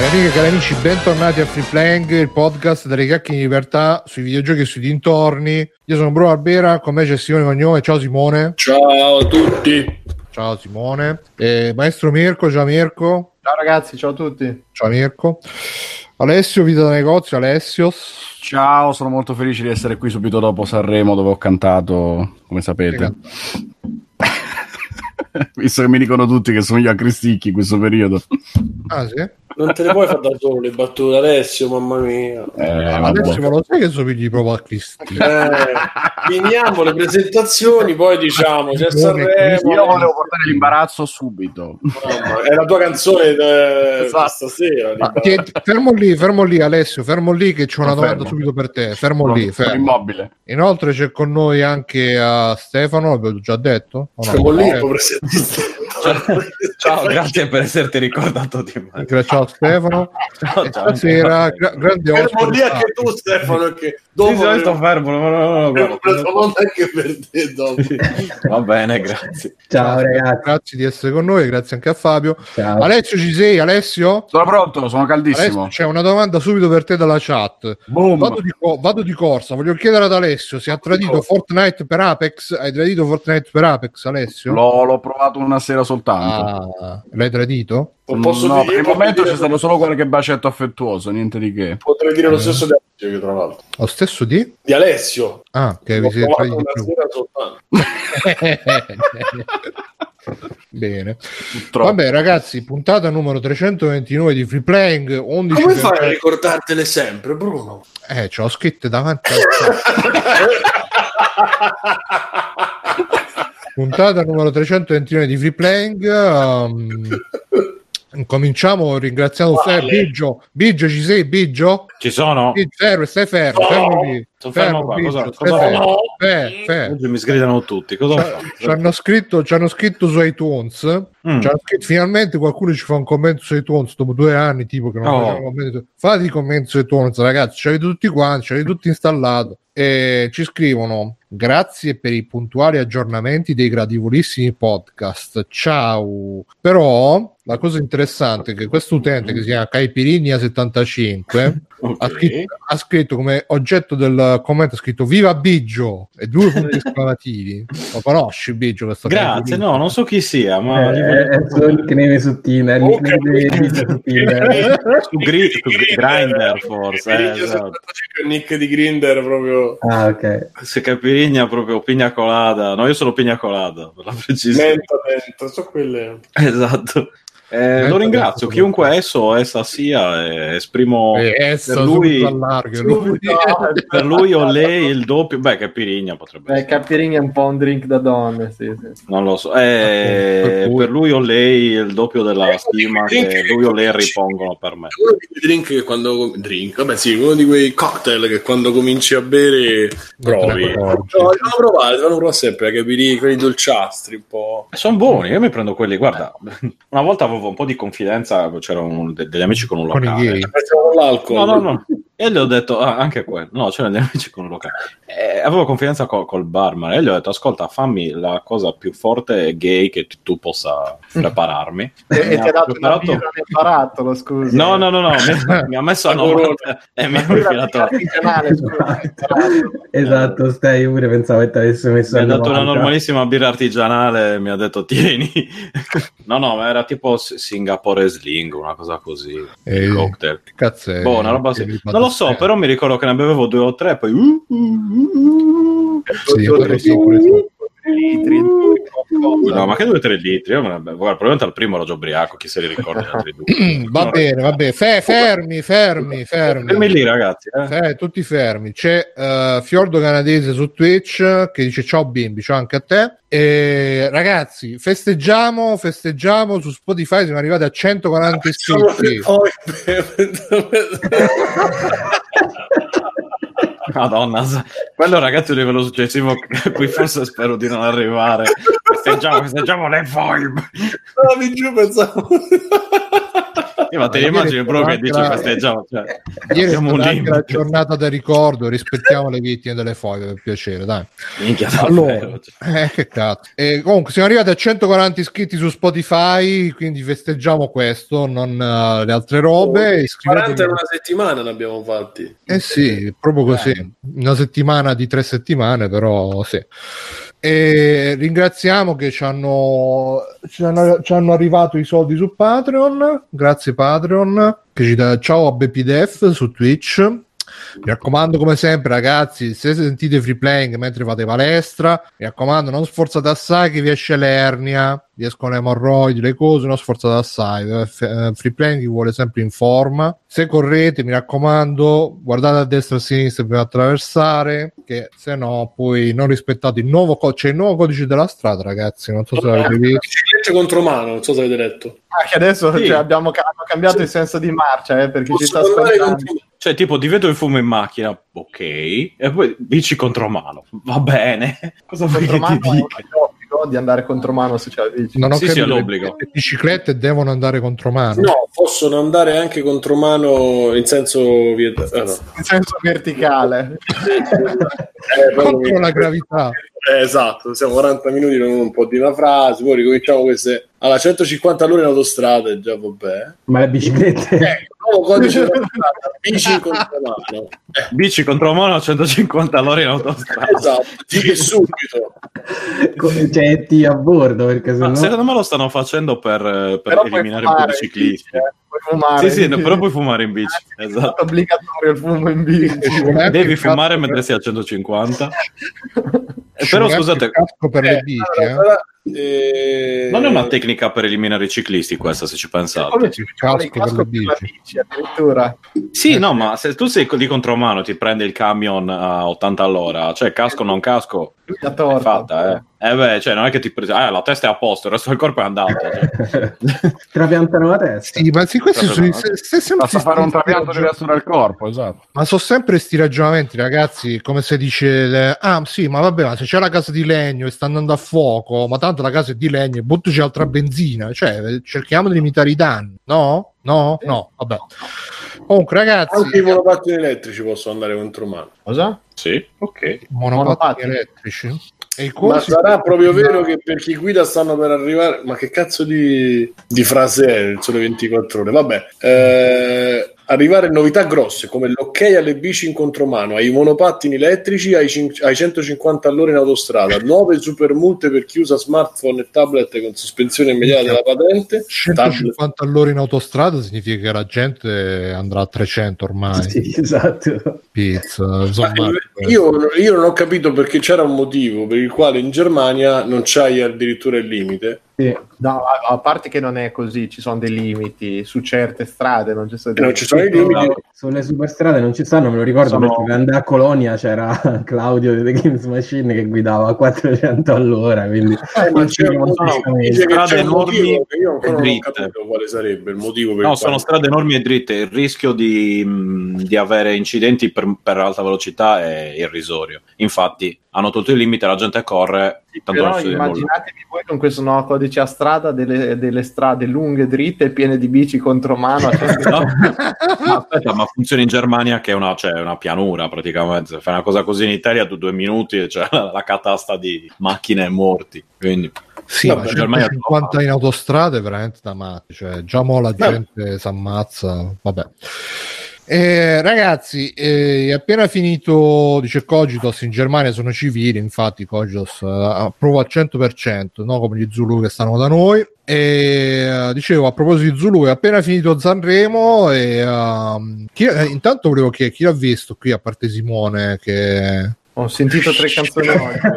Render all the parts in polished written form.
Cari amici, bentornati a Free Playing, il podcast delle chiacchiere in libertà sui videogiochi e sui dintorni. Io sono Bruno Albera, con me c'è Simone Cognome. Ciao Simone. Ciao a tutti. Ciao Simone. Maestro Mirko, ciao Mirko. Ciao ragazzi, ciao a tutti. Ciao Mirko. Alessio, vita da negozio, Alessio. Ciao, sono molto felice di essere qui subito dopo Sanremo, dove ho cantato, come sapete. Visto che mi dicono tutti che sono io a Cristicchi in questo periodo. Ah sì? Non te le puoi fare da solo le battute, Alessio, mamma mia. Alessio, ma lo sai che somigli proprio a Cristicchi? Finiamo le presentazioni, poi diciamo c'è Sanremo. Io volevo portare l'imbarazzo subito. È la tua canzone stasera. Fermo lì Alessio, fermo lì che c'è una domanda subito per te. Fermo lì. Immobile. Inoltre c'è con noi anche Stefano, l'avevo già detto? Siamo lì, Ciao, grazie per esserti ricordato di me. Ciao Stefano. Ciao. Stasera grande ospite. Fermo lì anche tu, Stefano, che dopo sto fermo. No, anche per te dopo. Va bene, grazie. Ciao ragazzi. Grazie di essere con noi, grazie anche a Fabio. Ciao. Alessio, ci sei? Alessio? Sono pronto, sono caldissimo. Alessio, c'è una domanda subito per te dalla chat. Boom. Vado di corsa, voglio chiedere ad Alessio se ha tradito Fortnite per Apex. Hai tradito Fortnite per Apex, Alessio? L'ho provato una sera soltanto. L'hai tradito? No, per il momento c'è stato solo qualche bacetto affettuoso, niente di che. Potrei dire lo stesso di Alessio, tra l'altro. Lo stesso di Alessio. Ah, che vi siete traditi più. Bene. Purtroppo. Vabbè ragazzi, puntata numero 329 di Free Playing. 11 Come fai a ricordartele sempre, Bruno? Ce l'ho scritte davanti al puntata numero 329 di Free Playing. Cominciamo ringraziando Biggio, ci sei Biggio? Ci sono? Stai fermo lì. Sono fermo qua. Biggio, Cosa Oggi mi sgridano tutti. Cosa ci hanno scritto su iTunes. Finalmente qualcuno ci fa un commento su iTunes dopo 2 anni, tipo che non facciamo commenti. Fate i commenti su iTunes, ragazzi, ce l'avete tutti quanti, ce l'avete tutti installato. E ci scrivono: grazie per i puntuali aggiornamenti dei gradivolissimi podcast, ciao. Però la cosa interessante è che questo utente, che si chiama Caipirinha75, ha scritto come oggetto del commento, ha scritto viva Biggio e 2 punti esclamativi. Lo conosci Biggio? Questo grazie, no, non so chi sia, ma è solo il nickname su Tinder, su Grindr forse. Esatto. Il nick di Grindr proprio. Ah, ok. Se Capirigna proprio pigna colada. No, io sono pigna colada, per la precisione. Menta, so quelle. Esatto. Lo ringrazio, chiunque esso o essa sia, esprimo per lui o lei il doppio. Beh, Capirigna potrebbe essere. Capirigna è un po' un drink da donne, sì. Non lo so, per lui o lei il doppio della stima che lui o lei ripongono per me. Uno di quei uno di quei cocktail che quando cominci a bere provi. Devono provare sempre a capire quelli dolciastri un po'. Sono buoni, io mi prendo quelli. Guarda, una volta avevo un po' di confidenza, c'erano degli amici con un locale. Con l'alcol. No. E gli ho detto, anche quello. No, c'erano degli amici con un locale. Avevo confidenza col barman e gli ho detto, ascolta, fammi la cosa più forte e gay che tu possa prepararmi. E ti ha dato una birra nel barattolo, scusa. No, mi ha messo a 90 e mi ha infilato. Esatto, stai, io pure pensavo che ti avesse messo. Mi ha dato una normalissima birra artigianale e mi ha detto, tieni. No, era tipo Singapore Sling, una cosa così. Il cocktail. Che cazzo è? Una roba così. Non lo so, però mi ricordo che ne bevevo 2 o 3 e poi litri. No, ma che 2-3 litri? Io guarda, probabilmente al primo ero già ubriaco, chi se li ricorda gli altri 2. Va bene. Fermi lì, ragazzi. Tutti fermi. C'è Fiordo Canadese su Twitch che dice ciao bimbi, ciao anche a te. E ragazzi, festeggiamo su Spotify, siamo arrivati a 140 iscritti. Madonna, quello ragazzi è un livello successivo qui forse spero di non arrivare. Festeggiamo le vibe. No, mi giù pensavo. Ma te immagini proprio che dice festeggiamo, cioè, ieri è anche la giornata del ricordo, rispettiamo le vittime delle foibe, per piacere, dai. Minchia, allora, che cazzo. Comunque siamo arrivati a 140 iscritti su Spotify, quindi festeggiamo questo, non le altre robe. 40 in una settimana ne abbiamo fatti. Sì, proprio così, una settimana di 3 settimane, però sì. E ringraziamo che ci hanno arrivato i soldi su Patreon, grazie Patreon, che ci dà ciao a BPDF su Twitch. Mi raccomando, come sempre, ragazzi, se sentite free playing mentre fate palestra, mi raccomando, non sforzate assai che vi esce l'ernia, vi escono le emorroidi, le cose, non sforzate assai. Free playing vuole sempre in forma. Se correte, mi raccomando, guardate a destra e a sinistra prima di attraversare, che se no poi non rispettate il nuovo c'è il nuovo codice della strada, ragazzi, non so se l'avete visto. Biciclette contro mano, non so se avete letto. Che adesso sì. hanno cambiato il senso di marcia, perché ci sta ascoltando. Cioè, tipo, divento il fumo in macchina, ok, e poi bici contro mano, va bene. Cosa vuoi che ti dica? Di andare contro mano se c'è la bici. Non ho sì, l'obbligo. Le biciclette devono andare contro mano. No, possono andare anche contro mano in senso in senso verticale. Contro la gravità. Esatto, siamo 40 minuti, non un po' di una frase, poi ricominciamo queste alla 150 all'ora in autostrada, già vabbè. Ma le biciclette? Nuovo codice della strada, bici contro mano. Bici contro mano a 150 all'ora in autostrada. Esatto, dici subito. Cioè, ti a bordo, perché sennò... Secondo me lo stanno facendo per eliminare un po' di ciclisti. Sì, però puoi fumare in bici. Esatto. È obbligatorio il fumo in bici. Devi fumare mentre sei a 150. Però scusate, casco per le bici, non è una tecnica per eliminare i ciclisti questa, se ci pensate. Il casco per le bici addirittura. Sì, no, ma se tu sei di contromano, ti prendi il camion a 80 all'ora, cioè casco non casco, è fatta, beh, cioè non è che ti presi, la testa è a posto, il resto del corpo è andato. Cioè. Trapiantano la testa. Sì, ma sì, basta fare un trapianto del resto del corpo, esatto. Ma sono sempre sti ragionamenti, ragazzi, come se dice sì, ma vabbè, ma se c'è la casa di legno e sta andando a fuoco, ma tanto la casa è di legno e buttaci altra benzina, cioè cerchiamo di limitare i danni, no, vabbè. Comunque, ragazzi, anche i monopattini elettrici possono andare contro mano. Cosa? Sì, ok. Monopattini elettrici. Ma sarà proprio vero che per chi guida stanno per arrivare? Ma che cazzo di frase è il Sole 24 ore? Vabbè, arrivare novità grosse come l'ok alle bici in contromano, ai monopattini elettrici, ai 150 all'ora in autostrada, nuove super multe per chi usa smartphone e tablet con sospensione immediata della patente. 150 all'ora in autostrada significa che la gente andrà a 300 ormai. Sì, esatto. Pizza, io non ho capito perché c'era un motivo per il quale in Germania non c'hai addirittura il limite. Sì. No, a parte che non è così, ci sono dei limiti su certe strade, non ci sono i limiti. Sulle superstrade non ci stanno, me lo ricordo perché quando andai a Colonia c'era Claudio di The Games Machine che guidava a 400 all'ora, quindi ma c'è un strade enormi io ancora non ho capito quale sarebbe il motivo per sono strade enormi e dritte, il rischio di avere incidenti per alta velocità è irrisorio, infatti hanno tutto il limite, la gente corre. Però immaginatevi voi con questo nuovo codice a strada delle strade lunghe, dritte e piene di bici contromano. Aspetta, ma funziona in Germania che è una pianura praticamente. Se fai una cosa così in Italia, tu 2 minuti e c'è la catasta di macchine e morti. Quindi sì, ma 150 in autostrada è veramente da matti, cioè già mo la gente si ammazza, vabbè. Ragazzi, è appena finito, dice Cogitos, in Germania sono civili, infatti Cogitos approva al 100%, no? Come gli Zulu che stanno da noi. E dicevo, a proposito di Zulu, è appena finito Sanremo e intanto volevo chiedere chi l'ha visto qui, a parte Simone, che ho sentito 3 canzoni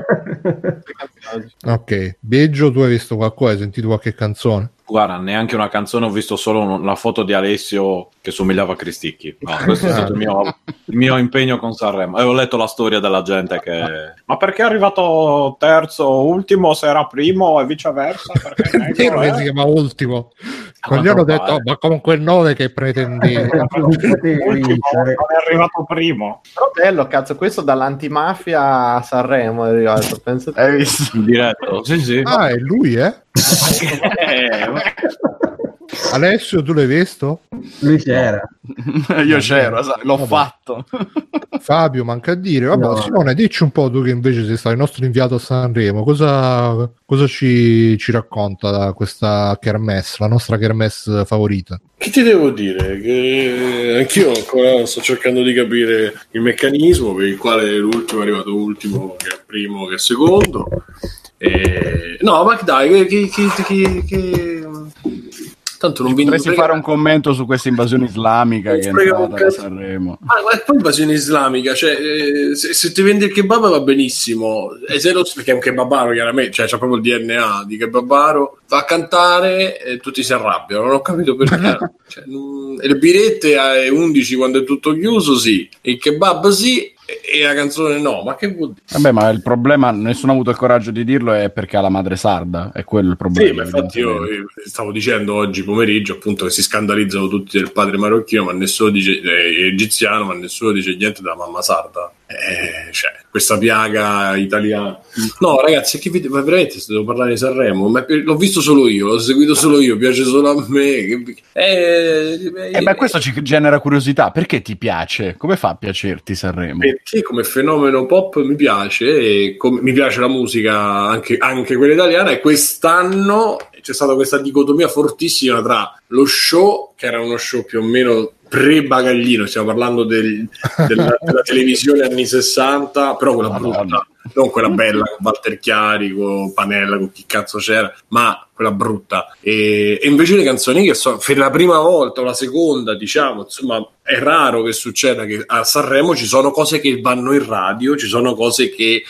oggi. Ok, Beggio, tu hai visto qualcosa? Hai sentito qualche canzone? Guarda, neanche una canzone, ho visto solo la foto di Alessio che somigliava a Cristicchi. No, questo è stato il mio impegno con Sanremo. E ho letto la storia della gente che... Ma perché è arrivato terzo, ultimo, se era primo e viceversa? Perché si chiama ultimo. Quando gli hanno detto, ma con quel 9 che pretendevi. Non è arrivato primo. Però bello, cazzo, questo dall'antimafia a Sanremo è arrivato. Penso hai visto in diretto? Sì. Ah, è lui, Alessio, tu l'hai visto? Lui c'era. Io c'ero, l'ho fatto. Fabio, manca a dire. Vabbè, No. Simone, dici un po' tu che invece sei stato il nostro inviato a Sanremo, cosa ci racconta da questa kermesse, la nostra kermesse favorita? Che ti devo dire? Che anch'io ancora sto cercando di capire il meccanismo per il quale l'ultimo è arrivato ultimo, che è primo, che è secondo. No, ma dai, tanto non Potresti fare un commento su questa invasione islamica che è entrata a Sanremo. Ma poi invasione islamica, cioè se ti vendi il kebab va benissimo, e se lo, perché è un kebabaro chiaramente, cioè c'ha proprio il DNA di kebabaro, va a cantare e tutti si arrabbiano, non ho capito perché. Cioè, e le birette alle 11 quando è tutto chiuso sì, il kebab sì e la canzone no, ma che vuol dire? Vabbè, ma il problema, nessuno ha avuto il coraggio di dirlo, è perché ha la madre sarda, è quello il problema. Sì, ma infatti io stavo dicendo oggi pomeriggio appunto che si scandalizzano tutti del padre marocchino, ma nessuno dice egiziano, ma nessuno dice niente della mamma sarda. Cioè, questa piaga italiana. No, ragazzi, che ma veramente se devo parlare di Sanremo, ma l'ho visto solo io, l'ho seguito solo io, piace solo a me. Ma questo ci genera curiosità. Perché ti piace? Come fa a piacerti Sanremo? Perché come fenomeno pop mi piace, e mi piace la musica anche quella italiana, e quest'anno c'è stata questa dicotomia fortissima tra lo show, che era uno show più o meno pre-bagaglino, stiamo parlando della televisione anni 60, però quella brutta, non quella bella con Walter Chiari, con Panella, con chi cazzo c'era, ma quella brutta. E invece le canzoni che sono per la prima volta o la seconda, diciamo, insomma, è raro che succeda che a Sanremo ci sono cose che vanno in radio, ci sono cose che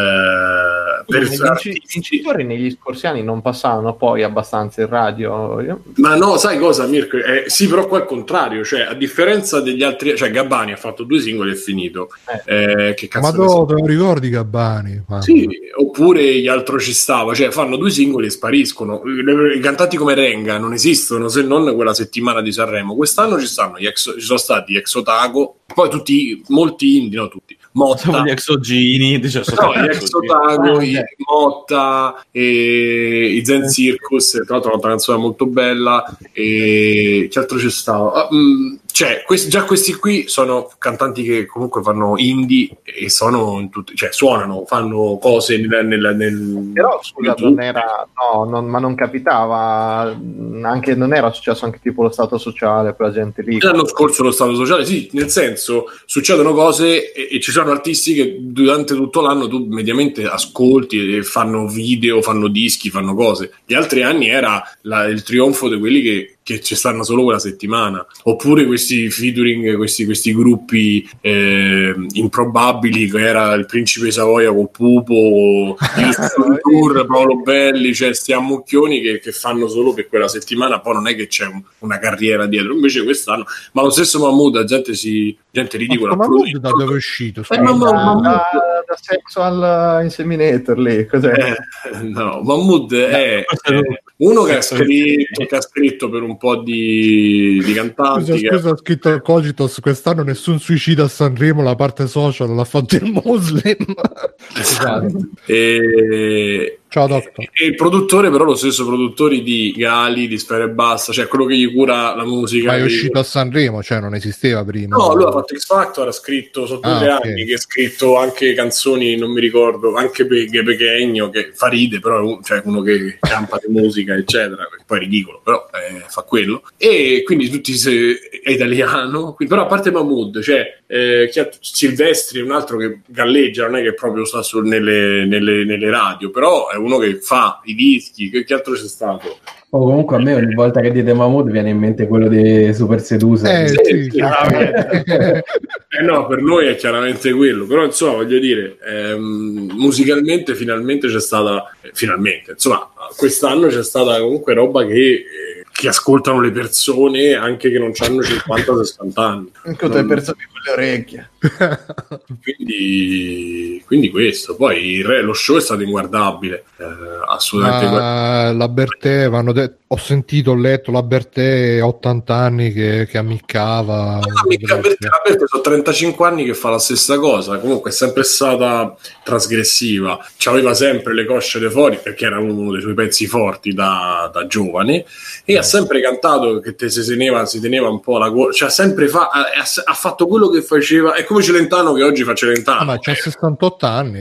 per i vincitori negli scorsi anni non passavano poi abbastanza in radio. Ma no, sai cosa, Mirko? Sì, però qua è il contrario, cioè a differenza degli altri, cioè Gabbani ha fatto 2 singoli e è finito. Che cazzo, ma tu te lo ricordi Gabbani? Sì, oppure gli altri ci stava, cioè fanno 2 singoli e spariscono. I cantanti come Renga non esistono se non quella settimana di Sanremo. Quest'anno ci sono stati Ex Otago, poi molti indie, no tutti, Motta, gli exogini, gli Ex Otago, Motta, i Zen Circus, tra l'altro un'altra canzone molto bella, e che altro c'è stato? Cioè, già questi qui sono cantanti che comunque fanno indie e sono in cioè suonano, fanno cose però scusa, non era ma non capitava anche, non era successo anche tipo lo stato sociale per la gente lì? L'anno scorso lo stato sociale, sì, nel senso succedono cose e ci sono artisti che durante tutto l'anno tu mediamente ascolti e fanno video, fanno dischi, fanno cose. Gli altri anni era il trionfo di quelli che ci stanno solo quella settimana, oppure questi featuring, questi gruppi improbabili, che era il Principe Savoia con Pupo, il Tour, Paolo Belli, cioè sti ammucchioni che fanno solo per quella settimana, poi non è che c'è una carriera dietro. Invece quest'anno, ma lo stesso Mahmood, la gente ridicola. Ma Mahmood da dove è uscito? Da Sexual Inseminator lì, cos'è? No, Mahmood è uno che ha scritto per un po' di cantanti. Scusa, ha scritto al Cogitos: quest'anno nessun suicidio a Sanremo, la parte social l'ha fatto il Muslim. Esatto. Ciao Doctor. E il produttore, però, lo stesso produttore di Gali, di Sfera e Basta, cioè quello che gli cura la musica. Ma è uscito a Sanremo, cioè non esisteva prima. No, lui ha fatto X Factor, ha scritto, sono 2 anni che ha scritto anche canzoni, non mi ricordo, anche Pechegno, che fa ride, però cioè uno che campa di musica, eccetera, poi è ridicolo, però fa quello. E quindi tutti è italiano, quindi, però a parte Mahmood, cioè Silvestri è un altro che galleggia, non è che proprio sta nelle radio, però è uno che fa i dischi. Che altro c'è stato? Comunque a me ogni volta che dite Mahmood viene in mente quello di Super Sedusa. Sì, chiaramente. No, per noi è chiaramente quello, però insomma voglio dire, musicalmente finalmente c'è stata, insomma quest'anno c'è stata comunque roba che ascoltano le persone anche che non hanno 50-60 anni. Anche le persone con le orecchie. Quindi questo. Poi lo show è stato inguardabile, assolutamente. La Bertè, ho sentito, ho letto la Bertè 80 anni che ammiccava. La Bertè sono 35 anni che fa la stessa cosa, comunque è sempre stata trasgressiva, c'aveva sempre le cosce de fuori perché era uno dei suoi pezzi forti da giovane, e ha sempre cantato che si teneva un po' la gola, cioè sempre ha fatto quello che faceva, è come Celentano che oggi fa Celentano. Ma c'ha 68 anni.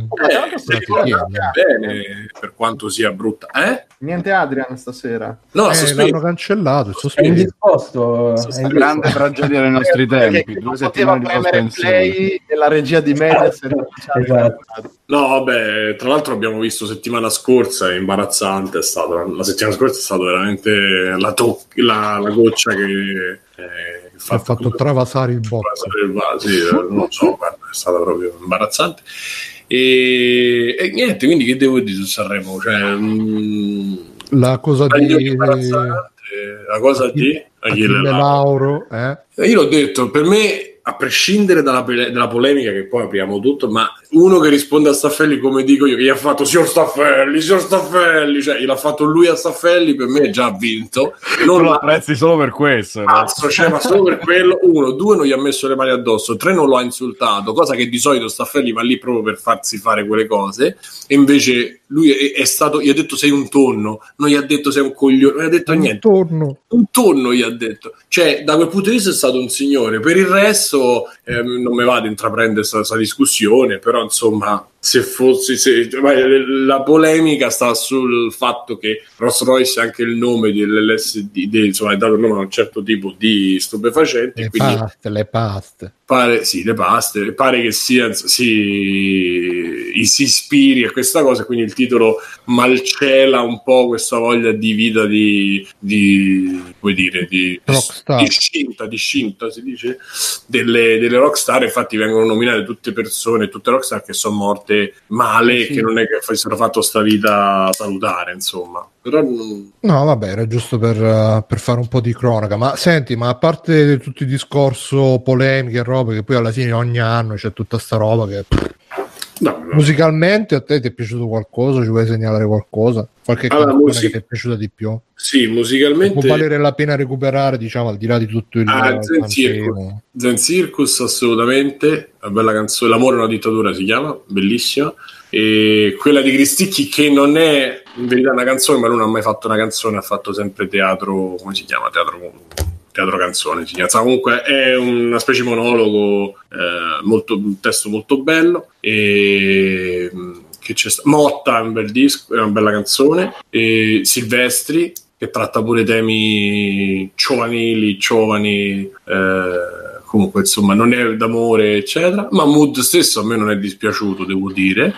Bene, per quanto sia brutta. Niente Adrian stasera. No, l'hanno cancellato. È indisposto. È una grande tragedia dei nostri tempi. 2 settimane di sospensione. E la regia di Mediaset. Esatto. No, vabbè, tra l'altro abbiamo visto settimana scorsa, è imbarazzante, la settimana scorsa è stata veramente la goccia che ha fatto travasare il botto. Sì, non so, guarda, è stata proprio imbarazzante. E niente, quindi che devo dire su Sanremo? Cioè, la cosa di Achille Lauro, Io l'ho detto, per me, a prescindere dalla polemica, che poi apriamo tutto, ma uno che risponde a Staffelli come dico io, che gli ha fatto signor Staffelli, cioè gliel'ha fatto lui a Staffelli, per me è già vinto. Non lo apprezzi solo per questo, cioè, ma solo per quello. 1, 2 non gli ha messo le mani addosso, 3 non lo ha insultato, cosa che di solito Staffelli va lì proprio per farsi fare quelle cose, e invece lui è stato, gli ha detto sei un tonno, non gli ha detto sei un coglione, non gli ha detto niente, un tonno gli ha detto, cioè da quel punto di vista è stato un signore. Per il resto non mi vado a intraprendere questa discussione, però insomma, la polemica sta sul fatto che Rolls Royce è anche il nome dell'LSD, insomma è dato il nome a un certo tipo di stupefacenti, le paste le paste, pare che si ispiri a questa cosa, quindi il titolo malcela un po' questa voglia di vita di scinta si dice, delle rockstar. Infatti vengono nominate tutte rockstar che sono morte male, che non è che avessero fatto sta vita salutare, insomma. Però no, vabbè, era giusto per fare un po' di cronaca. Ma senti, ma a parte tutto il discorso polemiche e robe, che poi alla fine ogni anno c'è tutta sta roba che no. Musicalmente a te ti è piaciuto qualcosa? Ci vuoi segnalare qualcosa? Qualche canzone che ti è piaciuta di più? Sì, musicalmente può valere la pena recuperare, diciamo, al di là di tutto il Zen Circus, assolutamente, una bella canzone. L'amore è una dittatura si chiama, bellissima. E quella di Cristicchi, che non è in verità una canzone, ma lui non ha mai fatto una canzone, ha fatto sempre teatro, come si chiama? Teatro canzone si chiama. Comunque è una specie di monologo, un testo molto bello, e che c'è Motta è un bel disco, è una bella canzone, e Silvestri che tratta pure temi giovani, comunque insomma non è d'amore eccetera. Mahmood stesso a me non è dispiaciuto, devo dire,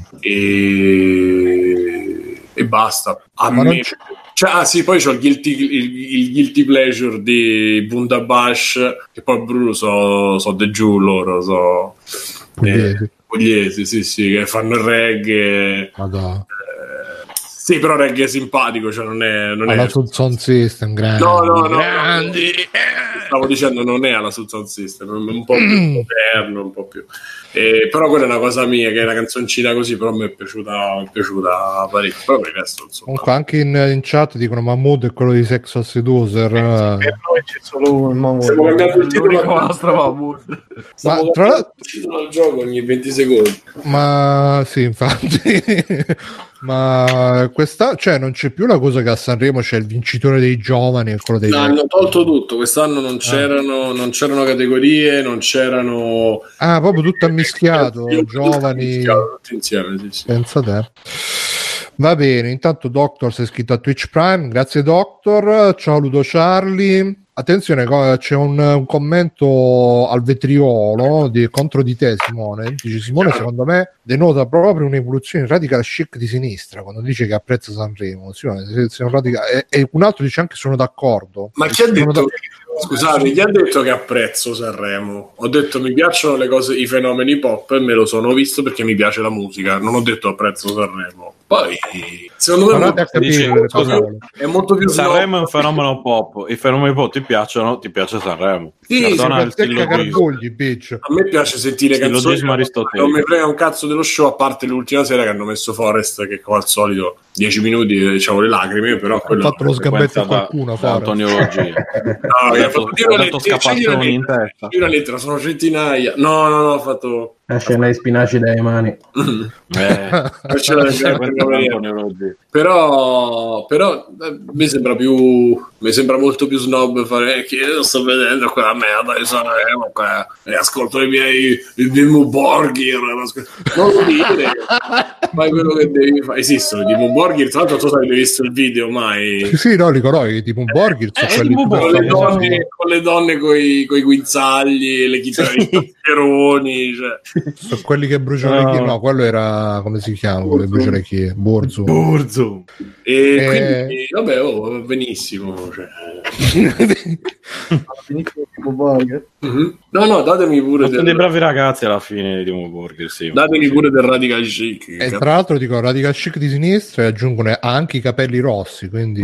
e basta a me. Sì, poi c'ho il guilty pleasure di Bundabash, che poi Bruno so de giù loro, pugliesi, sì, che fanno il reggae. Sì, però reggae simpatico, cioè non è alla Sound System, grandi. Grandi. Stavo dicendo, non è alla Sound System, è un po' più moderno, un po' più. Però quella è una cosa mia, che è una canzoncina così, però mi è piaciuta parecchio. Però per il resto, insomma. Comunque anche in chat dicono Mahmood è quello di Sexual Seducer. Per noi c'è solo un Mahmood. Stiamo cambiando il titolo Mahmood. Stiamo cambiando il titolo al gioco ogni 20 secondi. Ma sì, infatti. Ma cioè non c'è più la cosa che a Sanremo c'è il vincitore dei giovani e quello dei hanno tolto tutto. Quest'anno non c'erano categorie, non c'erano proprio tutto ammischiato, giovani tutti insieme, sì. Pensa te. Va bene, intanto Doctor si è iscritto a Twitch Prime, grazie Doctor. Ciao Ludo Charlie. Attenzione, c'è un commento al vetriolo contro di te, Simone. Dice: Simone, secondo me denota proprio un'evoluzione radical chic di sinistra quando dice che apprezza Sanremo. Simone, sei un radical... e un altro dice anche sono d'accordo. Ma chi ha detto? Scusate, chi ha detto che apprezzo Sanremo? Ho detto mi piacciono le cose, i fenomeni pop, e me lo sono visto perché mi piace la musica. Non ho detto apprezzo Sanremo. Poi, secondo me è molto più Sanremo è un fenomeno pop. I fenomeni pop ti piace Sanremo. Sì, a me piace sentire canzoni. Non mi frega un cazzo dello show, a parte l'ultima sera che hanno messo Forest, che come al solito 10 minuti diciamo le lacrime, però ha fatto lo sgambetto a qualcuno, Antonio Loggi. Una lettera, sono centinaia. No, ho fatto La scena di spinaci dalle mani. Però mi sembra molto più snob fare che io sto vedendo quella merda di Sanremo e ascolto il Dimmu Borgir, non lo dire, fai quello che devi fare. Esistono i Dimmu Borgir, tra l'altro tu hai visto il video mai? Sì, no, li conosco, i Dimmu Borgir con le donne coi guinzagli, le chitarre i peroni, cioè. Sono quelli che bruciano le chie. No, quello era, come si chiama? Quello che brucia le chie. Borzo. E quindi vabbè, benissimo, cioè. No, datemi pure dei bravi ragazzi alla fine di Dimmu Borgir, sì. Datemi pure del Radical Chic. E tra l'altro dico Radical Chic di sinistra e aggiungono anche i capelli rossi, quindi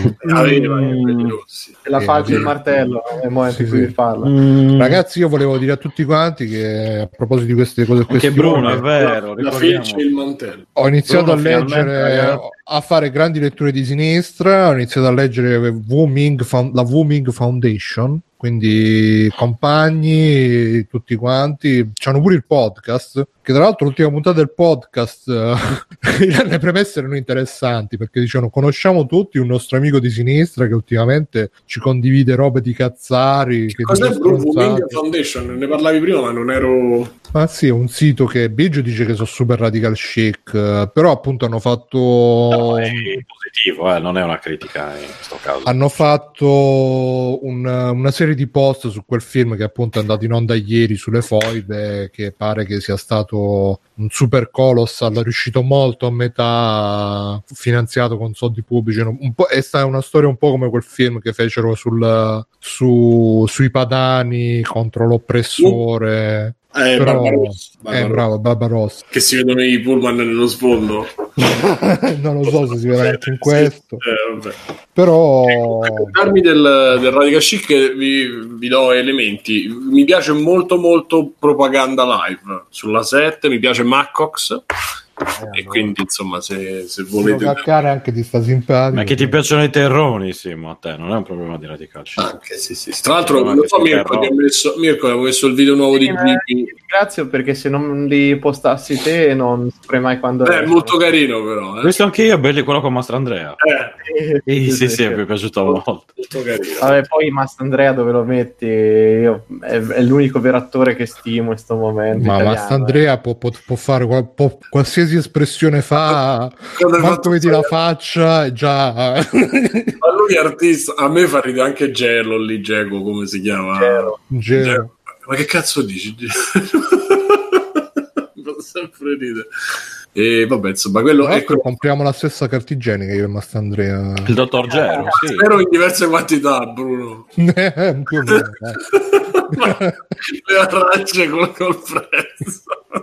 la faccia e il martello è il momento in cui vi parla. Ragazzi, io volevo dire a tutti quanti che a proposito di queste cose, che Bruno è vero, la fece il mantello. Ho iniziato a leggere, a fare grandi letture di sinistra, ho iniziato a leggere la Wuming Foundation, quindi compagni, tutti quanti, c'hanno pure il podcast, che tra l'altro l'ultima puntata del podcast le premesse erano interessanti, perché dicevano conosciamo tutti un nostro amico di sinistra che ultimamente ci condivide robe di cazzari. Cos'è il Wuming Foundation? Ne parlavi prima ma non ero... Ah sì, è un sito che Biggio dice che sono super radical chic, però appunto hanno fatto... No, è positivo, non è una critica in questo caso. Hanno fatto una serie di post su quel film che appunto è andato in onda ieri sulle foibe, che pare che sia stato un super colossal, riuscito molto a metà, finanziato con soldi pubblici. Un po', è stata una storia un po' come quel film che fecero sui padani contro l'oppressore. Però bravo Barbarossa, che si vedono i pullman nello sfondo. Non lo so se si vede anche in questo, però darmi del Radical Chic vi do elementi. Mi piace molto molto Propaganda Live sulla 7, mi piace Maccox. E quindi insomma se volete caccare anche ti sta simpatico, ma che ti piacciono i terroni, sì, ma a te non è un problema di Radical Chic. Anche sì. Tra l'altro non so, Mirko avevo messo il video nuovo di Gigi. Grazie, perché se non li postassi te non saprei mai quando è molto carino, però visto anche io, belli quello con Mastrandrea. Sì, mi è piaciuto molto carino. Vabbè, poi Mastrandrea dove lo metti? È l'unico vero attore che stimo in sto momento. Ma Mastrandrea può fare qualsiasi espressione fa, quanto vedi la faccia già. Ma lui è artista. A me fa ridere anche Gelo lì, Gego, come si chiama? Gelo. Ma che cazzo dici? Fa sempre ridere. E vabbè, insomma, quello compriamo la stessa carta igienica io e Mastandrea. Il dottor Gero, sì. Spero in diverse quantità, Bruno. Più o meno, le arance col prezzo.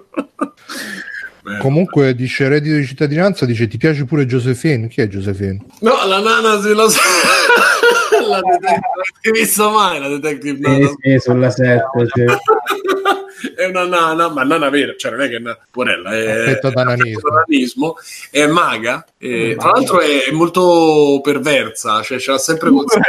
Comunque dice reddito di cittadinanza, dice ti piace pure Josephine? Chi è Josephine? No, la nana se lo sa. La detective, visto mai la detective nana? Sì, sulla 7, sì. È una nana, ma nana vera, cioè non è che è una porella, è affetta da nanismo, è maga, tra l'altro è molto perversa, cioè ce l'ha sempre con sé.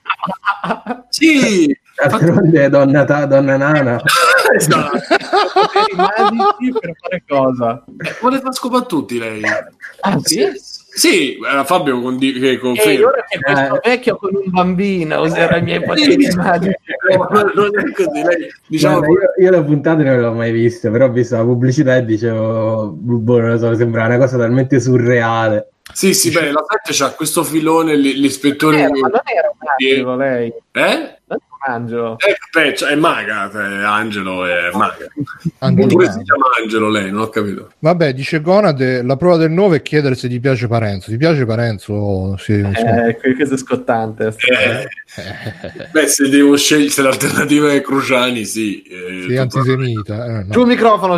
Sì, d'altronde donna nana. Esatto. Per fare cosa? Vuole far scopo a tutti lei. Ah sì? Sì, Fabio che conferma. Ora che questo vecchio con un bambino userà i miei poteri magici. Non è così, lei, diciamo... io la puntata non l'ho mai vista, però ho visto la pubblicità e dicevo, non lo so, sembra una cosa talmente surreale. Sì, beh, la 7 c'ha questo filone, l'ispettore... Ma non era un angelo lei? Non è un angelo. È maga, Angelo è maga. Oppure si chiama Angelo lei, non ho capito. Vabbè, dice Gonade, la prova del 9 è chiedere se ti piace Parenzo. Ti piace Parenzo? Sì, questo è scottante. Beh, se devo scegliere, se l'alternativa è Cruciani, sì. Sì, antisemita. No. Giù il microfono.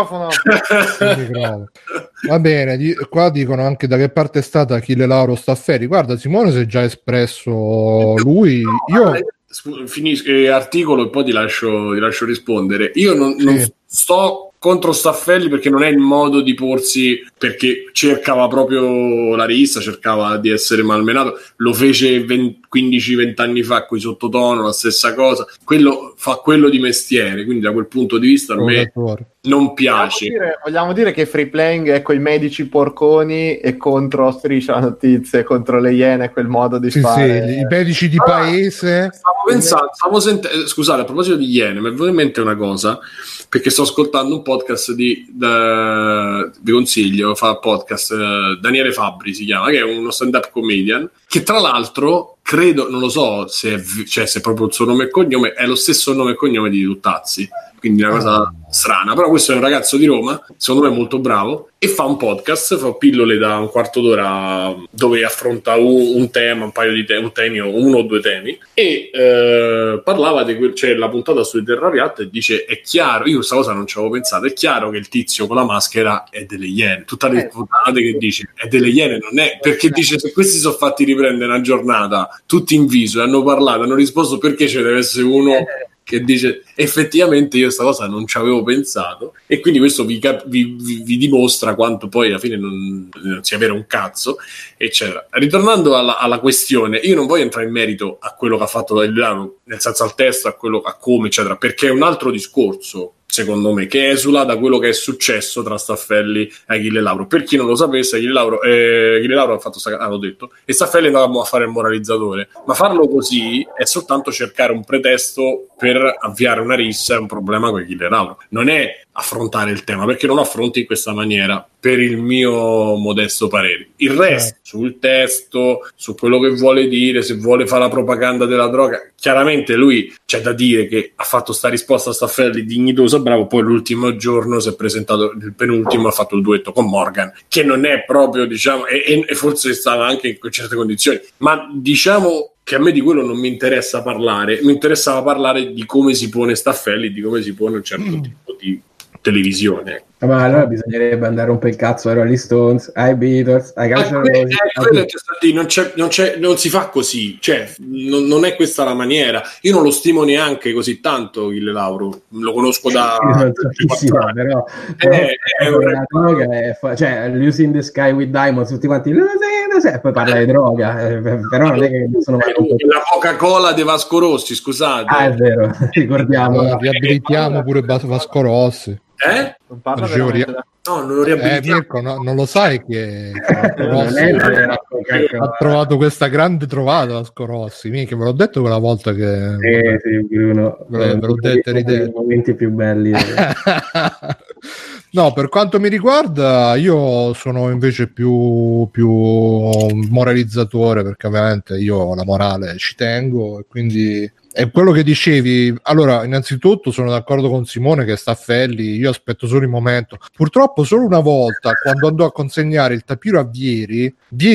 Va bene, qua dicono anche da che parte è stata Achille Lauro Stafferi. Guarda, Simone si è già espresso lui. Finisco articolo e poi ti lascio rispondere. Io non sto contro Staffelli perché non è il modo di porsi, perché cercava proprio la rissa, cercava di essere malmenato, lo fece 15-20 anni fa coi Sottotono, la stessa cosa, quello fa quello di mestiere, quindi da quel punto di vista a me non piace. Vogliamo dire che Free Playing è coi medici porconi e contro Striscia la Notizie, contro le Iene, quel modo di fare. Sì, i medici di paese. Scusate, a proposito di Iene, mi è venuta in mente una cosa, perché sto ascoltando un podcast vi consiglio, fa podcast, Daniele Fabbri si chiama, che è uno stand-up comedian, che tra l'altro credo, non lo so se è proprio il suo nome e cognome, è lo stesso nome e cognome di Luttazzi, quindi una cosa strana, però questo è un ragazzo di Roma, secondo me molto bravo, e fa un podcast, fa pillole da un quarto d'ora dove affronta un tema, un paio di temi, uno o due temi, e parlava di c'è la puntata sui Terrapiatta e dice, è chiaro, io questa cosa non ci avevo pensato, è chiaro che il tizio con la maschera è delle Iene, tutte le puntate che dice è delle Iene, non è, perché dice, se questi sono fatti riprendere una giornata tutti in viso e hanno parlato, hanno risposto, perché ci deve essere uno che dice, effettivamente io questa cosa non ci avevo pensato, e quindi questo vi dimostra quanto poi alla fine non sia vero un cazzo, eccetera. Ritornando alla questione, io non voglio entrare in merito a quello che ha fatto il Milano, nel senso al testo, a come, eccetera, perché è un altro discorso, secondo me, che esula da quello che è successo tra Staffelli e Achille Lauro. Per chi non lo sapesse, Achille Lauro ha fatto l'ho detto, e Staffelli andava a fare il moralizzatore, ma farlo così è soltanto cercare un pretesto per avviare una rissa, è un problema con Achille Lauro, non è affrontare il tema, perché non lo affronti in questa maniera, per il mio modesto parere. Il resto, sul testo, su quello che vuole dire, se vuole fare la propaganda della droga, chiaramente lui c'è da dire che ha fatto sta risposta a Staffelli dignitosa, bravo, poi l'ultimo giorno si è presentato, il penultimo ha fatto il duetto con Morgan, che non è proprio, diciamo, e forse stava anche in certe condizioni, ma diciamo che a me di quello non mi interessa parlare, mi interessava parlare di come si pone Staffelli, di come si pone un certo tipo di televisione. Ma allora bisognerebbe andare un po' il cazzo ai Rolling Stones, ai Beatles, ai Guns N' Roses. Non si fa così, cioè non è questa la maniera. Io non lo stimo neanche così tanto il Lauro, lo conosco da però una droga cioè Lucy in the Sky with Diamonds, tutti quanti e poi parla di droga, però non è che sono la Coca-Cola di Vasco Rossi, scusate. È vero, ricordiamo, riabilitiamo pure Vasco Rossi. Non parla non lo riabilitiamo. Mirko, non lo sai che ha trovato questa grande trovata Vasco Rossi, che ve l'ho detto quella volta che sì, Bruno, ve l'ho detto i momenti più belli. No, per quanto mi riguarda io sono invece più moralizzatore, perché ovviamente io la morale ci tengo, e quindi è quello che dicevi. Allora, innanzitutto sono d'accordo con Simone che Staffelli, io aspetto solo il momento. Purtroppo solo una volta, quando andò a consegnare il tapiro a Vieri,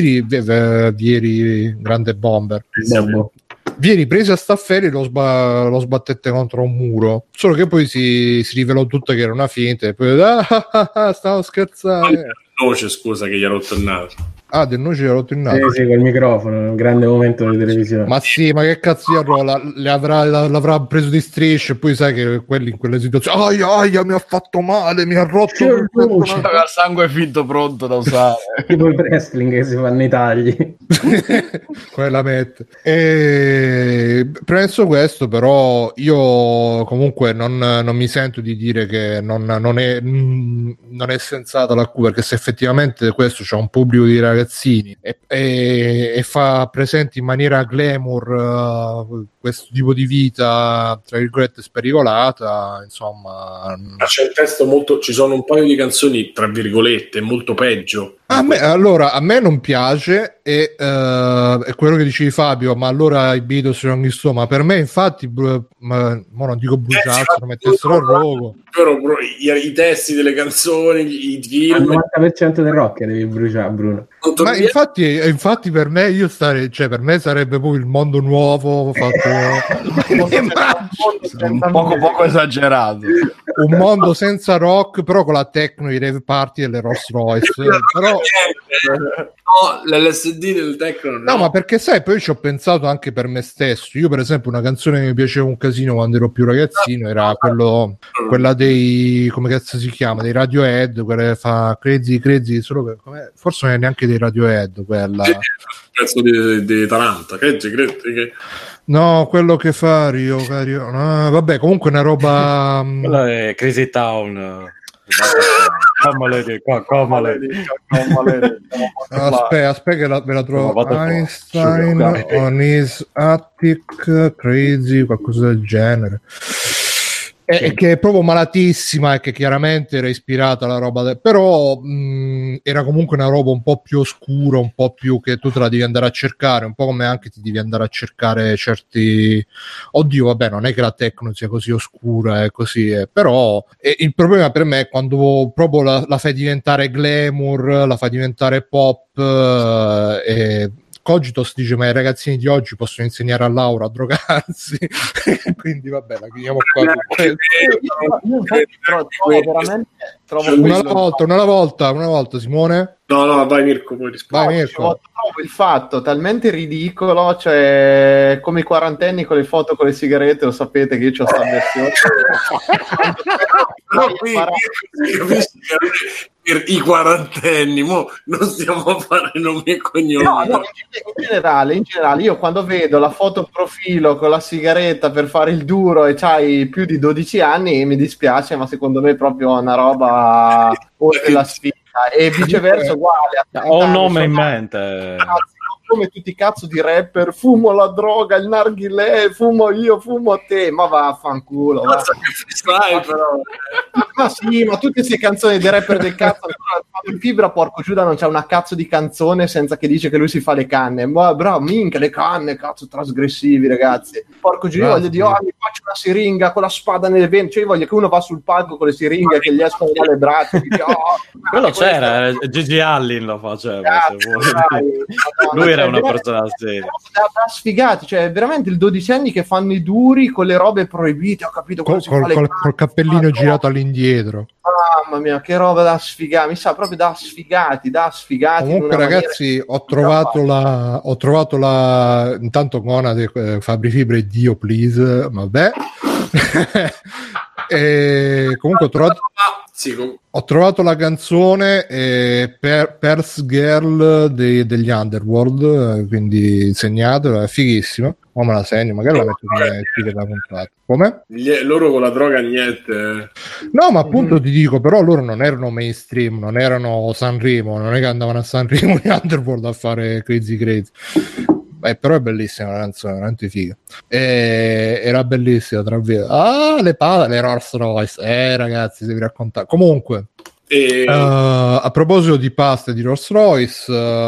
grande bomber, Vieri prese a Staffelli, lo sbattette contro un muro, solo che poi si rivelò tutto che era una finta, e poi stavo scherzando. Noce, scusa, che gli ha rotto il naso. Ah, Del Noce gli ha rotto il naso. Sì, col microfono, un grande momento di televisione. Ma sì, ma che cazzo di arrola, l'avrà preso di strisce, e poi sai che quelli in quelle situazioni, aia, mi ha fatto male, mi ha rotto il sangue finto pronto da usare. Tipo il wrestling che si fanno i tagli. Quella mette. E premesso questo, però, io comunque non mi sento di dire che non è sensata la cura, perché se effettivamente questo c'è un pubblico di ragazzini e fa presente in maniera glamour questo tipo di vita, tra virgolette, spericolata, insomma. Ma c'è il testo molto, ci sono un paio di canzoni, tra virgolette, molto peggio. A me non piace, e è quello che dicevi Fabio, ma allora i Beatles non li sto, ma per me infatti non dico bruciassero, mettessero a rogo, però i testi delle canzoni, i film, il 90% del rock devi bruciare, Bruno. ma infatti per me per me sarebbe poi il mondo nuovo fatto un poco esagerato. un mondo senza rock, però con la techno i rave party delle Rolls Royce. Però... No, l'LSD del techno no, ma perché sai, poi ci ho pensato anche per me stesso. Io per esempio una canzone che mi piaceva un casino quando ero più ragazzino era quella dei, come cazzo si chiama, dei Radiohead, quella che fa Crazy solo che, forse non è neanche dei Radiohead quella, pezzo di Taranta, Crazy. no, quello che fa Rio, no, vabbè, comunque una roba quella è Crazy Town. Aspetta che ve la trovo. Einstein on his attic, Crazy, qualcosa del genere. Che è proprio malatissima e che chiaramente era ispirata alla roba però era comunque una roba un po' più oscura, un po' più che tu te la devi andare a cercare, un po' come anche ti devi andare a cercare certi, oddio vabbè, non è che la techno sia così oscura e così però il problema per me è quando proprio la fai diventare glamour, la fai diventare pop e Cogitos dice ma i ragazzini di oggi possono insegnare a Laura a drogarsi quindi vabbè, la chiudiamo qua trovo una volta Simone. No, vai Mirko, poi rispondi. Vai, Mirko. Trovo il fatto talmente ridicolo, cioè come i quarantenni con le foto con le sigarette, lo sapete che io ho sta versione. No, qui capisci per i quarantenni, mo non stiamo a fare nomi e cognomi. No, in generale, io quando vedo la foto profilo con la sigaretta per fare il duro e c'hai più di 12 anni, mi dispiace, ma secondo me è proprio una roba oltre la sfida. E viceversa uguale. Ho un nome in mente. Come tutti i cazzo di rapper, fumo la droga, il narghilè, fumo io, fumo te, ma vaffanculo. Ma sì, ma tutte queste canzoni dei rapper del cazzo, quando il Fibra, porco Giuda, non c'è una cazzo di canzone senza che dice che lui si fa le canne. Ma bravo, minchia, le canne, cazzo, trasgressivi, ragazzi. Porco Giuda, io voglio dire, mi faccio una siringa con la spada nelle vene, cioè io voglio che uno va sul palco con le siringhe che gli escono dalle braccia. Quello c'era, Gigi Allin lo faceva. Lui era una persona da sfigati, cioè veramente il 12 anni che fanno i duri con le robe proibite, ho capito, col cappellino girato all'indietro. Mamma mia, che roba da sfigati, mi sa proprio da sfigati. Comunque ragazzi, ho trovato la intanto Conade, Fabri Fibra e Dio please, vabbè. E comunque ho trovato la canzone Perth Girl degli Underworld, quindi segnatela, è fighissima. Ma me la segno, magari la metto come ticket da puntata. Come? Loro con la droga niente. No, ma appunto ti dico, però loro non erano mainstream, non erano Sanremo, non è che andavano a Sanremo gli Underworld a fare Crazy. Però è bellissima la canzone, veramente figa. Era bellissima tra virgolette. Le Rolls Royce. Ragazzi, devi raccontare. Comunque, a proposito di pasta di Rolls Royce,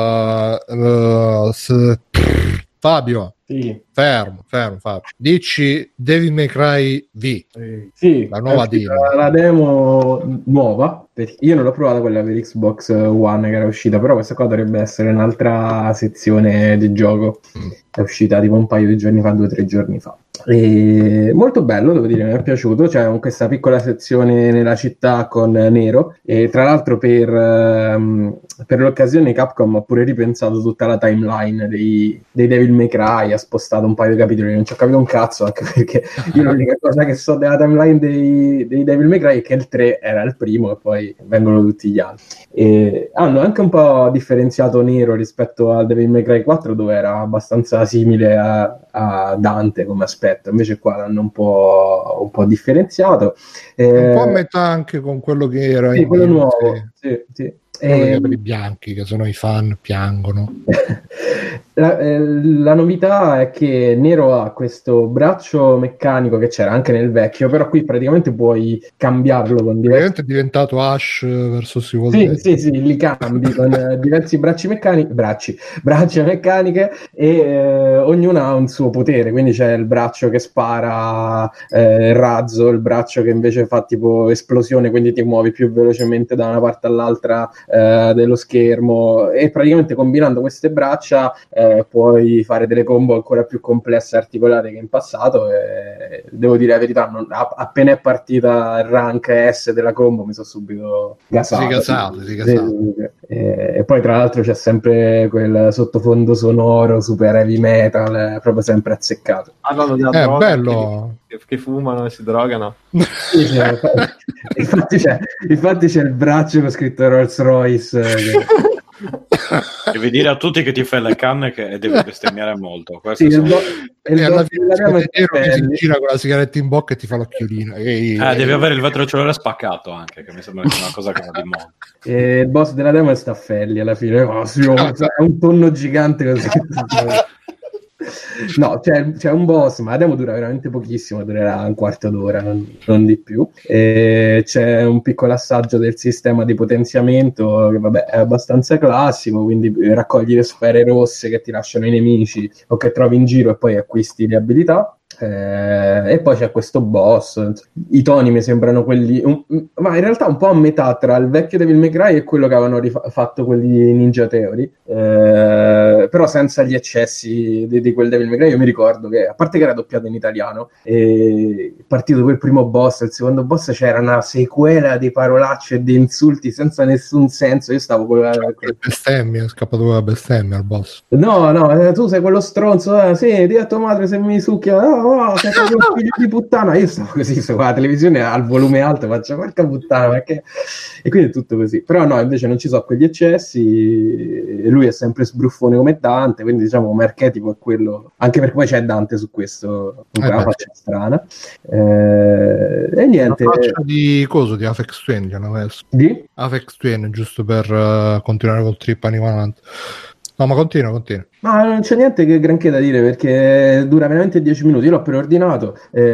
Fabio. Sì. Fermo Fabio. Dici Devil May Cry V. Sì, la nuova demo. La demo nuova, perché io non l'ho provata quella per Xbox One che era uscita, però questa qua dovrebbe essere un'altra sezione di gioco. È uscita tipo un paio di giorni fa, 2 o 3 giorni fa. E molto bello, devo dire, mi è piaciuto. C'è questa piccola sezione nella città con Nero, e tra l'altro per l'occasione Capcom ha pure ripensato tutta la timeline dei Devil May Cry, ha spostato un paio di capitoli, non ci ho capito un cazzo, anche perché io l'unica cosa che so della timeline dei Devil May Cry è che il 3 era il primo e poi vengono tutti gli altri. E hanno anche un po' differenziato Nero rispetto al Devil May Cry 4, dove era abbastanza simile a Dante come aspetto, invece qua l'hanno un po' differenziato, un po' a metà anche con quello che era quello nuovo, sì. I capelli bianchi, che sono i fan piangono. La novità è che Nero ha questo braccio meccanico che c'era anche nel vecchio, però qui praticamente puoi cambiarlo con diversi... è diventato Ash verso sì, li cambi con diversi bracci meccaniche, e ognuna ha un suo potere, quindi c'è il braccio che spara il razzo, il braccio che invece fa tipo esplosione, quindi ti muovi più velocemente da una parte all'altra dello schermo, e praticamente combinando queste braccia puoi fare delle combo ancora più complesse e articolate che in passato. E devo dire la verità, appena è partita il rank S della combo mi sono subito gasato. E poi tra l'altro c'è sempre quel sottofondo sonoro super heavy metal, proprio sempre azzeccato. Parlano della droga, bello. Che fumano e si drogano. Infatti c'è il braccio con scritto Rolls Royce. Devi dire a tutti che ti fai le canne e devi bestemmiare molto. E alla fine che si gira con la sigaretta in bocca e ti fa l'occhiolino. Devi avere il vetrocellulare spaccato anche, che mi sembra una cosa che va di moda. Il boss della demo è Staffelli alla fine. È un tonno gigante così. No, c'è un boss, ma la demo dura veramente pochissimo, durerà un quarto d'ora, non di più. E c'è un piccolo assaggio del sistema di potenziamento che vabbè è abbastanza classico, quindi raccogli le sfere rosse che ti lasciano i nemici o che trovi in giro e poi acquisti le abilità. E poi c'è questo boss, i toni mi sembrano quelli ma in realtà un po' a metà tra il vecchio Devil May Cry e quello che avevano fatto quelli Ninja Theory, però senza gli eccessi di quel Devil May Cry. Io mi ricordo che, a parte che era doppiato in italiano, e partito quel primo boss, il secondo boss c'era una sequela di parolacce e di insulti senza nessun senso. Io stavo con la bestemmia, è scappato con la bestemmia al boss. No, tu sei quello stronzo, sì, di a tua madre se mi succhia, sei proprio un figlio di puttana. Io stavo così con la televisione al volume alto, faccio porca puttana, perché... E quindi è tutto così. Però no, invece non ci sono quegli eccessi, e lui è sempre sbruffone come Dante, quindi diciamo come archetipo è quello, anche perché poi c'è Dante su questo, con quella faccia strana. E niente. Una faccia di coso di Apex Twin che hanno messo. Di? Apex Twin, giusto per continuare col trip anni 90. No, ma continua. Ma non c'è niente che granché da dire, perché dura veramente 10 minuti. Io l'ho preordinato.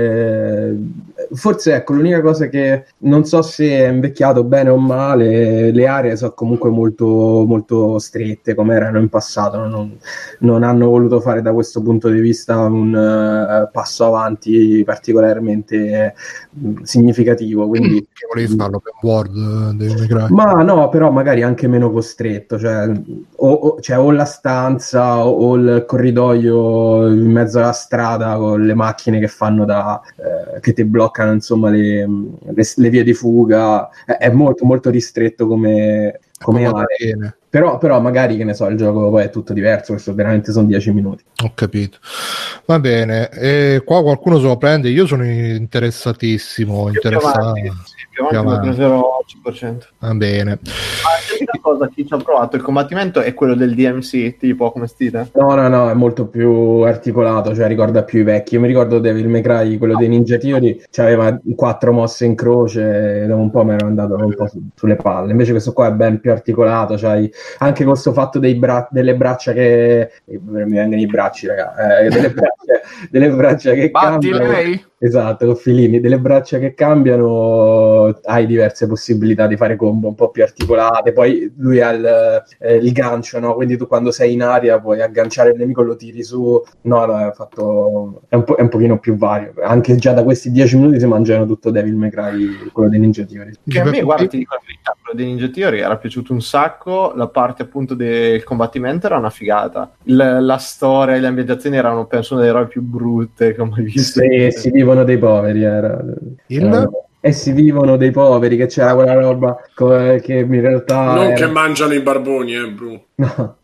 Forse ecco, l'unica cosa che non so se è invecchiato bene o male, le aree sono comunque molto, molto strette come erano in passato. Non hanno voluto fare da questo punto di vista un passo avanti particolarmente significativo. Quindi, che volevi farlo per Word? Ma no, però magari anche meno costretto, cioè o la stanza o il corridoio in mezzo alla strada con le macchine che fanno che ti bloccano, insomma, le vie di fuga. È molto molto ristretto come area. Però magari, che ne so, il gioco poi è tutto diverso, questo veramente sono 10 minuti. Ho capito. Va bene, e qua qualcuno se lo prende? Io sono interessatissimo. Più avanti, più 0,5%. Va bene. Una cosa, chi ci ha provato il combattimento è quello del DMC, tipo come stile? No, è molto più articolato, cioè ricorda più i vecchi. Io mi ricordo Devil May Cry, quello dei Ninja Theory, aveva 4 mosse in croce e dopo un po' mi ero andato un po' sulle palle. Invece questo qua è ben più articolato, c'hai anche questo fatto delle braccia che... mi vengono i bracci, raga. Delle braccia che cambiano. Lei? Esatto, con filini, delle braccia che cambiano, hai diverse possibilità di fare combo un po' più articolate. Poi lui ha il gancio, no? Quindi tu quando sei in aria puoi agganciare il nemico e lo tiri su. No, è un pochino più vario. Anche già da questi 10 minuti si mangiano tutto Devil May Cry, quello dei Ninja Theory. Che a me, guarda, ti dico la verità, quello dei Ninja Theory era piaciuto un sacco. La parte appunto del combattimento era una figata. La storia e le ambientazioni erano, penso, una delle robe più brutte che ho mai visto. Sì, si vivono dei poveri, e si vivono dei poveri, che c'era quella roba che in realtà non che mangiano i barboni, Bru. No.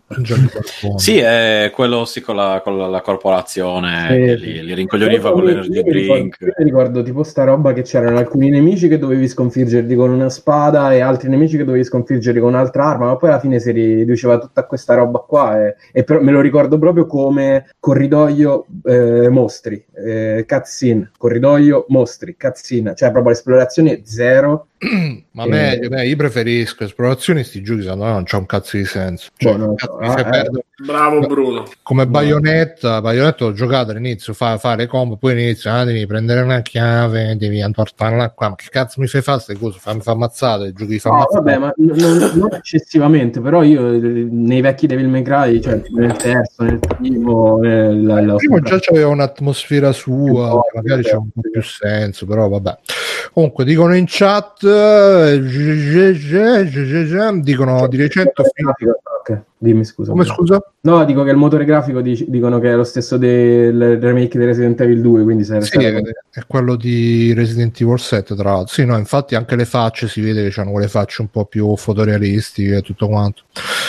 Sì, è quello sì, con la corporazione che li rincoglioniva con l'energy drink. Io mi ricordo tipo sta roba che c'erano alcuni nemici che dovevi sconfiggerli con una spada e altri nemici che dovevi sconfiggerli con un'altra arma, ma poi alla fine si riduceva tutta questa roba qua e però me lo ricordo proprio come corridoio mostri, cutscene, corridoio mostri, cutscene, cioè proprio l'esplorazione zero. Ma meglio, io preferisco esplorazioni, sti giochi, secondo me non c'è un cazzo di senso. Cioè, bravo Bruno. Come Bayonetta l'ho giocato all'inizio, fa le combo, poi all'inizio devi prendere una chiave, devi portarla qua, ma che cazzo mi fai fare queste cose? Mi fa ammazzate, giochi fa ammazzate. Vabbè, ma non eccessivamente, però io nei vecchi Devil May Cry, cioè nel terzo, nel primo, il primo già c'aveva un'atmosfera sua, magari c'è un po' più senso, però vabbè. Comunque dicono in chat dicono di recente dimmi scusa. Come scusa? No, dico che il motore grafico dicono che è lo stesso del remake di Resident Evil 2, quindi sì, è quello di Resident Evil 7 tra l'altro. Sì, no, infatti anche le facce si vede che hanno quelle facce un po' più fotorealistiche e tutto quanto.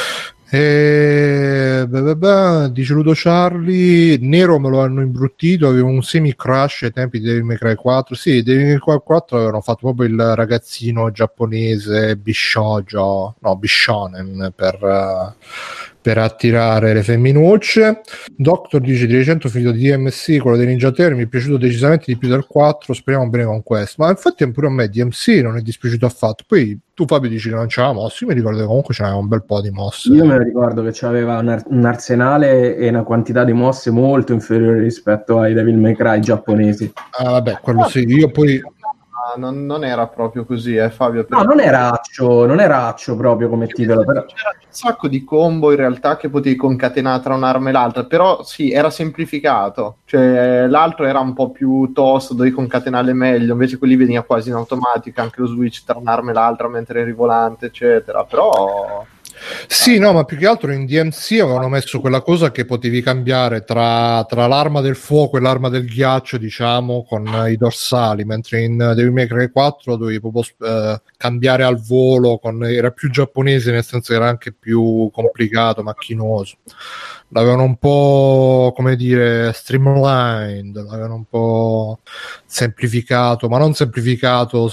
Dice Ludo Charlie, Nero me lo hanno imbrutito, avevo un semi crash ai tempi di Devil May Cry 4. Sì, Devil May Cry 4 avevano fatto proprio il ragazzino giapponese bishonen per attirare le femminucce. Doctor dice di recente ho finito di DMC, quello dei Ninja Theory, mi è piaciuto decisamente di più del 4, speriamo bene con questo. Ma infatti pure a me DMC non è dispiaciuto affatto. Poi tu Fabio dici che non c'era mosse, io mi ricordo che comunque c'era un bel po' di mosse. Io me lo ricordo che c'aveva un arsenale e una quantità di mosse molto inferiore rispetto ai Devil May Cry giapponesi. Ah vabbè, quello sì, io poi... Non era proprio così, Fabio. No, non era accio proprio come titolo. Però... C'era un sacco di combo in realtà che potevi concatenare tra un'arma e l'altra, però sì, era semplificato. Cioè, l'altro era un po' più tosto, dovevi concatenarle meglio, invece quelli veniva quasi in automatico, anche lo switch tra un'arma e l'altra mentre eri volante, eccetera. Però... Sì, no, ma più che altro in DMC avevano messo quella cosa che potevi cambiare tra l'arma del fuoco e l'arma del ghiaccio, diciamo, con i dorsali, mentre in Devil May Cry 4 dovevi proprio cambiare al volo, era più giapponese, nel senso che era anche più complicato, macchinoso. L'avevano un po', come dire, streamlined, l'avevano un po' semplificato, ma non semplificato.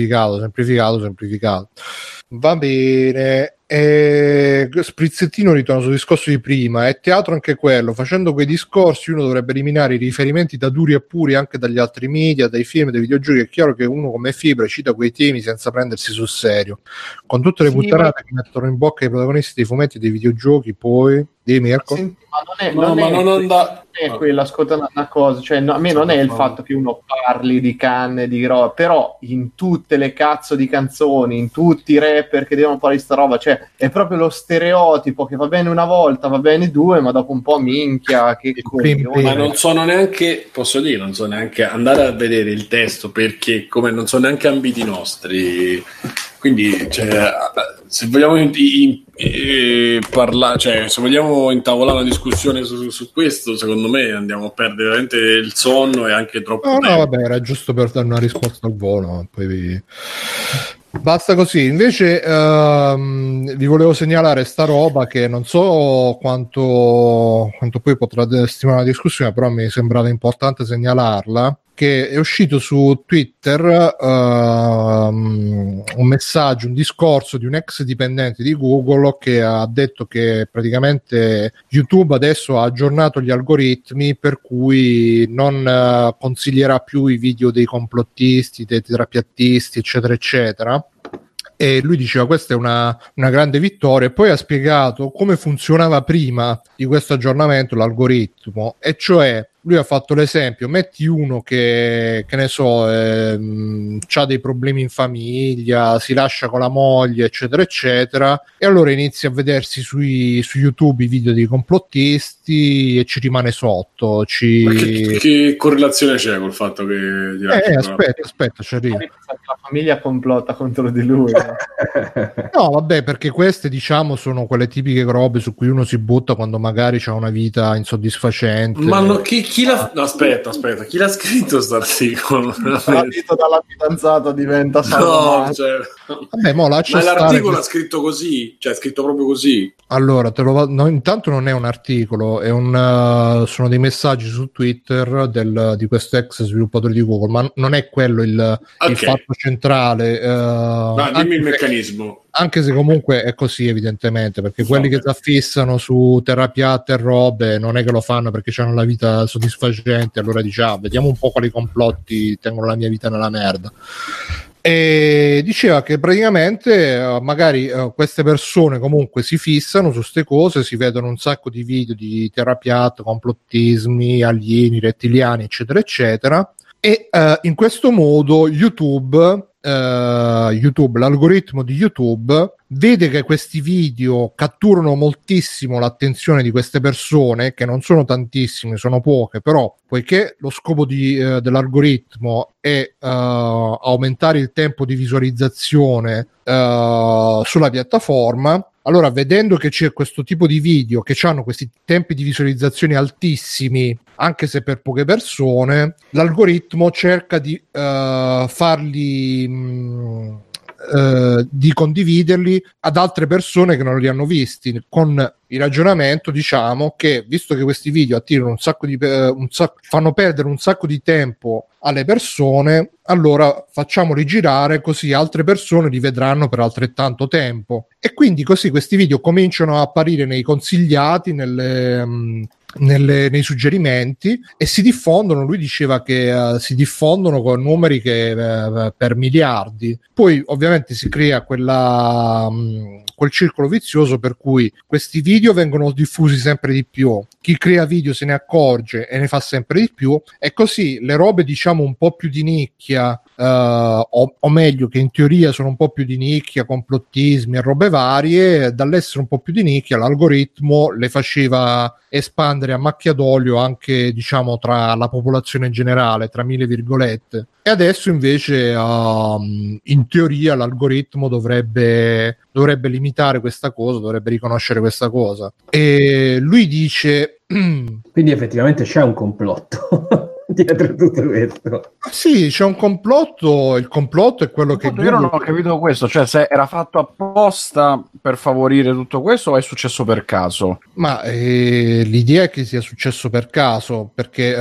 Va bene. Sprizzettino ritorna sul discorso di prima, è teatro anche quello, facendo quei discorsi uno dovrebbe eliminare i riferimenti da duri e puri anche dagli altri media, dai film, dai videogiochi. È chiaro che uno come Fibra cita quei temi senza prendersi sul serio, con tutte le puttanate che mettono in bocca i protagonisti dei fumetti e dei videogiochi. Poi di Mirko? Senti, ma non è quella, ascolta una cosa, cioè a me non è il fatto che uno parli di canne, di roba, però in tutte le cazzo di canzoni, in tutti i rapper che devono parlare di sta roba, cioè è proprio lo stereotipo che va bene una volta, va bene due, ma dopo un po' minchia, che coglione. Ma non sono neanche, posso dire, non so neanche andare a vedere il testo, perché come non sono neanche ambiti nostri, quindi cioè, se vogliamo parlare, cioè se vogliamo intavolare una discussione su questo, secondo me andiamo a perdere veramente il sonno e anche troppo tempo. No, vabbè, era giusto per dare una risposta al volo, poi basta così. Invece vi volevo segnalare sta roba che non so quanto poi potrà stimolare la discussione, però mi sembrava importante segnalarla, che è uscito su Twitter un messaggio, un discorso di un ex dipendente di Google che ha detto che praticamente YouTube adesso ha aggiornato gli algoritmi per cui non consiglierà più i video dei complottisti, dei terapiattisti, eccetera eccetera. E lui diceva questa è una grande vittoria, e poi ha spiegato come funzionava prima di questo aggiornamento l'algoritmo, e cioè lui ha fatto l'esempio: metti uno che ne so, c'ha dei problemi in famiglia, si lascia con la moglie, eccetera eccetera, e allora inizia a vedersi su YouTube i video dei complottisti e ci rimane sotto. Ma che correlazione c'è col fatto che aspetta, ci arrivo. La famiglia complotta contro di lui. No, vabbè, perché queste, diciamo, sono quelle tipiche robe su cui uno si butta quando magari c'ha una vita insoddisfacente. Ma no, chi l'ha... No, aspetta, chi l'ha scritto sto articolo? Partito dalla fidanzata diventa no, cioè... Vabbè, ma l'articolo è scritto così, cioè è scritto proprio così. Allora, intanto non è un articolo, sono dei messaggi su Twitter di questo ex sviluppatore di Google, ma non è quello il fatto centrale. Dimmi il meccanismo. Anche se comunque è così, evidentemente, perché quelli che si affissano su terra piatta e robe non è che lo fanno perché hanno la vita soddisfacente, allora diciamo vediamo un po' quali complotti tengono la mia vita nella merda. E diceva che praticamente magari queste persone comunque si fissano su ste cose, si vedono un sacco di video di terra piatta, complottismi, alieni, rettiliani, eccetera eccetera, e in questo modo YouTube, l'algoritmo di YouTube vede che questi video catturano moltissimo l'attenzione di queste persone, che non sono tantissime, sono poche, però poiché lo scopo dell'algoritmo è aumentare il tempo di visualizzazione sulla piattaforma, allora vedendo che c'è questo tipo di video che hanno questi tempi di visualizzazione altissimi, anche se per poche persone, l'algoritmo cerca di farli di condividerli ad altre persone che non li hanno visti, con il ragionamento, diciamo, che visto che questi video attirano fanno perdere un sacco di tempo alle persone, allora facciamoli girare così altre persone li vedranno per altrettanto tempo, e quindi così questi video cominciano a apparire nei consigliati, nei suggerimenti, e si diffondono. Lui diceva che si diffondono con numeri che per miliardi. Poi ovviamente si crea quel circolo vizioso per cui questi video vengono diffusi sempre di più, chi crea video se ne accorge e ne fa sempre di più, e così le robe, diciamo, un po' più di nicchia, o meglio, che in teoria sono un po' più di nicchia, complottismi e robe varie, dall'essere un po' più di nicchia l'algoritmo le faceva espandere a macchia d'olio anche, diciamo, tra la popolazione generale, tra mille virgolette. E adesso invece in teoria l'algoritmo dovrebbe limitare questa cosa, dovrebbe riconoscere questa cosa. E lui dice quindi effettivamente c'è un complotto dietro tutto questo. Sì, c'è un complotto. Il complotto è quello che io non ho capito questo, cioè se era fatto apposta per favorire tutto questo o è successo per caso? Ma l'idea è che sia successo per caso, perché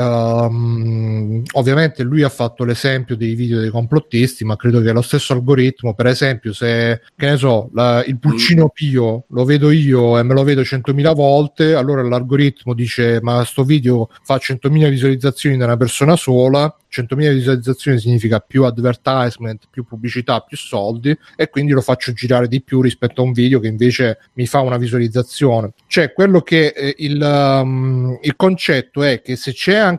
ovviamente lui ha fatto l'esempio dei video dei complottisti, ma credo che lo stesso algoritmo, per esempio, se, che ne so, il pulcino Pio lo vedo io e me lo vedo 100.000 volte, allora l'algoritmo dice: ma sto video fa 100.000 visualizzazioni da una persona sola, 100.000 visualizzazioni significa più advertisement, più pubblicità, più soldi, e quindi lo faccio girare di più rispetto a un video che invece mi fa una visualizzazione. Cioè, quello che il concetto è che se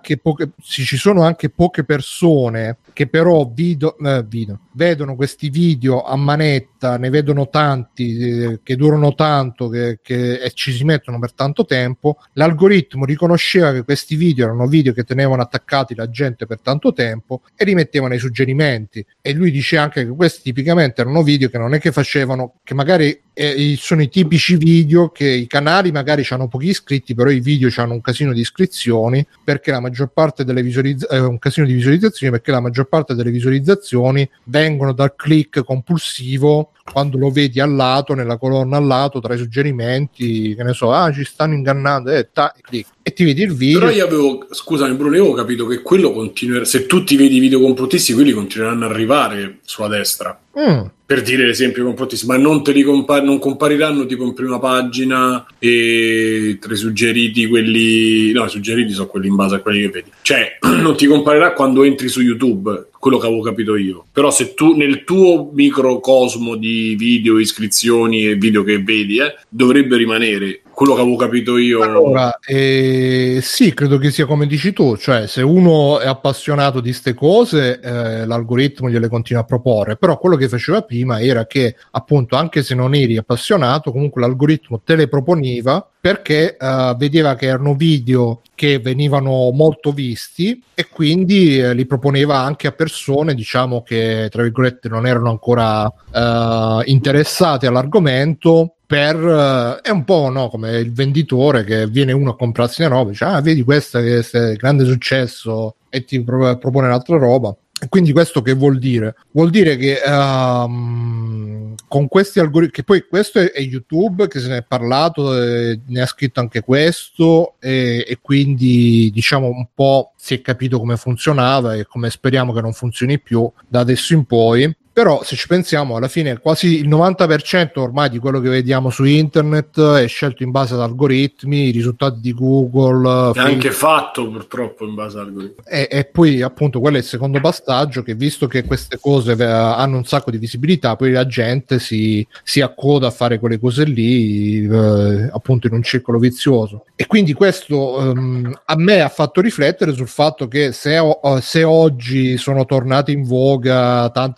ci sono anche poche persone che però vedono questi video a manetta, ne vedono tanti che durano tanto e ci si mettono per tanto tempo, l'algoritmo riconosceva che questi video erano video che tenevano attaccati la gente per tanto tempo e rimettevano i suggerimenti. E lui dice anche che questi tipicamente erano video che non è che facevano, che magari sono i tipici video che i canali magari hanno pochi iscritti, però i video hanno un casino di iscrizioni, perché la maggior parte delle un casino di visualizzazioni, perché la maggior parte delle visualizzazioni vengono dal click compulsivo, quando lo vedi al lato, nella colonna al lato tra i suggerimenti, che ne so, ci stanno ingannando, click, e ti vedi il video. Però scusami Bruno, io avevo capito che quello continuerà, se tu ti vedi i video complottisti, quelli continueranno ad arrivare sulla destra. Per dire l'esempio complottisti, ma non te li non compariranno tipo in prima pagina, e tra i suggeriti quelli, no, i suggeriti sono quelli in base a quelli che vedi, cioè non ti comparirà quando entri su YouTube, quello che avevo capito io. Però se tu nel tuo microcosmo di video, iscrizioni e video che vedi, dovrebbe rimanere quello che avevo capito io. Allora, sì, credo che sia come dici tu, cioè se uno è appassionato di ste cose, l'algoritmo gliele continua a proporre, però quello che faceva prima era che, appunto, anche se non eri appassionato, comunque l'algoritmo te le proponeva, perché vedeva che erano video che venivano molto visti, e quindi li proponeva anche a persone, diciamo, che tra virgolette non erano ancora interessate all'argomento. È un po', no, come il venditore che viene uno a comprarsi una roba, dice: vedi questa che è grande successo, e ti propone l'altra roba. E quindi questo che vuol dire? Vuol dire che con questi algoritmi, che poi questo è YouTube che se ne è parlato, ne ha scritto anche questo, e quindi diciamo un po' si è capito come funzionava e come speriamo che non funzioni più da adesso in poi. Però se ci pensiamo, alla fine quasi il 90% ormai di quello che vediamo su internet è scelto in base ad algoritmi, i risultati di Google. È anche fatto purtroppo in base ad algoritmi. E poi appunto quello è il secondo passaggio, che visto che queste cose hanno un sacco di visibilità, poi la gente si accoda a fare quelle cose lì, appunto in un circolo vizioso. E quindi questo a me ha fatto riflettere sul fatto che se oggi sono tornate in voga tante puttanate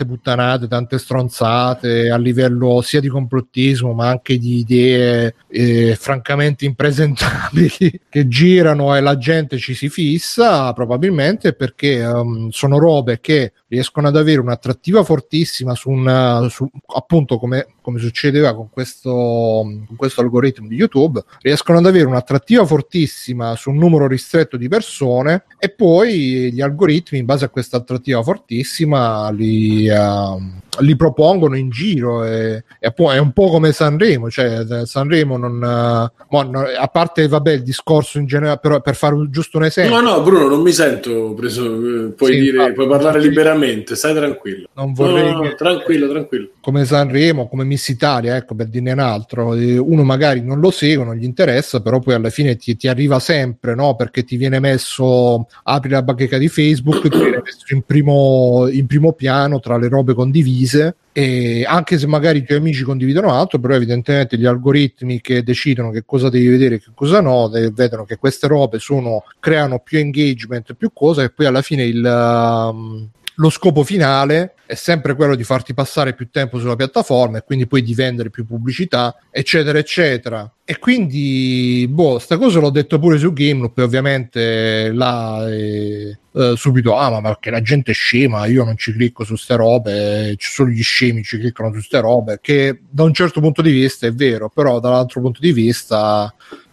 menate, tante stronzate a livello sia di complottismo ma anche di idee francamente impresentabili che girano e la gente ci si fissa, probabilmente perché sono robe che riescono ad avere un'attrattiva fortissima su appunto come succedeva con questo algoritmo di YouTube, riescono ad avere un'attrattiva fortissima su un numero ristretto di persone e poi gli algoritmi in base a questa attrattiva fortissima li propongono in giro e è un po' come Sanremo, cioè Sanremo a parte vabbè il discorso in generale, però per fare giusto un esempio. No Bruno, non mi sento preso, puoi parlare liberamente, stai tranquillo. Non vorrei tranquillo. Come Sanremo, come Miss Italia, ecco, per dirne un altro, uno magari non lo segue, non gli interessa, però poi alla fine ti arriva sempre, no? Perché ti viene messo, apri la bacheca di Facebook, ti viene messo in primo piano tra le robe condivise, e anche se magari i tuoi amici condividono altro, però evidentemente gli algoritmi che decidono che cosa devi vedere e che cosa no, vedono che queste robe creano più engagement, più cose, e poi alla fine lo scopo finale è sempre quello di farti passare più tempo sulla piattaforma e quindi poi di vendere più pubblicità, eccetera eccetera. E quindi sta cosa l'ho detto pure su Gameloop, e ovviamente là subito ma perché la gente è scema, io non ci clicco su ste robe, ci sono gli scemi ci cliccano su ste robe, che da un certo punto di vista è vero, però dall'altro punto di vista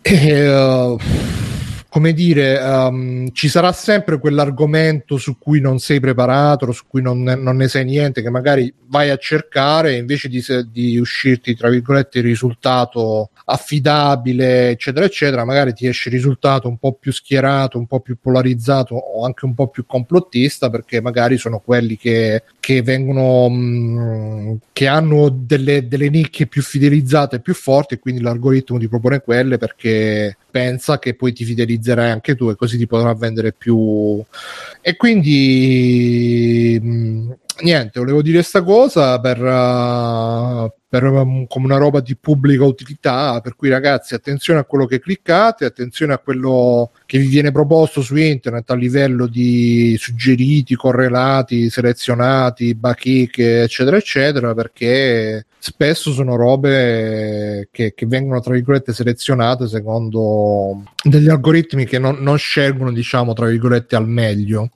come dire, ci sarà sempre quell'argomento su cui non sei preparato, su cui non ne sai niente, che magari vai a cercare e invece di uscirti, tra virgolette, il risultato affidabile, eccetera, eccetera, magari ti esce il risultato un po' più schierato, un po' più polarizzato o anche un po' più complottista, perché magari sono quelli che vengono, che hanno delle nicchie più fidelizzate e più forti, e quindi l'algoritmo ti propone quelle perché pensa che poi ti fidelizzerai anche tu e così ti potrà vendere più. E quindi niente, volevo dire sta cosa per come una roba di pubblica utilità, per cui ragazzi attenzione a quello che cliccate, attenzione a quello che vi viene proposto su internet a livello di suggeriti, correlati, selezionati, bacheche, eccetera eccetera, perché spesso sono robe che vengono, tra virgolette, selezionate secondo degli algoritmi che non scelgono, diciamo, tra virgolette, al meglio.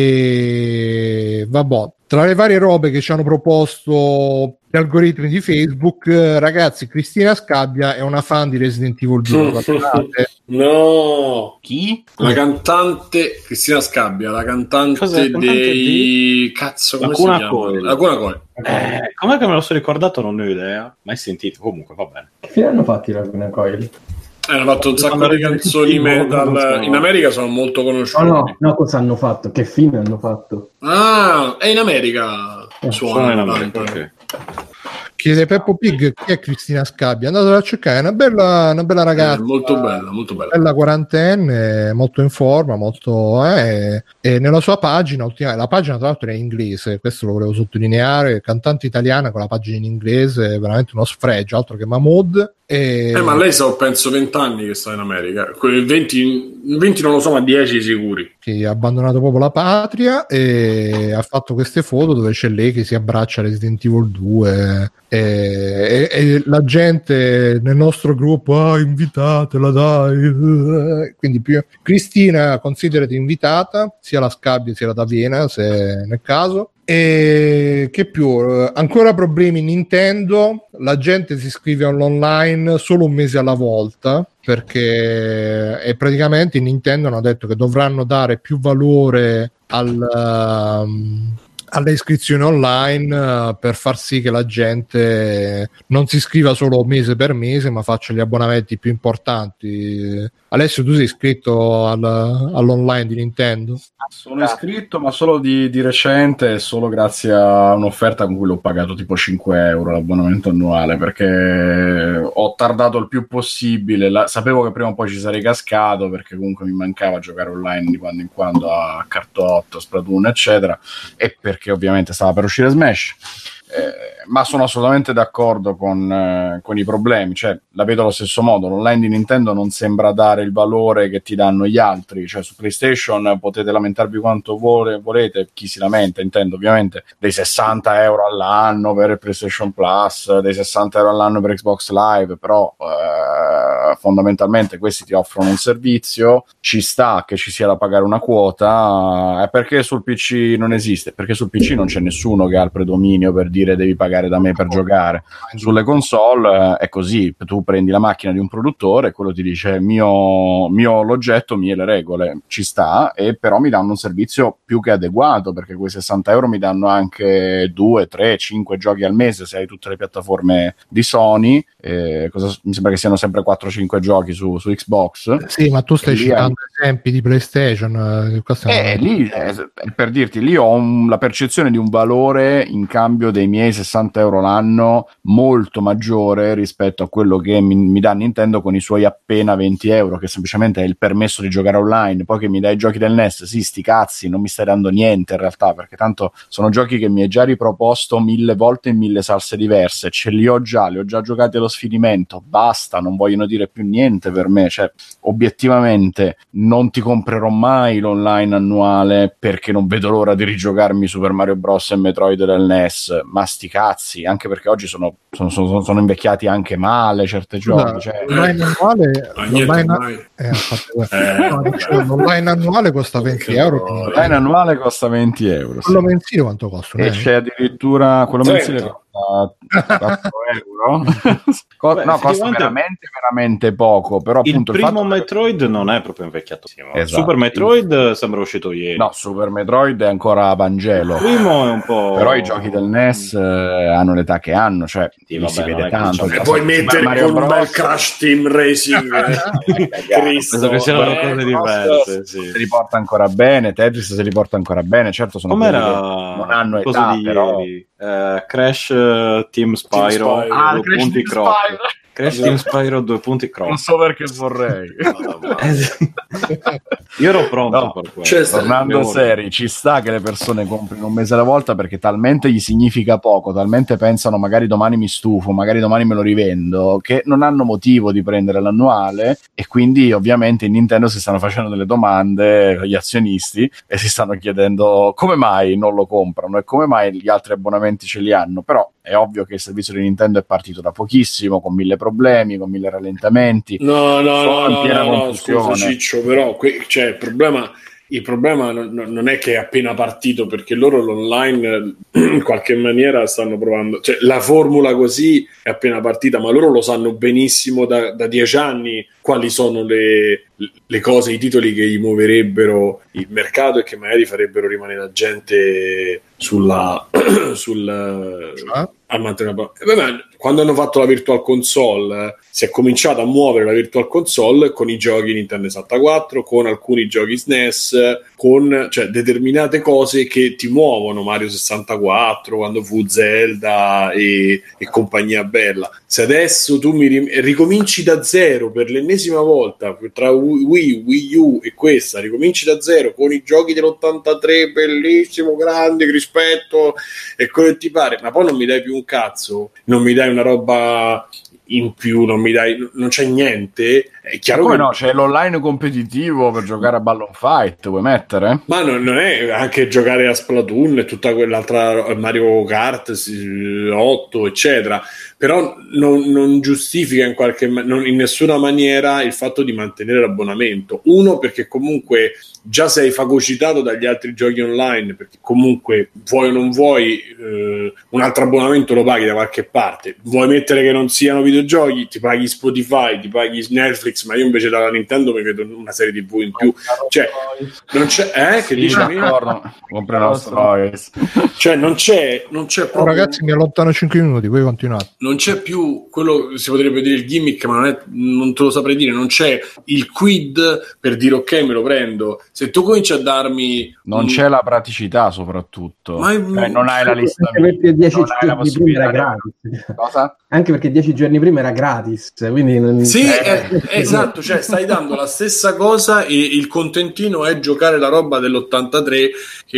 E vabbè, tra le varie robe che ci hanno proposto gli algoritmi di Facebook, ragazzi, Cristina Scabbia è una fan di Resident Evil 2. No, chi? La cantante Cristina Scabbia, la cantante dei cazzo, come si chiama? Lacuna Coil. Com'è che me lo sono ricordato? Non ne ho idea, mai sentito. Comunque va bene. Che fine hanno fatto i Lacuna Coil? Hanno fatto un sacco di canzoni metal. In America sono molto conosciuti. No, cosa hanno fatto? Che fine hanno fatto? È in America. Suona in America. Okay. Chiede Peppo Pig chi è Cristina Scabbia, andatela a cercare, è una bella ragazza, molto bella, bella quarantenne, molto in forma, molto e nella sua pagina, la pagina tra l'altro è in inglese, questo lo volevo sottolineare, cantante italiana con la pagina in inglese, è veramente uno sfregio, altro che Mahmood. Ma lei penso 20 anni che sta in America, 20 non lo so, ma 10 sicuri. Che ha abbandonato proprio la patria e ha fatto queste foto dove c'è lei che si abbraccia a Resident Evil 2 e la gente nel nostro gruppo invitatela dai, quindi Cristina, considerati invitata sia la Scabbia sia la D'Avena se nel caso. E che più, ancora problemi Nintendo, la gente si iscrive all'online solo un mese alla volta, perché praticamente in Nintendo hanno detto che dovranno dare più valore alle iscrizioni online per far sì che la gente non si iscriva solo mese per mese ma faccia gli abbonamenti più importanti. Alessio, tu sei iscritto all'online di Nintendo? Sono iscritto, ma solo di recente e solo grazie a un'offerta con cui l'ho pagato tipo 5 euro l'abbonamento annuale, perché ho tardato il più possibile. Sapevo che prima o poi ci sarei cascato, perché comunque mi mancava giocare online di quando in quando a Cartotto, Splatoon eccetera, e perché ovviamente stava per uscire Smash. ma sono assolutamente d'accordo con i problemi, cioè la vedo allo stesso modo. L'online di Nintendo non sembra dare il valore che ti danno gli altri, cioè su PlayStation potete lamentarvi quanto volete, chi si lamenta, intendo ovviamente dei 60 euro all'anno per il PlayStation Plus, dei 60 euro all'anno per Xbox Live, però fondamentalmente questi ti offrono un servizio, ci sta che ci sia da pagare una quota, perché sul PC non esiste? Perché sul PC non c'è nessuno che ha il predominio per dire devi pagare da me per giocare. Sulle console è così, tu prendi la macchina di un produttore, quello ti dice mio l'oggetto, mie le regole, ci sta, e però mi danno un servizio più che adeguato, perché quei 60 euro mi danno anche 2, 3, 5 giochi al mese se hai tutte le piattaforme di Sony, mi sembra che siano sempre 4-5 giochi su Xbox. Sì, ma tu stai citando esempi di PlayStation, lì per dirti, lì ho la percezione di un valore in cambio dei miei 60 euro l'anno molto maggiore rispetto a quello che mi dà Nintendo con i suoi appena 20 euro, che semplicemente è il permesso di giocare online. Poi che mi dai i giochi del NES, sì, sti cazzi, non mi stai dando niente in realtà, perché tanto sono giochi che mi hai già riproposto 1000 volte in 1000 salse diverse, ce li ho già giocati allo sfinimento, basta, non vogliono dire più niente per me. Cioè, obiettivamente non ti comprerò mai l'online annuale perché non vedo l'ora di rigiocarmi Super Mario Bros. E Metroid del NES, ma sti cazzi, anche perché oggi sono invecchiati anche male certi giochi. Cioè, l'online annuale costa 20 euro. L'online annuale costa 20 euro. Quello mensile quanto costa? E c'è addirittura quello mensile costa 4 euro. Costa veramente poco, però appunto il primo Metroid non è proprio invecchiatissimo. Esatto. Super Metroid sembra uscito ieri. No, Super Metroid è ancora Vangelo. Il primo è un po', però i giochi del NES hanno l'età che hanno, cioè si vede tanto. E puoi mettere Mario con un Bros. bel Crash Team Racing. Penso che siano cose diverse. Si riporta ancora bene, Tetris si riporta ancora bene, certo sono quelli che non hanno età, però Crash Team Spyro, Crash Team Spyro 2 punti cross. Non so perché vorrei. Io ero pronto per questo. Tornando seri, ci sta che le persone comprino un mese alla volta perché talmente gli significa poco, talmente pensano magari domani mi stufo, magari domani me lo rivendo, che non hanno motivo di prendere l'annuale, e quindi ovviamente in Nintendo si stanno facendo delle domande gli azionisti e si stanno chiedendo come mai non lo comprano e come mai gli altri abbonamenti ce li hanno. Però è ovvio che il servizio di Nintendo è partito da pochissimo, con 1000 problemi, con 1000 rallentamenti. No, scusa Ciccio, però il problema non è che è appena partito, perché loro l'online in qualche maniera stanno provando, cioè la formula così è appena partita, ma loro lo sanno benissimo da 10 anni quali sono le cose, i titoli che gli muoverebbero il mercato e che magari farebbero rimanere la gente quando hanno fatto la Virtual Console si è cominciato a muovere la Virtual Console con i giochi Nintendo 64, con alcuni giochi SNES, con determinate cose che ti muovono, Mario 64, quando fu Zelda e compagnia bella. Se adesso tu ricominci da zero per l'ennesima volta tra Wii U e questa, ricominci da zero con i giochi dell'83 bellissimo, grandi, rispetto e quello che ti pare, ma poi non mi dai più un cazzo, non mi dai una roba in più, non c'è niente, è chiaro. Come no, c'è l'online competitivo per giocare a Balloon Fight, vuoi mettere? Ma non è anche giocare a Splatoon e tutta quell'altra Mario Kart 8 eccetera, però non giustifica in nessuna maniera il fatto di mantenere l'abbonamento. Uno, perché comunque già sei fagocitato dagli altri giochi online, perché comunque vuoi o non vuoi un altro abbonamento lo paghi da qualche parte. Vuoi mettere che non siano videogiochi, ti paghi Spotify, ti paghi Netflix, ma io invece dalla Nintendo mi vedo una serie TV in più, cioè non c'è che dici cioè non c'è proprio... Ragazzi, mi allontano 5 minuti, voi continuate. Non c'è più quello, si potrebbe dire il gimmick, ma non te lo saprei dire, non c'è il quid per dire ok, me lo prendo. Se tu cominci a darmi c'è la praticità, soprattutto non hai la lista, anche perché 10 giorni prima era gratis. Cosa? Anche perché 10 giorni prima era gratis, quindi sì, Esatto, cioè stai dando la stessa cosa e il contentino è giocare la roba dell'83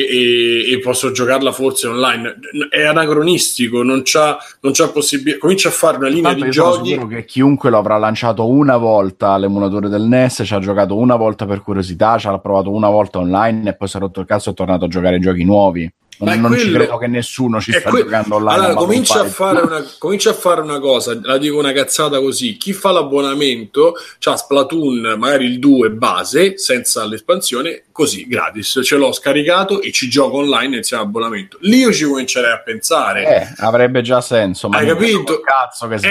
e posso giocarla forse online. È anacronistico, non c'ha possibilità. Comincia a fare una linea di giochi. Sono sicuro che chiunque lo avrà lanciato una volta all'emulatore del NES, ci ha giocato una volta per curiosità, ci ha provato una volta online e poi si è rotto il cazzo e è tornato a giocare ai giochi nuovi. Non ci credo che nessuno ci sta giocando online. Allora, comincia a fare una cosa, la dico una cazzata così: chi fa l'abbonamento c'ha Splatoon, magari il 2 base, senza l'espansione, così, gratis, ce l'ho scaricato e ci gioco online insieme all'abbonamento. Lì io ci comincerei a pensare. Avrebbe già senso, ma hai capito? Cazzo che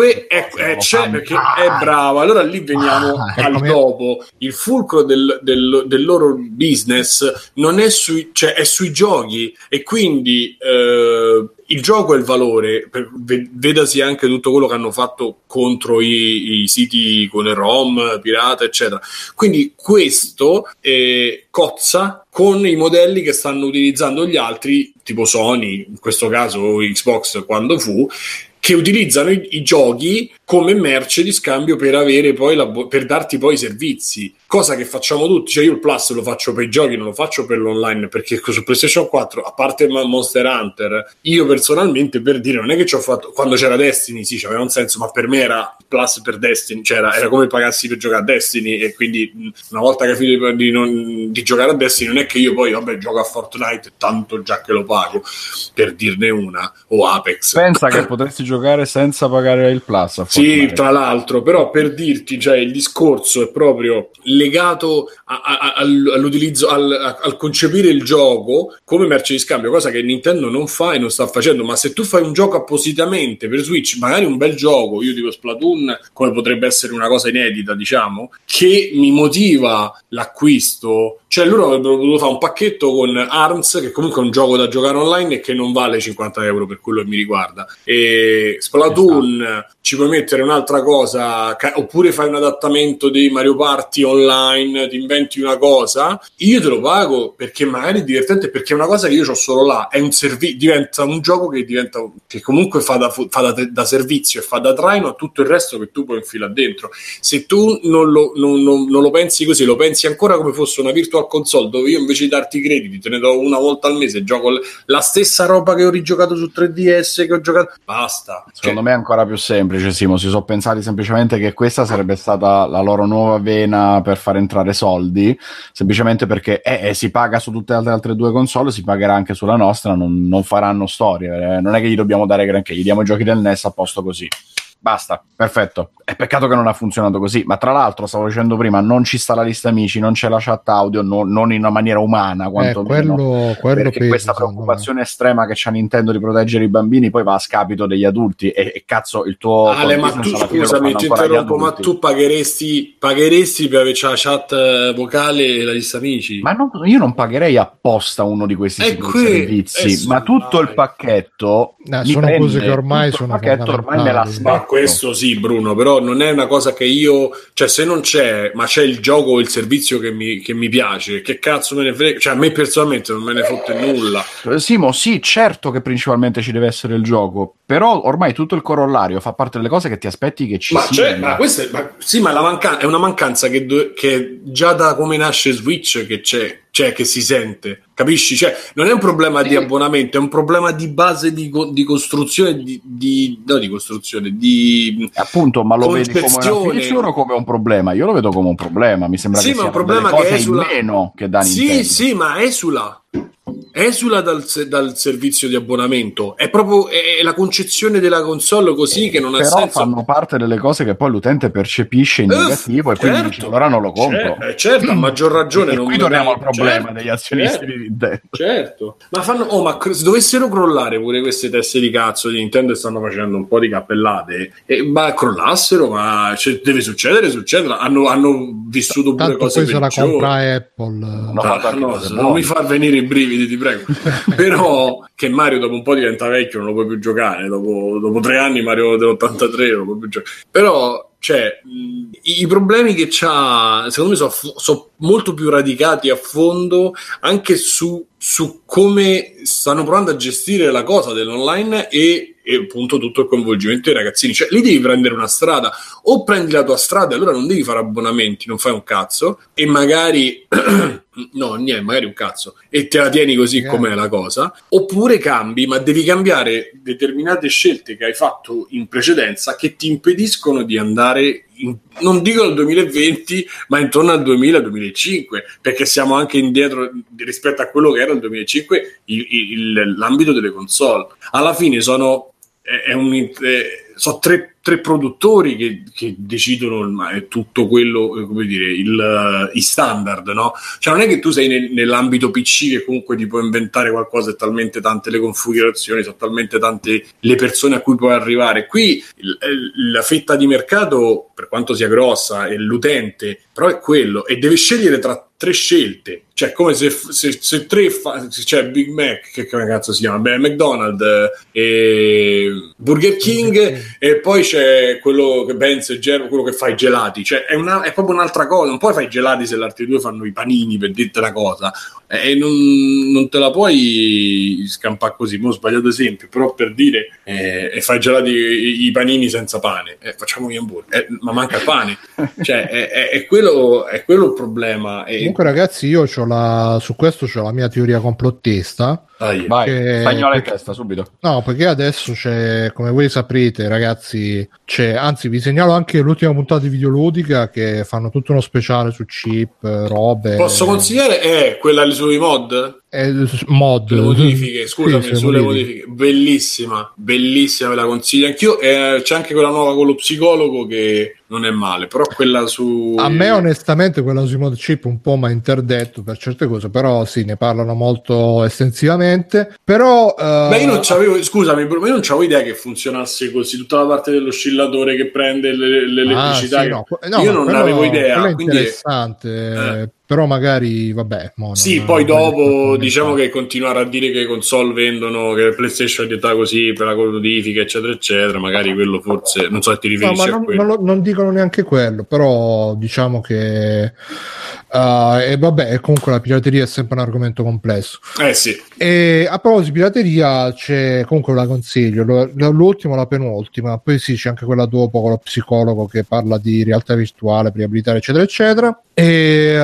c'è perché è bravo. Allora lì veniamo al dopo. Il fulcro del loro business non è è sui giochi. E quindi il gioco è il valore, vedasi anche tutto quello che hanno fatto contro i siti con il ROM pirata eccetera. Quindi questo cozza con i modelli che stanno utilizzando gli altri, tipo Sony, in questo caso Xbox quando fu, che utilizzano i giochi come merce di scambio per avere poi per darti poi i servizi, cosa che facciamo tutti. Cioè io il Plus lo faccio per i giochi, non lo faccio per l'online, perché su PlayStation 4, a parte Monster Hunter, io personalmente, per dire, non è che ci ho fatto, quando c'era Destiny sì c'aveva un senso, ma per me era Plus per Destiny, cioè era come pagassi per giocare a Destiny, e quindi una volta che finito di giocare a Destiny non è che io poi gioco a Fortnite tanto già che lo pago, per dirne una, o Apex. Pensa che potresti giocare senza pagare il Plus. Sì, tra l'altro, però per dirti, cioè il discorso è proprio legato all'utilizzo, al concepire il gioco come merce di scambio, cosa che Nintendo non fa e non sta facendo. Ma se tu fai un gioco appositamente per Switch, magari un bel gioco, io dico Splatoon, come potrebbe essere una cosa inedita, diciamo, che mi motiva l'acquisto. Cioè loro avrebbero potuto fare un pacchetto con ARMS, che comunque è un gioco da giocare online e che non vale 50 euro per quello che mi riguarda, e Splatoon ci puoi mettere un'altra cosa, oppure fai un adattamento di Mario Party online, ti inventi una cosa, io te lo pago perché magari è divertente, perché è una cosa che io ho solo là, è un diventa un gioco che comunque fa da servizio e fa da traino a tutto il resto che tu puoi infilare dentro. Se tu non lo pensi così, lo pensi ancora come fosse una virtual console, dove io invece di darti crediti te ne do una volta al mese, gioco la stessa roba che ho rigiocato su 3DS, che ho giocato, basta. Secondo me è ancora più semplice, Simo. Si sono pensati semplicemente che questa sarebbe stata la loro nuova vena per far entrare soldi, semplicemente perché si paga su tutte le altre due console, si pagherà anche sulla nostra, non faranno storie, non è che gli dobbiamo dare granché, gli diamo i giochi del NES a posto così. Basta, perfetto. È peccato che non ha funzionato così, ma tra l'altro stavo dicendo prima, non ci sta la lista amici, non c'è la chat audio, non in una maniera umana, quantomeno, perché questa preoccupazione estrema che c'ha Nintendo di proteggere i bambini poi va a scapito degli adulti, e cazzo il tuo ma tu scusami, ti interrompo, ma tu pagheresti per averci la chat vocale e la lista amici? Ma io non pagherei apposta uno di questi servizi, ma tutto il pacchetto sono cose che ormai sono ormai me la ma questo sì, Bruno, però non è una cosa che io, cioè se non c'è, ma c'è il gioco o il servizio che mi piace, che cazzo me ne frega, cioè a me personalmente non me ne fotte nulla. Simo, sì, certo che principalmente ci deve essere il gioco, però ormai tutto il corollario fa parte delle cose che ti aspetti che ci sia. Ma questa è una mancanza che già da come nasce Switch che c'è, cioè che si sente, capisci? Cioè non è un problema di abbonamento, è un problema di base di costruzione appunto, ma lo vedi come una feature o come un problema? Io lo vedo come un problema, mi sembra che sia un problema che esula meno che da Nintendo. Sì, ma esula dal servizio di abbonamento, è proprio è la concezione della console così che non ha senso. Però fanno parte delle cose che poi l'utente percepisce in negativo e quindi dice allora non lo compro. Certo, a maggior ragione. E qui torniamo al problema degli azionisti di Nintendo. Certo, ma ma se dovessero crollare pure queste teste di cazzo di Nintendo, stanno facendo un po' di cappellate, ma crollassero, ma deve succedere, hanno vissuto pure cose peggiori. La compra Apple. Non mi far venire i brividi, ti prego. Però che Mario dopo un po' diventa vecchio, non lo puoi più giocare, dopo 3 anni Mario dell'83 non lo puoi più giocare. Però cioè i problemi che c'ha secondo me sono molto più radicati a fondo anche su come stanno provando a gestire la cosa dell'online e e appunto tutto il coinvolgimento dei ragazzini. Cioè lì devi prendere una strada, o prendi la tua strada, allora non devi fare abbonamenti, non fai un cazzo, e magari no, niente, magari un cazzo, e te la tieni così com'è la cosa, oppure cambi, ma devi cambiare determinate scelte che hai fatto in precedenza che ti impediscono di andare non dico nel 2020, ma intorno al 2000-2005, perché siamo anche indietro rispetto a quello che era il 2005 l'ambito delle console. Alla fine sono tre produttori che decidono tutto quello, come dire, i standard, no? Cioè non è che tu sei nell'ambito PC che comunque ti puoi inventare qualcosa, e talmente tante le configurazioni, sono talmente tante le persone a cui puoi arrivare. Qui la fetta di mercato, per quanto sia grossa, è l'utente, però è quello, e deve scegliere tra tre scelte. Cioè come se tre cioè Big Mac, che come cazzo si chiama? Beh, McDonald's e Burger King, e poi c'è quello che Benz e Germo, quello che fa i gelati. Cioè è proprio un'altra cosa. Non puoi fare i gelati se gli altri due fanno i panini, per dirti una cosa, e non te la puoi scampare così. Mo' ho sbagliato esempio, però per dire e fai gelati i panini senza pane, facciamo gli hamburger, ma manca il pane. Cioè è quello il problema. Comunque ragazzi, io su questo c'ho la mia teoria complottista. Vai, spagnola in testa subito. No, perché adesso c'è, come voi saprete ragazzi, anzi vi segnalo anche l'ultima puntata di Videoludica, che fanno tutto uno speciale su chip, robe. Posso consigliare? Quella sui mod? Le modifiche, scusami, sì, sulle modifiche. Bellissima, ve la consiglio anch'io. C'è anche quella nuova con lo psicologo che non è male, però quella su... A me onestamente quella sui mod chip un po' mi ha interdetto per certe cose, però sì, ne parlano molto estensivamente, però... Beh, io non c'avevo, scusami, io non c'avevo idea che funzionasse così, tutta la parte dell'oscillatore che prende l'elettricità. Sì, io non avevo idea. È interessante. Però magari vabbè poi dopo diciamo che continuare a dire che i console vendono, che PlayStation è diventata così per la codifica eccetera eccetera, magari quello forse non so se ti riferisci a quello. Non dicono neanche quello, però diciamo che e vabbè, comunque la pirateria è sempre un argomento complesso. Sì. E a proposito di pirateria, c'è, comunque la consiglio, l'ultima, la penultima, poi sì, c'è anche quella dopo con lo psicologo che parla di realtà virtuale per riabilitare eccetera eccetera. E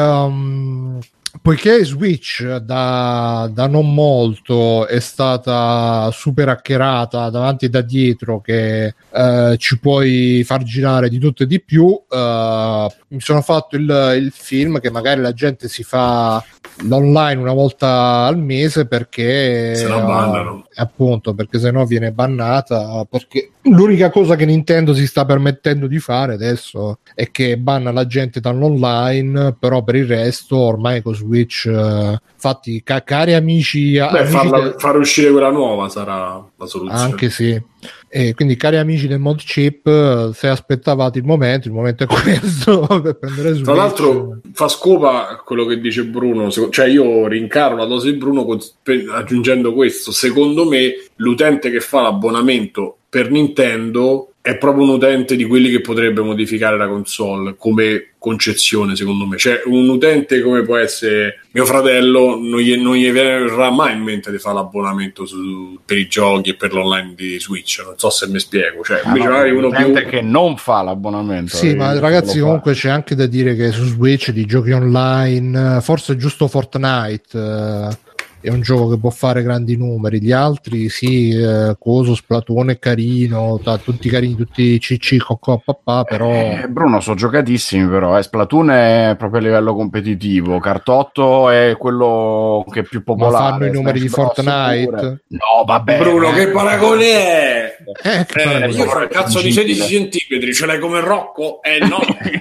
poiché Switch da non molto è stata super hackerata davanti e da dietro, che ci puoi far girare di tutto e di più, mi sono fatto il film che magari la gente si fa online una volta al mese perché se la bannano, appunto, perché sennò viene bannata, perché l'unica cosa che Nintendo si sta permettendo di fare adesso è che banna la gente dall'online, però per il resto ormai con Switch infatti cari amici, far uscire quella nuova sarà la soluzione, anche sì. E quindi cari amici del mod chip, se aspettavate il momento è questo per prendere Switch. Tra l'altro fa scopa quello che dice Bruno, cioè io rincaro la dose di Bruno aggiungendo questo: secondo me l'utente che fa l'abbonamento per Nintendo è proprio un utente di quelli che potrebbe modificare la console come concezione, secondo me. Cioè un utente come può essere mio fratello non gli verrà mai in mente di fare l'abbonamento per i giochi e per l'online di Switch, non so se mi spiego. Cioè magari uno che non fa l'abbonamento. Sì, ma ragazzi comunque c'è anche da dire che su Switch di giochi online forse giusto Fortnite è un gioco che può fare grandi numeri, gli altri sì, coso Splatoon è carino, tutti carini, tutti cicci cocco papà, però Bruno sono giocatissimi, però Splatoon è proprio a livello competitivo, Cartotto è quello che è più popolare. Ma fanno i numeri di Fortnite pure. No vabbè Bruno, che paragone è? Che paragone? Io fra il cazzo di 16 centimetri ce l'hai come Rocco? No.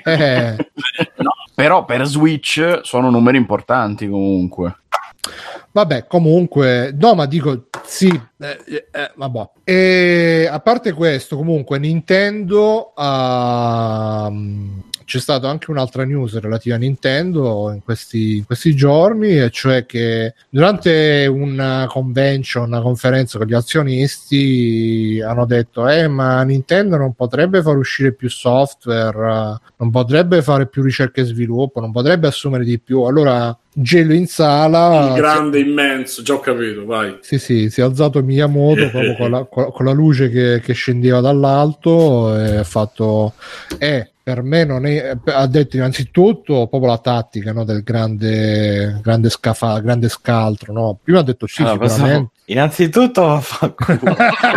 No, però per Switch sono numeri importanti comunque. Vabbè, comunque, no, ma dico sì, vabbè. E a parte questo, comunque, Nintendo c'è stata anche un'altra news relativa a Nintendo in questi giorni, e cioè che durante una conferenza con gli azionisti hanno detto ma Nintendo non potrebbe far uscire più software, non potrebbe fare più ricerca e sviluppo, non potrebbe assumere di più. Allora gelo in sala, il grande immenso, già ho capito, vai. Sì, si è alzato Miyamoto proprio con la luce che scendeva dall'alto e ha fatto per me non è, ha detto innanzitutto proprio la tattica, no, del grande scaltro, no? Prima ha detto sicuramente innanzitutto vaffanculo.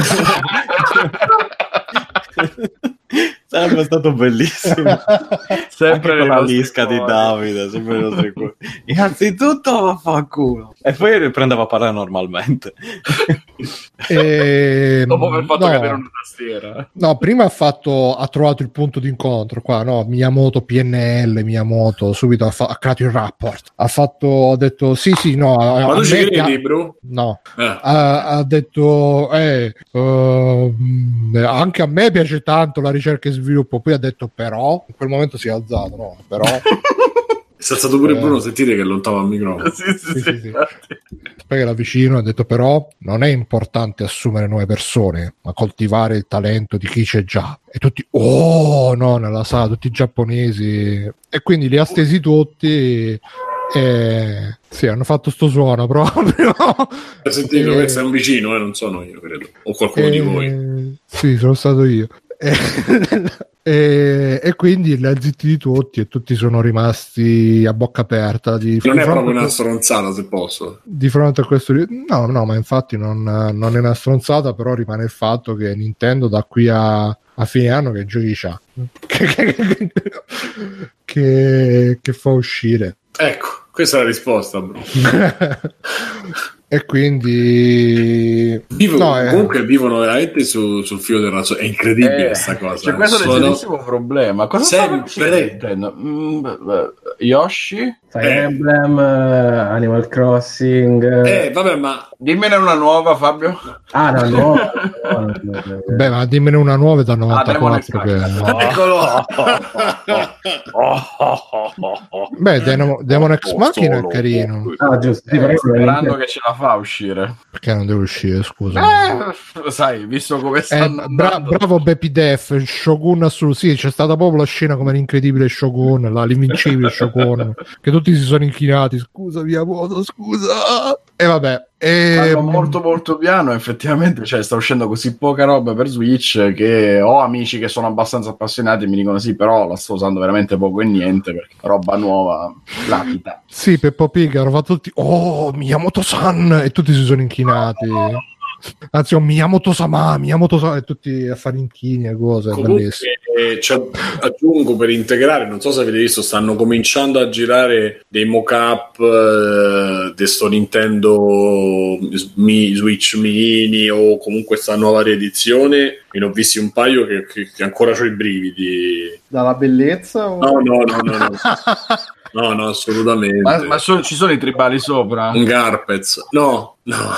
Sarebbe stato bellissimo. Sempre con la lisca di Davide, sempre innanzitutto vaffanculo, e poi riprendeva a parlare normalmente. Dopo aver fatto cadere una tastiera. No, prima ha trovato il punto d'incontro qua, no? Miyamoto PNL, Miyamoto subito ha creato il rapport, ha detto sì no, ma tu ci credi, bro? No, ha detto anche a me piace tanto la ricerca e sviluppo, poi ha detto però, in quel momento si è alzato, no, però è stato pure Bruno sentire che lontava il microfono. Sì. Poi era vicino, ha detto però non è importante assumere nuove persone, ma coltivare il talento di chi c'è già. E tutti no, nella sala tutti i giapponesi, e quindi li ha stesi tutti. Sì, hanno fatto sto suono proprio. Sentito, questo è un vicino, non sono io, credo, o qualcuno di voi. Sì, sono stato io. E quindi li ha zitti tutti, e tutti sono rimasti a bocca aperta. Non è proprio una stronzata, se posso. Di fronte a questo, no, ma infatti non è una stronzata, però rimane il fatto che Nintendo da qui a fine anno che giochi c'ha che fa uscire. Ecco, questa è la risposta, bro. E quindi comunque vivono veramente sul filo del razzo. È incredibile questa cosa. C'è questo leggerissimo problema. Cosa sempre Yoshi? Fire Emblem, Animal Crossing. Vabbè, ma dimmene una nuova, Fabio. No. Beh, ma dimmene una nuova da 94 eccolo. Beh, Demon Ex Machina è carino. Giusto, sperando che ce la fa uscire. Perché non deve uscire, scusa? Sai, visto come stanno bravo Baby Def, Shogun assoluto. Sì, c'è stata proprio la scena come l'incredibile Shogun, l'invincibile Shogun, che tutti si sono inchinati. Scusa, Miyamoto, scusa. E vabbè. Molto molto piano, effettivamente, cioè sta uscendo così poca roba per Switch che ho amici che sono abbastanza appassionati e mi dicono sì, però la sto usando veramente poco e niente, perché roba nuova lapita. Sì, Peppa Pig hanno fatto tutti Miyamoto-san, e tutti si sono inchinati. Anzi, Miyamoto-sama, e tutti a fare inchini e cose. Comunque, aggiungo per integrare, non so se avete visto, stanno cominciando a girare dei mock-up di sto Nintendo Switch Mini, o comunque sta nuova riedizione. Ne ho visti un paio che ancora c'ho i brividi. Dalla bellezza? No. No, assolutamente. Ma ci sono i tribali sopra? Un Garpez. No.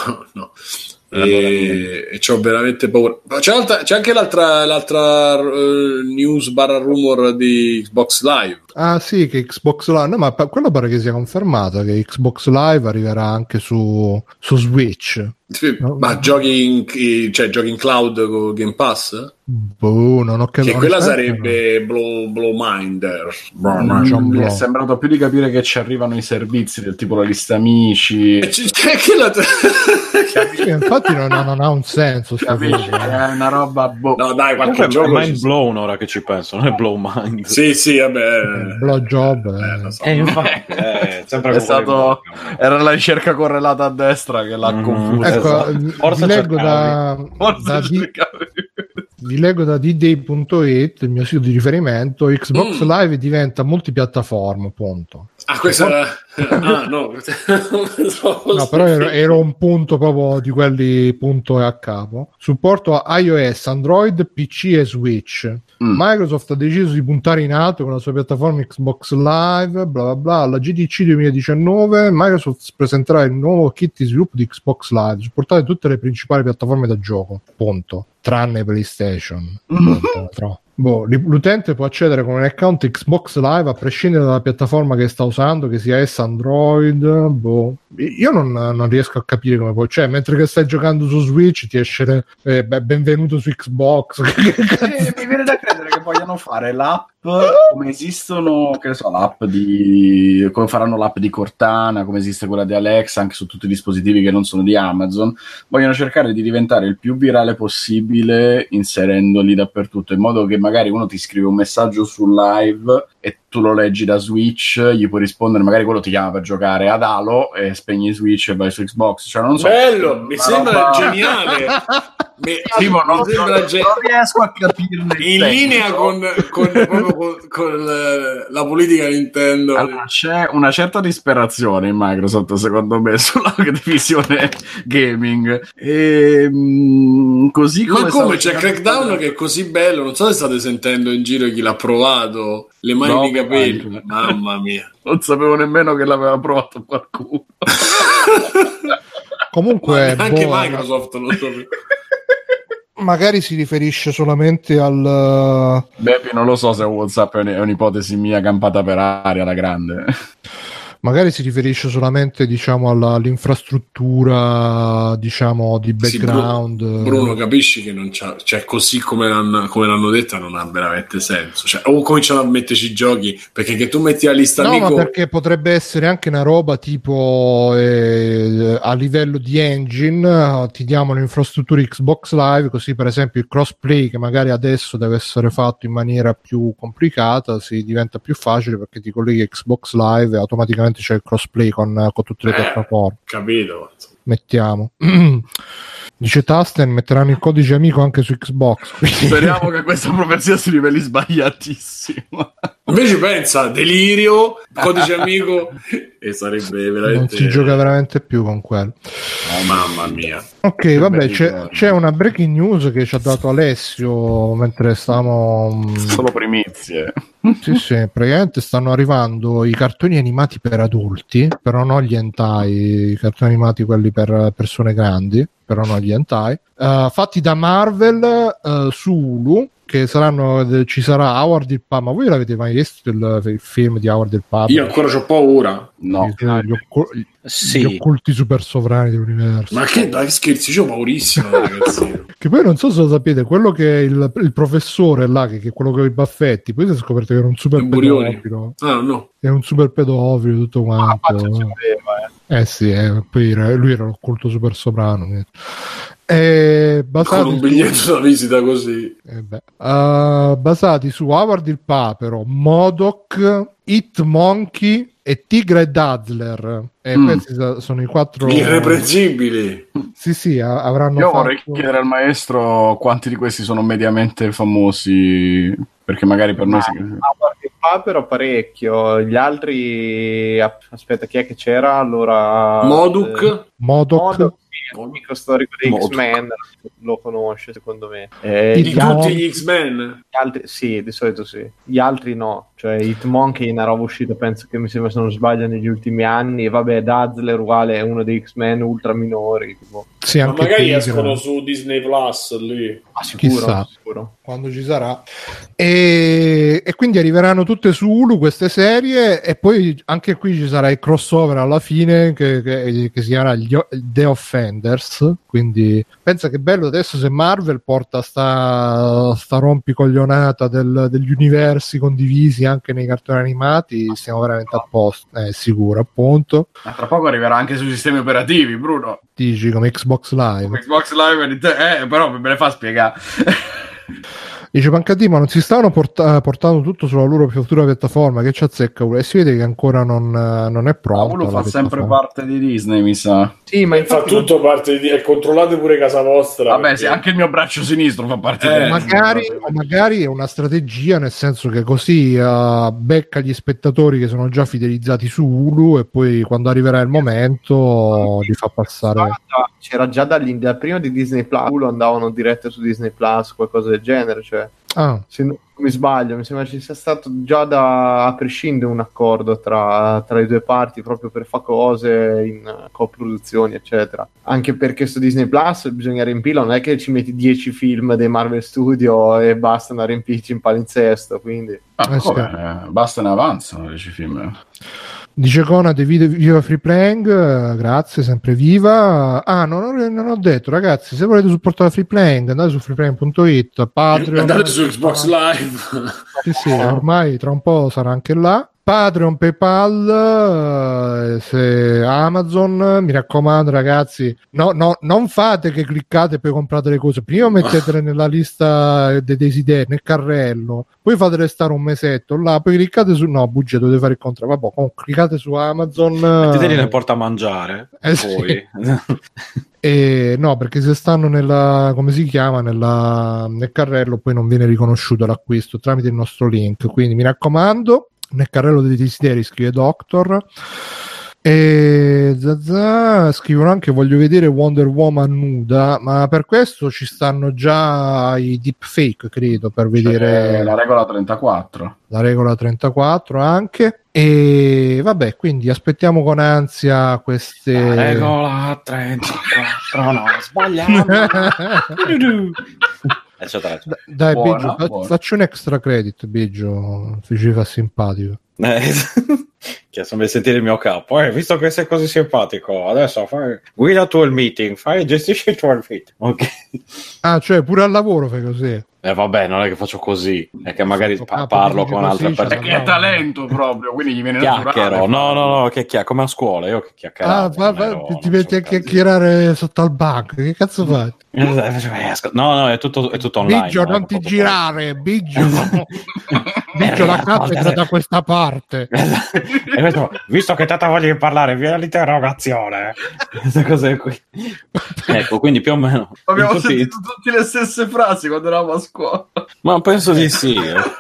E c'ho veramente paura. C'è anche l'altra news barra rumor di Xbox Live. Ah sì, che Xbox Live, no, ma quello pare che sia confermato, che Xbox Live arriverà anche su Switch. No? Ma giochi in cloud con Game Pass? Non ho capito. Che quella sarebbe Blowminder. Mi è sembrato più di capire che ci arrivano i servizi del tipo la lista amici. Infatti non ha un senso. È una roba. No, dai, qualche gioco. È Mind Blown ora che ci penso, non è Blowmind. Sì, vabbè. Blowjob. Infatti, sempre era la ricerca correlata a destra che l'ha confusa. Ecco, vi leggo da dday.it, il mio sito di riferimento. Xbox Live diventa multipiattaforma, punto. Questa era... no. No, però era un punto proprio di quelli punto e a capo. Supporto a iOS, Android, PC e Switch. Microsoft ha deciso di puntare in alto con la sua piattaforma Xbox Live, bla bla bla. Alla GDC 2019 Microsoft presenterà il nuovo kit di sviluppo di Xbox Live, supportate tutte le principali piattaforme da gioco, punto, tranne PlayStation. L'utente può accedere con un account Xbox Live a prescindere dalla piattaforma che sta usando, che sia essa Android. Io non riesco a capire come può, cioè mentre che stai giocando su Switch ti esce benvenuto su Xbox. Mi viene da credere che vogliano fare l'app come esistono, che ne so, l'app di come faranno l'app di Cortana, come esiste quella di Alexa anche su tutti i dispositivi che non sono di Amazon. Vogliono cercare di diventare il più virale possibile inserendoli dappertutto, in modo che magari uno ti scrive un messaggio su live e tu lo leggi da Switch, gli puoi rispondere, magari quello ti chiama per giocare ad Halo e spegni Switch e vai su Xbox. Cioè, non so, bello, mi sembra geniale. Non riesco a capirne in linea con la politica Nintendo. Allora, c'è una certa disperazione in Microsoft, secondo me, sulla divisione gaming. Così come ma come c'è Crackdown che è così bello, non so se state sentendo in giro chi l'ha provato, le mani nei capelli, mamma mia, non sapevo nemmeno che l'aveva provato qualcuno. Comunque anche Microsoft non so. Magari si riferisce solamente al Bepi, non lo so se WhatsApp è un'ipotesi mia campata per aria alla grande. Magari si riferisce solamente, diciamo, all'infrastruttura, diciamo, di background. Sì, Bruno, capisci che non c'ha, cioè, così come l'hanno detta non ha veramente senso. Cioè, o cominciano a metterci i giochi, perché che tu metti la lista amico... No, ma perché potrebbe essere anche una roba tipo a livello di engine, ti diamo l'infrastruttura Xbox Live, così per esempio il crossplay, che magari adesso deve essere fatto in maniera più complicata, si diventa più facile perché ti colleghi Xbox Live e automaticamente c'è il crossplay con tutte le piattaforme. Capito. Mettiamo. Dice Tasten, metteranno il codice amico anche su Xbox. Speriamo che questa profezia si riveli sbagliatissima. Invece pensa, delirio, codice amico, e sarebbe veramente... Non si gioca veramente più con quello. Oh, mamma mia. Ok, vabbè, c'è una breaking news che ci ha dato Alessio mentre stavamo... Solo primizie. Sì, praticamente stanno arrivando i cartoni animati per adulti, però non gli hentai, i cartoni animati quelli per persone grandi, però non gli hentai, fatti da Marvel su Hulu, che ci sarà Howard il Papa. Ma voi l'avete mai visto il film di Howard il Papa? Io ancora c'ho paura. No. Gli occulti super sovrani dell'universo. Ma che dai scherzi, c'ho paurissimo, ragazzi. Che poi non so se lo sapete, quello che è il professore là, che è quello che ha i baffetti, poi si è scoperto che era un super pedofilo. Ah, no. È un super pedofilo, tutto quanto. Sì, poi lui era l'occulto super soprano. Con un biglietto da visita così. Basati su Howard il Papero, MODOK, Hitmonkey e Tigre e Dazzler. Questi sono i 4 irreprensibili. Sì, avranno Io vorrei chiedere al maestro quanti di questi sono mediamente famosi, perché magari per noi il Papero parecchio, gli altri aspetta, chi è che c'era allora? MODOK. Il amico storico dei X-Men lo conosce, secondo me. Di tutti gli X-Men? Gli altri, sì, di solito sì. Gli altri no. Cioè, Hitmonkey è una roba uscita, penso che mi sembra, se non sbaglio, negli ultimi anni. E vabbè, Dazzler uguale è uno dei X-Men ultra minori. Tipo. Sì, ma magari escono su Disney Plus lì. Sicuro. Quando ci sarà. E quindi arriveranno tutte su Hulu queste serie, e poi anche qui ci sarà il crossover alla fine che si chiamerà The Offenders. Quindi pensa che bello adesso se Marvel porta sta rompicoglionata degli universi condivisi anche nei cartoni animati, siamo veramente a posto, sicuro, appunto. Ma tra poco arriverà anche sui sistemi operativi, Bruno. Dici come Xbox Live? Xbox Live, però me le fa spiegare. Dice Pancadì, ma non si stavano portando tutto sulla loro futura piattaforma, che ci azzecca Hulu? E si vede che ancora non è pronta. Hulu fa sempre parte di Disney, mi sa. Sì, ma fa tutto parte di... controllate pure casa vostra. Vabbè, perché... sì, anche il mio braccio sinistro fa parte di Disney. Magari è una strategia, nel senso che così becca gli spettatori che sono già fidelizzati su Hulu, e poi quando arriverà il momento li fa passare. C'era già prima di Disney Plus, Hulu andavano dirette su Disney Plus, qualcosa del genere, cioè. Se non mi sbaglio, mi sembra ci sia stato già a prescindere un accordo tra le due parti proprio per fare cose in coproduzioni eccetera, anche perché su Disney Plus bisogna riempirlo, non è che ci metti 10 film dei Marvel Studio e bastano a riempirci in palinsesto, quindi bastano, avanzano 10 film. Dice Conad, viva Free Playing, grazie, sempre viva. Non ho detto, ragazzi, se volete supportare Free Playing andate su freeplaying.it, Patreon, andate su Xbox Live. sì, ormai tra un po' sarà anche là. Patreon, PayPal, se Amazon, mi raccomando ragazzi, non fate che cliccate e poi comprate le cose, prima mettetele nella lista dei desideri, nel carrello, poi fate restare un mesetto là, poi cliccate su, no bugia, dovete fare il contrario, vabbè, comunque cliccate su Amazon, metteteli nel portamangiare poi. Sì. No, perché se stanno nella, come si chiama, nel carrello poi non viene riconosciuto l'acquisto tramite il nostro link, quindi mi raccomando, nel carrello dei desideri scrive Doctor. E scrivono anche voglio vedere Wonder Woman nuda, ma per questo ci stanno già i deepfake, credo, per vedere la regola 34 anche. E vabbè, quindi aspettiamo con ansia queste la regola 34 no, sbagliamo. Dai Biggio, faccio un extra credit, Biggio, ci fa simpatico. Chiesto di sentire il mio capo, visto che sei così simpatico adesso guida tu il meeting, gestisci tu il meeting, ok? Cioè pure al lavoro fai così? Vabbè, non è che faccio così, è che magari parlo con altre persone. Perché è talento proprio, quindi gli viene chiacchiero, no, che come a scuola, io che chiacchieravo. Ti metti a chiacchierare sotto al banco, che cazzo fai? No, è tutto online. Biggio, non ti girare, Biggio. Biggio, la cattedra da questa parte. Visto che tanto voglio parlare, vieni all'interrogazione. Queste cose qui. Ecco, quindi più o meno abbiamo sentito tutte le stesse frasi quando eravamo a scuola. Ma penso di sì.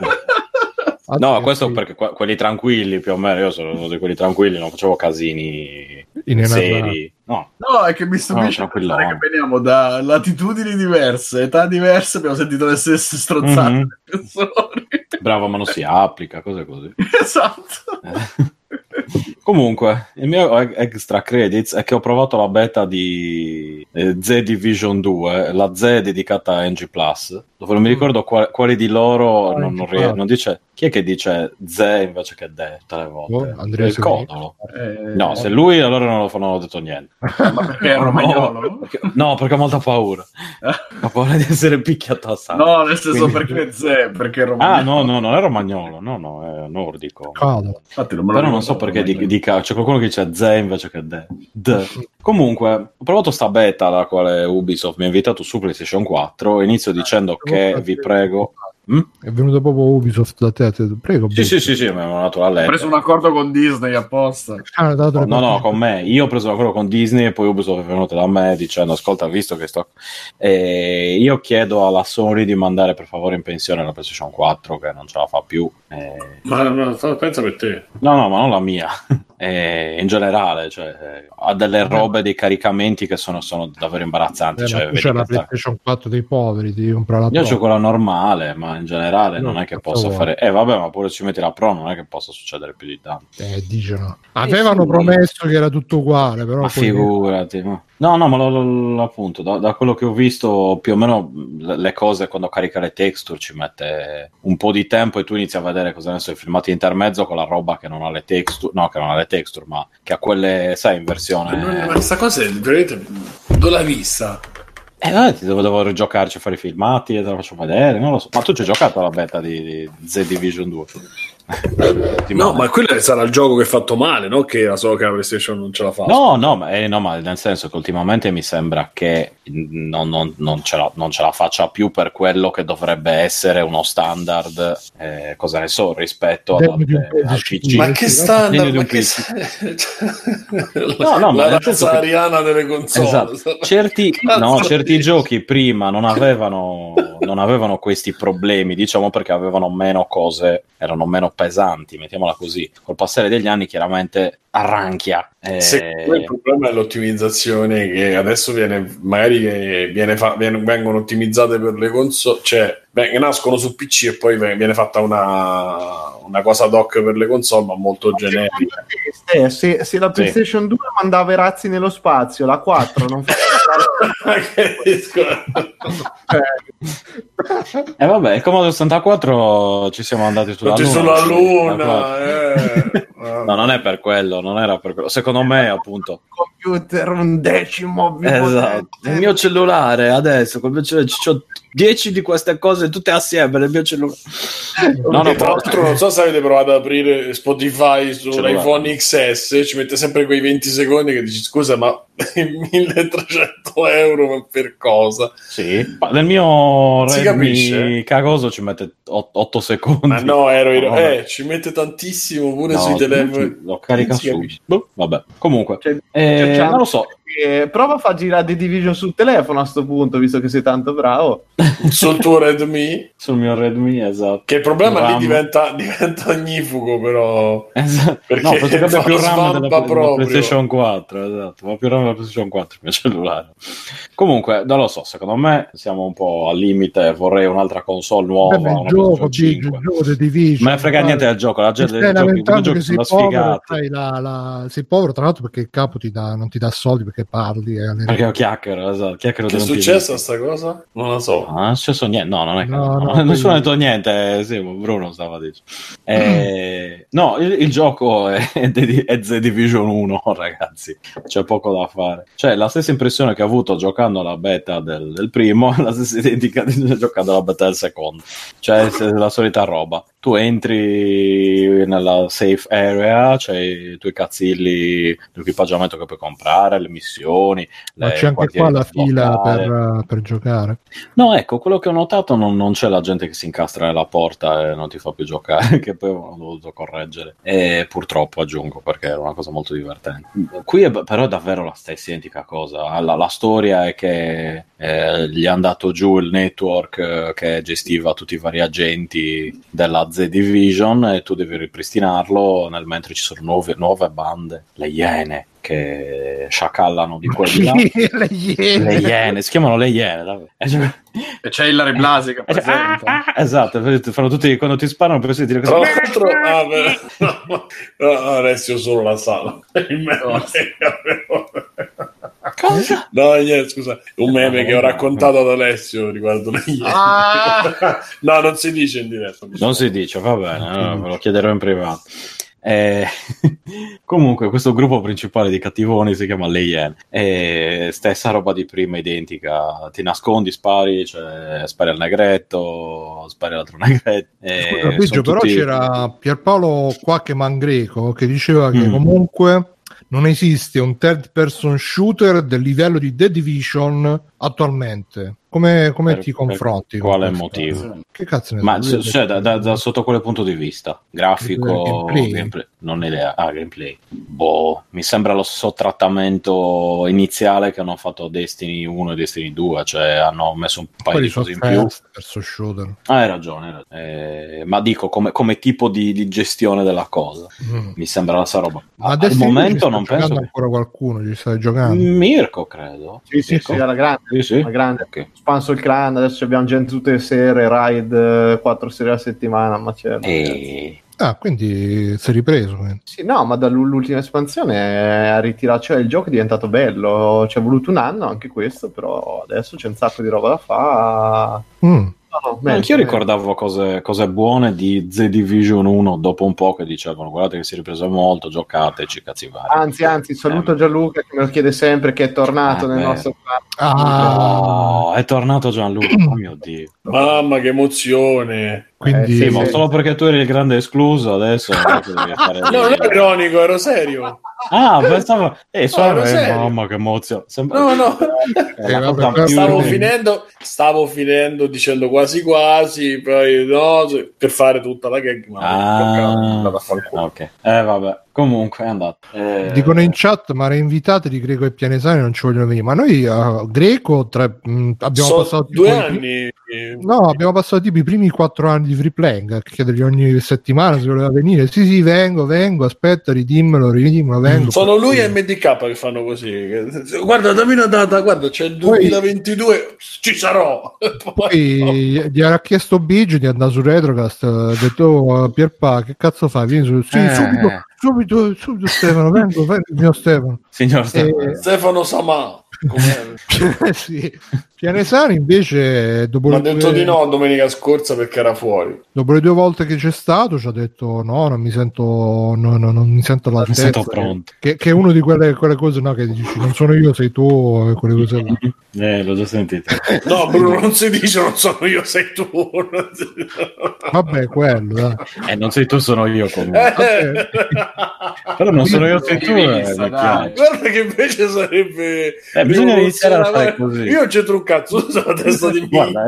No, questo perché quelli tranquilli più o meno, io sono uno di quelli tranquilli, non facevo casini seri. No, è che mi stupisce che veniamo da latitudini diverse, età diverse, abbiamo sentito le stesse strozzate. Bravo, ma non si applica, cose così. Esatto. Comunque, il mio extra credits è che ho provato la beta di Z Division 2, la Z è dedicata a NG+, dove non mi ricordo quali di loro non dice. Chi è che dice Z invece che D tutte le volte? Andrea il codolo. No, se lui allora non ho detto niente. Ma perché è romagnolo? Perché ho molta paura. Ho paura di essere picchiato a sangue. No, nel senso perché Z, perché è romagnolo. No, non è romagnolo, no, è nordico. Infatti però non so perché c'è qualcuno che dice Z invece che D. Comunque, ho provato sta beta alla quale Ubisoft mi ha invitato su PlayStation 4, inizio dicendo che vi prego. È venuto proprio Ubisoft da te, prego. Sì, mi hanno dato la lettera. Ho preso un accordo con Disney apposta. No, con me. Io ho preso un accordo con Disney e poi Ubisoft è venuto da me dicendo ascolta, visto che io chiedo alla Sony di mandare per favore in pensione la PlayStation 4 che non ce la fa più. Ma pensa per te. No, ma non la mia. In generale, cioè, ha delle robe, dei caricamenti che sono davvero imbarazzanti. C'è la PlayStation 4 dei poveri, devi comprare la Io c'ho quella normale, ma in generale non è che possa fare. Vabbè, ma pure ci metti la Pro, non è che possa succedere più di tanto. Dicono. Avevano promesso che era tutto uguale, però. Ma figurati. No, ma appunto, da quello che ho visto, più o meno le cose quando carica le texture ci mette un po' di tempo e tu inizi a vedere cosa ne so, i filmati intermezzo con la roba che non ha le texture, ma che ha quelle, sai, in versione. Ma questa cosa è veramente. Dove l'hai vista? Ti devo rigiocarci a fare i filmati e te lo faccio vedere, non lo so. Ma tu ci hai giocato alla beta di Z Division 2? No, ma quello sarà il gioco che è fatto male, no? Che era solo che la PlayStation non ce la fa. No, ma nel senso che ultimamente mi sembra che non ce la faccia più per quello che dovrebbe essere uno standard, cosa ne so, rispetto al PC. Ma che standard? La razza ariana delle console. Esatto. Certi giochi prima non avevano questi problemi, diciamo, perché avevano meno cose, erano meno pesanti, mettiamola così. Col passare degli anni chiaramente arranchia. Secondo me il problema è l'ottimizzazione, che adesso vengono ottimizzate per le console, cioè nascono su PC e poi viene fatta una cosa ad hoc per le console, ma molto generica. Se la PlayStation 2 mandava i razzi nello spazio, la 4 non fa e vabbè, il Commodore 64 ci siamo andati sulla Luna. No, non è per quello, non era per quello. Secondo me, appunto, computer 1/10 esatto. Il mio cellulare adesso, col mio cellulare, c'ho 10 di queste cose tutte assieme nel mio cellulare. Tra l'altro, non so se avete provato ad aprire Spotify sull'iPhone XS, ci mette sempre quei 20 secondi che dici scusa, ma 1.300 euro per cosa? Sì, nel mio Redmi cagoso ci mette 8 secondi. Ma no, ci mette tantissimo pure sui telefoni. Lo carica su. Vabbè, comunque non lo so. Prova a far girare The Division sul telefono a sto punto, visto che sei tanto bravo. Sul tuo Redmi? Sul mio Redmi, esatto. Che il problema lì diventa ognifugo, però. Esatto. Perché fa più RAM della proprio. PlayStation 4, esatto. Va più RAM della PlayStation 4 il mio cellulare. Comunque, non lo so, secondo me siamo un po' al limite, vorrei un'altra console nuova, il gioco The Division. Me ne frega niente del gioco, la gente del gioco sono sfigati. Sei povero, tra l'altro, perché il capo non ti dà soldi perché parli. Perché ho chiacchiero, esatto. Che è successo sta cosa? Non la so. Non è successo niente. No, non è nessuno ha detto niente. Sì, Bruno stava dicendo. No, il gioco è The Division 1, ragazzi. C'è poco da fare. Cioè, la stessa impressione che ho avuto giocando alla beta del primo, la stessa identica giocando alla beta del secondo. Cioè, è la solita roba. Tu entri nella safe area, c'hai i tuoi cazzilli, l'equipaggiamento che puoi comprare, le missioni. Ma c'è anche qua la fila per giocare? No, ecco, quello che ho notato non c'è la gente che si incastra nella porta e non ti fa più giocare, che poi ho dovuto correggere. E purtroppo aggiungo, perché era una cosa molto divertente. Qui però è davvero la stessa identica cosa. La storia è che gli è andato giù il network che gestiva tutti i vari agenti della The Division e tu devi ripristinarlo mentre ci sono nuove bande, le Iene, che sciacallano di qua e di là. Le Iene, si chiamano le Iene. E c'è Ilari Blasi che presenta. Esatto, fanno tutti, quando ti sparano per dire cosa. Alessio solo la sala. Cosa? No, niente, scusa, un meme che ho raccontato ad Alessio riguardo le Iene. No, non si dice in diretta. Non si dice, va bene, ve lo chiederò in privato. Comunque questo gruppo principale di cattivoni si chiama Le Iene, stessa roba di prima, identica, ti nascondi, spari al negretto, spari all'altro negretto. Scusa, però c'era Pierpaolo Quacche Mangreco che diceva che comunque non esiste un third person shooter del livello di The Division attualmente. Come ti confronti? Quale motivo? Che cazzo ne Ma da sotto quale punto di vista? Grafico? Gameplay? Non ho idea. Gameplay. Mi sembra lo stesso trattamento iniziale che hanno fatto Destiny 1 e Destiny 2, cioè hanno messo un paio di cose in più. Shooter. Hai ragione. Ma dico, come tipo di gestione della cosa. Mi sembra la stessa roba. Ma al momento non penso ancora qualcuno ci sta giocando. Mirko, credo. Sì, alla grande. Sì. La grande. Okay. Spanso il clan, adesso abbiamo gente tutte le sere, raid 4 sere a settimana, ma c'è. Quindi si è ripreso. Sì, no, ma dall'ultima espansione ha ritirato, cioè il gioco è diventato bello, ci è voluto un anno anche questo, però adesso c'è un sacco di roba da fare. Anch'io ricordavo cose buone di The Division 1 dopo un po' che dicevano guardate che si è ripreso molto, giocateci, cazzi vari. Anzi, saluto Gianluca che me lo chiede sempre, che è tornato nel nostro è tornato Gianluca, oh mio Dio. Mamma che emozione. Quindi... ma solo perché tu eri il grande escluso adesso devi fare no, non ero ironico, ero serio. Pensavo mamma che emozione. Stavo finendo dicendo quasi poi no, per fare tutta la gag, ok, vabbè. Comunque è andato. Dicono in chat, ma reinvitate di Greco e Pianesani non ci vogliono venire. Ma noi Greco abbiamo passato 2 anni. Abbiamo passato tipo i primi 4 anni di Free Playing a chiedergli ogni settimana se voleva venire. Sì, vengo, aspetta, ridimmelo, vengo. Sono lui e MDK che fanno così. Guarda, dammi una data, guarda, c'è il 2022, ci sarò. Poi gli ha chiesto Biggio di andare su Retrocast, ha detto Pierpa, che cazzo fai? Vieni su. Sì, subito Stefano, vengo mio Stefano. Signor Stefano. Stefano Samà. Sì. Pianesani invece mi ha detto di no domenica scorsa perché era fuori. Dopo le 2 volte che c'è stato ci ha detto non mi sento all'altezza, non mi sento pronto, che è uno di quelle cose, no, che dici non sono io, sei tu, e quelle cose là. L'ho già sentito. No, Bruno, non si dice non sono io, sei tu. Vabbè, quello non sei tu, sono io comunque. Però non sono io, sei tu. Guarda che invece sarebbe bisogna iniziare a fare così. Io non c'entro un cazzo sulla testa di guarda,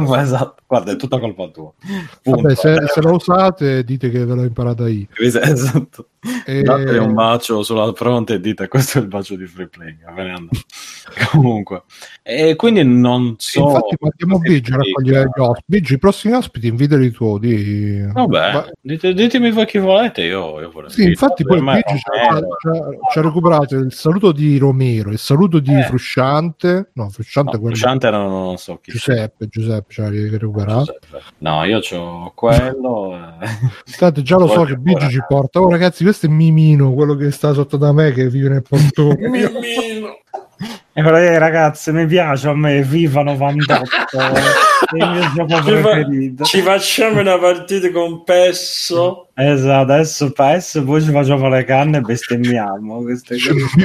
è tutta colpa tua. Vabbè, se lo usate dite che ve l'ho imparata io. Esatto. Date un bacio sulla fronte e dite questo è il bacio di Free Play. Comunque, e quindi non so. Infatti mandiamo Biggio a raccogliere gli ospiti. Biggio, i prossimi ospiti invitali tu. Vabbè, ditemi voi chi volete, io vorrei. Sì, infatti poi Biggio ci ha recuperato il saluto di Romero, il saluto di Frusciante. No, Frusciante non so chi. Giuseppe ci ha recuperato. No, io c'ho quello. State, già lo so che Biggio ci porta. Oh ragazzi, questo è Mimino, quello che sta sotto da me, che vive nel portone. Mimino. E ragazzi, mi piace a me FIFA 98. È il mio gioco preferito. Ci facciamo una partita con Pesso. Esatto, adesso PES, poi ci facciamo le canne e bestemmiamo. Queste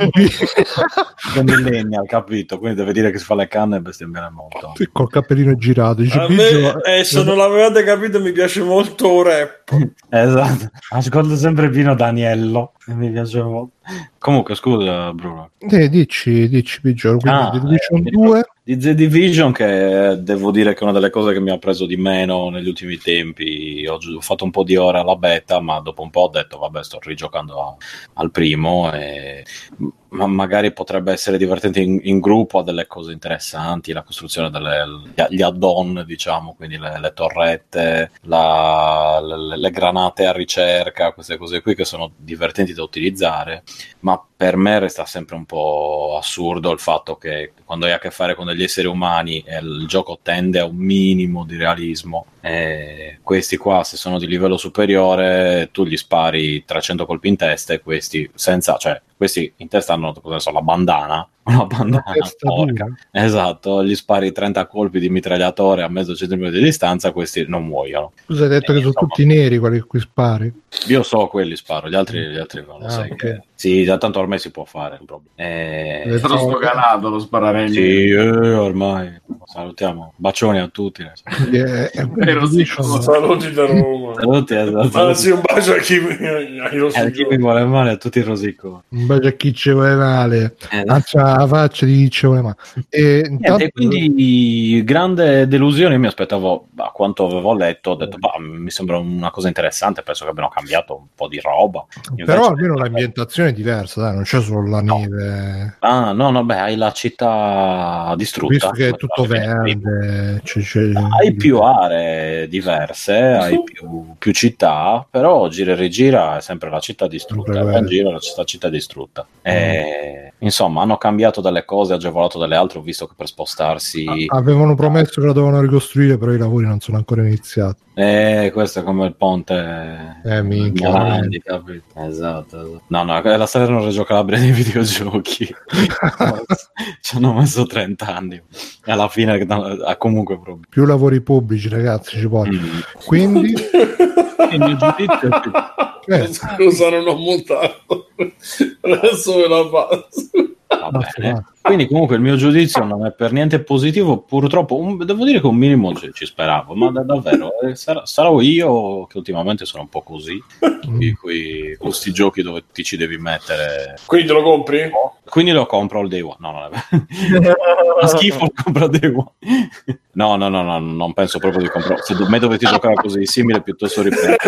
con millennial, capito? Quindi deve dire che si fa le canne e bestemmiare molto. Sì, col cappellino girato. A me, se non l'avevate capito, mi piace molto un rap. Esatto, ascolto sempre Pino Daniello. Mi piace molto. Comunque, scusa, Bruno. Dici Biggio, quindi Division 2. Di The Division, che devo dire che è una delle cose che mi ha preso di meno negli ultimi tempi. Ho fatto un po' di ore alla beta, ma dopo un po' ho detto vabbè, sto rigiocando al primo e magari potrebbe essere divertente in gruppo, ha delle cose interessanti, la costruzione gli add-on, diciamo, quindi le torrette, le granate a ricerca, queste cose qui che sono divertenti da utilizzare, ma per me resta sempre un po' assurdo il fatto che quando hai a che fare con degli esseri umani il gioco tende a un minimo di realismo, e questi qua, se sono di livello superiore, tu gli spari 300 colpi in testa e questi in testa hanno la bandana, una bandana porca. Esatto, gli spari 30 colpi di mitragliatore a mezzo centimetro di distanza, questi non muoiono. Tu hai detto che sono tutti neri quelli che qui spari? Io so quelli sparo, gli altri non lo sai. Okay. Sì, già tanto ormai si può fare un problema. Sono sdoganato lo sparare. Sì, ormai salutiamo, bacioni a tutti. Saluti da Roma. Saluti, esatto. Anzi, un bacio a chi mi vuole male, a tutti i rosiconi. Un bacio a chi ci vuole male, la faccia di chi ci vuole male. E quindi grande delusione. Io mi aspettavo, a quanto avevo letto, ho detto mi sembra una cosa interessante, penso che abbiano cambiato un po' di roba. Però almeno l'ambientazione è diversa, dai, non c'è solo la neve. Hai la città distrutta, visto che è tutto verde, hai più aree diverse, hai più città, però gira e rigira è sempre la città distrutta, gira la città distrutta. Insomma, hanno cambiato delle cose, agevolato delle altre. Ho visto che per spostarsi avevano promesso che la dovevano ricostruire, però i lavori non sono ancora iniziati. Questo è come il ponte minchia, capito? Esatto. No, è la Salerno-Reggio Calabria dei videogiochi. Ci hanno messo 30 anni e alla fine ha comunque problemi. Più lavori pubblici, ragazzi, ci vogliono. Quindi il mio giudizio è scusa, non ho montato, adesso me la passo. Va bene. Quindi comunque il mio giudizio non è per niente positivo, purtroppo devo dire che un minimo ci speravo, ma davvero sarò io che ultimamente sono un po' così con questi giochi dove ti ci devi mettere. Quindi te lo compri? Quindi lo compro al day one. No, non è schifo, lo compro al day one. No, non penso proprio di comprare. Se me dovete giocare così simile, piuttosto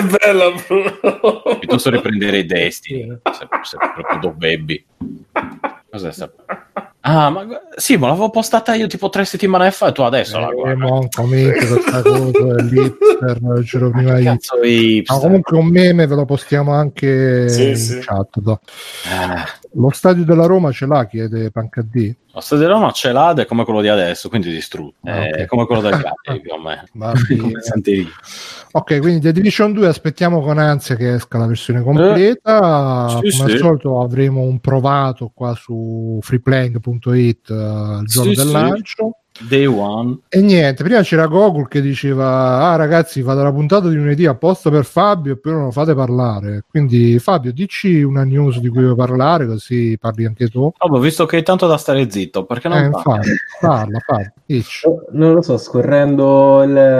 riprenderei Destiny, se proprio dovrebbe. Cos'è sta? Ah, ma sì, ma l'avevo postata io tipo 3 settimane fa e tu adesso la guardi. Questa cosa l'hipster, c'ero prima io. Hipster. No, comunque un meme ve lo postiamo anche in chat. Lo stadio della Roma ce l'ha, chiede Pancadì. Lo stadio della Roma ce l'ha ed è come quello di adesso, quindi distrutto. È come quello del Cagliari più o meno. Ok, quindi The Division 2 aspettiamo con ansia che esca la versione completa. Come al solito avremo un provato qua su freeplaying.it il giorno del lancio. Day one. E niente, prima c'era Gogol che diceva ragazzi, fate la puntata di lunedì apposta per Fabio e poi non lo fate parlare, quindi Fabio dici una news di cui vuoi parlare così parli anche tu. Visto che hai tanto da stare zitto, perché non parla. Non lo so, scorrendo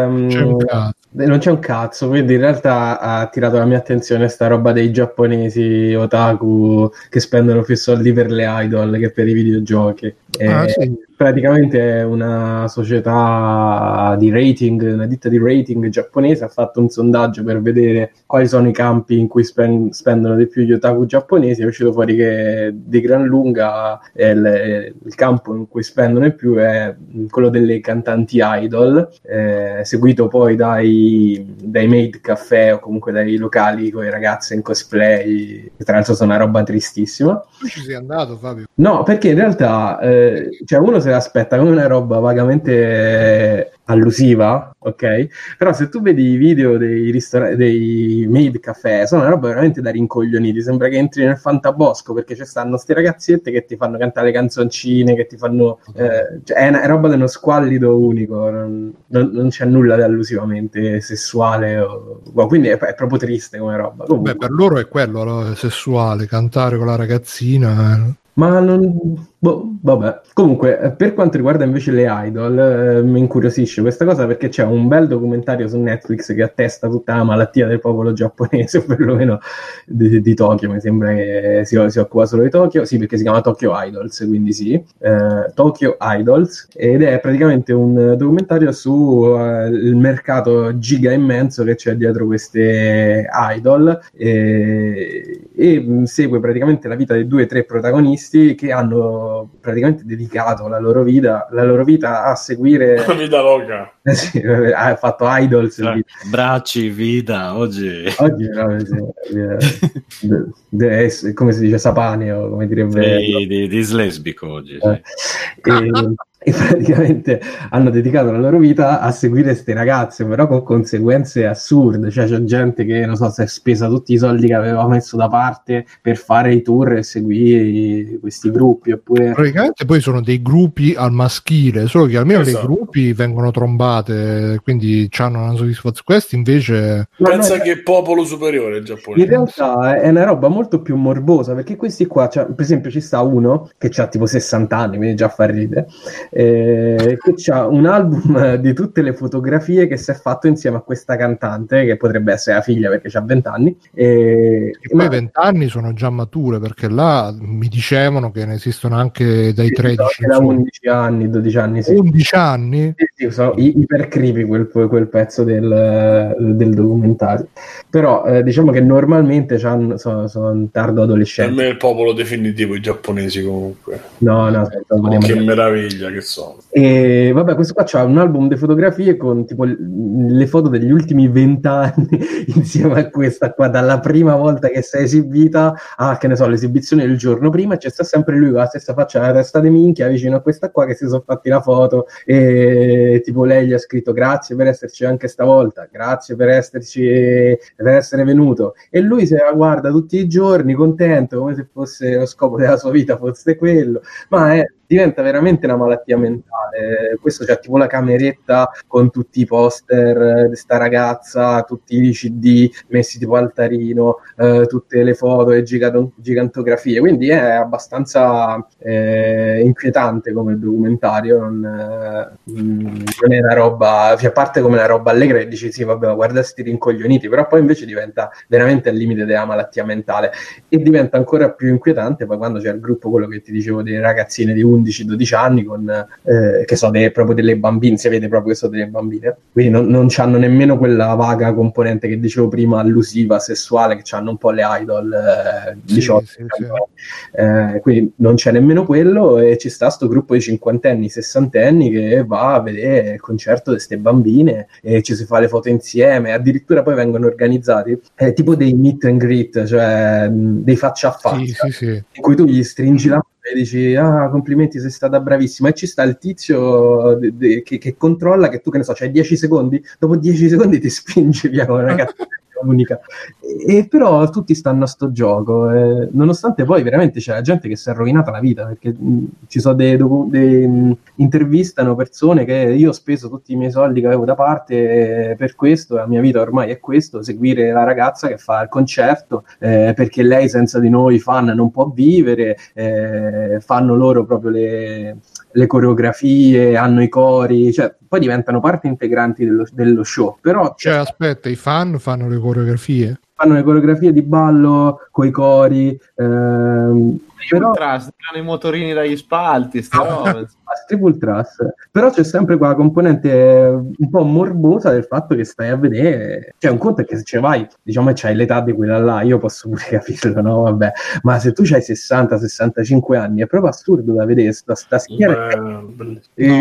non c'è un cazzo, quindi in realtà ha attirato la mia attenzione sta roba dei giapponesi otaku che spendono più soldi per le idol che per i videogiochi. Sì. Praticamente è una società di rating, una ditta di rating giapponese ha fatto un sondaggio per vedere quali sono i campi in cui spendono di più gli otaku giapponesi. È uscito fuori che di gran lunga il campo in cui spendono di più è quello delle cantanti idol, seguito poi dai maid caffè o comunque dai locali con le ragazze in cosplay, che tra l'altro sono una roba tristissima. Tu ci sei andato, Fabio? No, perché in realtà cioè uno se l'aspetta come una roba vagamente allusiva, ok? Però se tu vedi i video dei maid caffè, sono una roba veramente da rincoglioniti, sembra che entri nel fantabosco, perché ci stanno sti ragazzette che ti fanno cantare le canzoncine, che ti fanno cioè è roba dello squallido unico, non c'è nulla di allusivamente sessuale quindi è proprio triste come roba. Beh, per loro è quello sessuale, cantare con la ragazzina. Ma non... vabbè. Comunque, per quanto riguarda invece le idol, mi incuriosisce questa cosa perché c'è un bel documentario su Netflix che attesta tutta la malattia del popolo giapponese, o perlomeno di Tokyo, mi sembra che si occupa solo di Tokyo, sì, perché si chiama Tokyo Idols, quindi sì, Tokyo Idols, ed è praticamente un documentario su il mercato giga immenso che c'è dietro queste idol, e segue praticamente la vita dei 2 o 3 protagonisti che hanno praticamente dedicato la loro vita a seguire la vita loca. Sì, ha fatto idols bracci, vita oggi come si dice sapaneo, come direbbe di slesbico oggi e praticamente hanno dedicato la loro vita a seguire queste ragazze, però con conseguenze assurde. Cioè c'è gente che non so si è spesa tutti i soldi che aveva messo da parte per fare i tour e seguire questi gruppi, oppure praticamente poi sono dei gruppi al maschile, solo che almeno le gruppi vengono trombate, quindi hanno una soddisfazione. Questi invece pensa che popolo superiore il Giappone. In realtà è una roba molto più morbosa, perché questi qua, per esempio ci sta uno che ha tipo 60 anni, quindi già fa ridere, che c'ha un album di tutte le fotografie che si è fatto insieme a questa cantante, che potrebbe essere la figlia perché ha 20 anni. E poi 20 anni sono già mature, perché là mi dicevano che ne esistono anche dai 13. Da 11 anni, 12 anni. Sì. 11 anni? Sì, sono iper creepy quel pezzo del documentario. Però diciamo che normalmente sono tardo adolescenti. Per me è il popolo definitivo i giapponesi comunque. No, che meraviglia che sono. E vabbè, questo qua c'ha un album di fotografie con tipo le foto degli ultimi 20 anni insieme a questa qua, dalla prima volta che si è esibita a, che ne so, l'esibizione il giorno prima, c'è sta sempre lui con la stessa faccia, la testa di minchia vicino a questa qua che si sono fatti la foto, e tipo lei gli ha scritto grazie per esserci anche stavolta, grazie per essere venuto, e lui se la guarda tutti i giorni contento come se fosse lo scopo della sua vita fosse quello, ma diventa veramente una malattia mentale. Questo c'è tipo la cameretta con tutti i poster di sta ragazza, tutti i CD messi tipo altarino, tutte le foto e gigantografie, quindi è abbastanza inquietante come documentario, non è una roba, cioè parte come una roba allegra e dici sì vabbè, guarda sti rincoglioniti, però poi invece diventa veramente al limite della malattia mentale, e diventa ancora più inquietante poi quando c'è il gruppo, quello che ti dicevo, delle ragazzine di 11-12 anni con che so, proprio delle bambine, si vede proprio che sono delle bambine, quindi non c'hanno nemmeno quella vaga componente che dicevo prima, allusiva, sessuale, che hanno un po' le idol 18 sì. Quindi non c'è nemmeno quello, e ci sta sto gruppo di cinquantenni, sessantenni che va a vedere il concerto di queste bambine e ci si fa le foto insieme, addirittura poi vengono organizzati tipo dei meet and greet, cioè dei faccia a faccia, in cui tu gli stringi la mano e dici complimenti, sei stata bravissima, e ci sta il tizio che controlla che tu, che ne so, c'hai 10 secondi, dopo 10 secondi ti spingi via come una cazzo unica, e però tutti stanno a sto gioco, nonostante poi veramente c'è la gente che si è rovinata la vita, perché ci sono intervistano persone che io ho speso tutti i miei soldi che avevo da parte per questo, la mia vita ormai è questo, seguire la ragazza che fa il concerto, perché lei senza di noi fan non può vivere, fanno loro proprio le coreografie, hanno i cori, cioè poi diventano parte integranti dello show, però aspetta, i fan fanno le coreografie? Fanno le coreografie di ballo coi cori, però tirano i motorini dagli spalti, Triple Trust, però c'è sempre quella componente un po' morbosa del fatto che stai a vedere, cioè un conto è che se ce vai, diciamo, e c'hai l'età di quella là, io posso pure capirlo, no? Vabbè, ma se tu c'hai 60-65 anni è proprio assurdo da vedere sta schiera. No,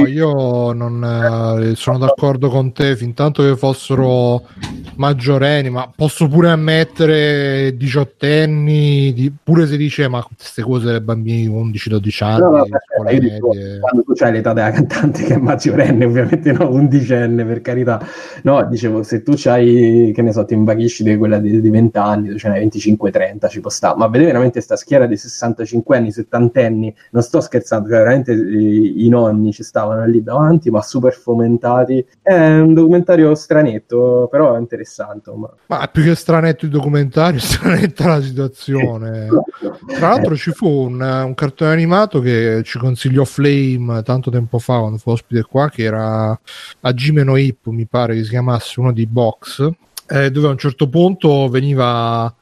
io non sono d'accordo con te, fin tanto che fossero maggiorenni, ma posso pure ammettere diciottenni, pure se dice ma queste cose dei bambini di 11-12 anni, quando tu c'hai l'età della cantante che è maggiorenne, ovviamente no, undicenne, per carità, no, dicevo, se tu c'hai, che ne so, ti invaghisci di quella di 20 anni, tu ce n'hai 25-30, ci può stare, ma vedere veramente sta schiera di 65 anni, 70 anni, non sto scherzando, cioè veramente i nonni ci stavano lì davanti, ma super fomentati. È un documentario stranetto, però è interessante. Ma più che stranetto il documentario, stranetta la situazione. Tra l'altro ci fu un cartone animato che ci consigliò Flame tanto tempo fa quando fu ospite qua, che era Hajime no Ippo, mi pare che si chiamasse, uno di box, dove a un certo punto veniva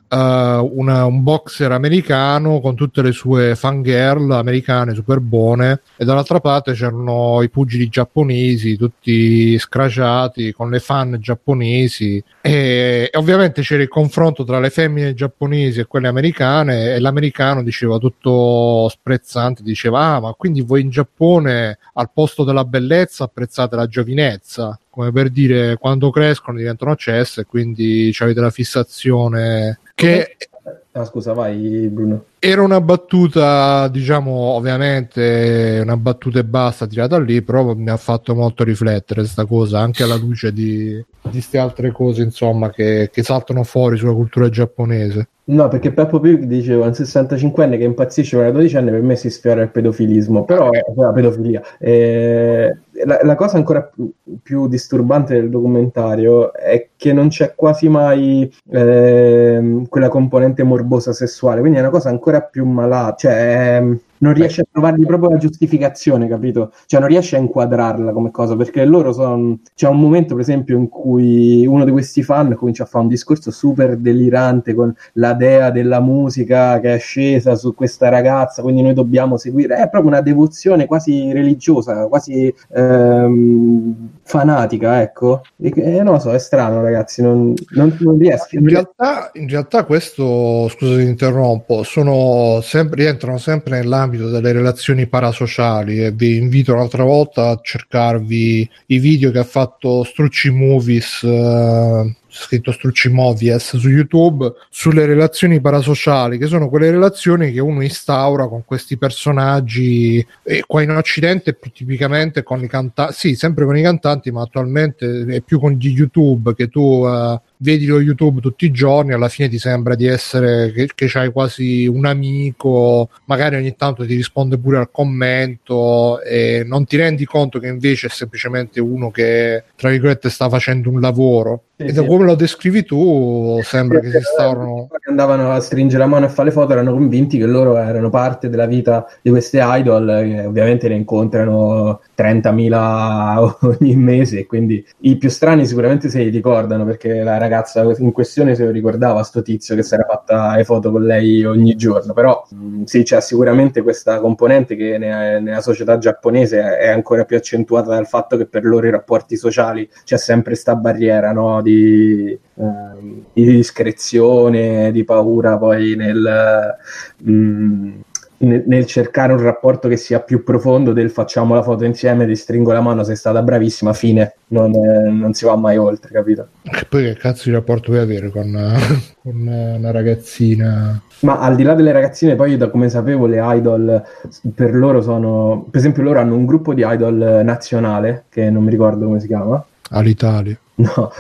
un boxer americano con tutte le sue fangirl americane super buone, e dall'altra parte c'erano i pugili giapponesi tutti scrociati con le fan giapponesi, e ovviamente c'era il confronto tra le femmine giapponesi e quelle americane, e l'americano diceva tutto sprezzante, diceva ma quindi voi in Giappone al posto della bellezza apprezzate la giovinezza, come per dire quando crescono diventano cesse, e quindi avete la fissazione che... scusa, vai Bruno. Era una battuta, diciamo, ovviamente una battuta e basta tirata lì, però mi ha fatto molto riflettere sta cosa, anche alla luce di queste altre cose, insomma, che saltano fuori sulla cultura giapponese. No, perché Peppo Pig diceva un 65enne che impazzisce per una 12enne, per me si sfiora il pedofilismo, però la pedofilia. La cosa ancora più disturbante del documentario è che non c'è quasi mai quella componente morbosa sessuale, quindi è una cosa ancora più malata, cioè non riesce a trovargli proprio la giustificazione, capito? Cioè non riesce a inquadrarla come cosa, perché loro c'è un momento per esempio in cui uno di questi fan comincia a fare un discorso super delirante con la dea della musica che è scesa su questa ragazza, quindi noi dobbiamo seguire, è proprio una devozione quasi religiosa, quasi fanatica, ecco, e non lo so, è strano, ragazzi, non riesco. In realtà questo, scusa se interrompo, rientrano sempre nell'ambito delle relazioni parasociali, e vi invito un'altra volta a cercarvi i video che ha fatto Strucci Movies, scritto Strucci Movies su YouTube, sulle relazioni parasociali, che sono quelle relazioni che uno instaura con questi personaggi, e qua in Occidente più tipicamente con i cantanti, sì, sempre con i cantanti, ma attualmente è più con gli YouTube, che tu vedi lo YouTube tutti i giorni, alla fine ti sembra di essere che c'hai quasi un amico, magari ogni tanto ti risponde pure al commento e non ti rendi conto che invece è semplicemente uno che, tra virgolette, sta facendo un lavoro. E da come lo descrivi tu sembra che si stavano, andavano a stringere la mano e fare le foto, erano convinti che loro erano parte della vita di queste idol, che ovviamente ne incontrano 30.000 ogni mese, e quindi i più strani sicuramente se li ricordano, perché la ragazza in questione se lo ricordava, sto tizio che si era fatta le foto con lei ogni giorno. Però sì, c'è sicuramente questa componente che nella società giapponese è ancora più accentuata dal fatto che per loro i rapporti sociali c'è sempre sta barriera, no? Di discrezione, di paura poi nel cercare un rapporto che sia più profondo del facciamo la foto insieme, ti stringo la mano, sei stata bravissima, fine, non si va mai oltre, capito? E poi che cazzo di rapporto vuoi avere con una ragazzina? Ma al di là delle ragazzine, poi da come sapevo le idol per loro sono, per esempio loro hanno un gruppo di idol nazionale che non mi ricordo come si chiama. All'Italia. No,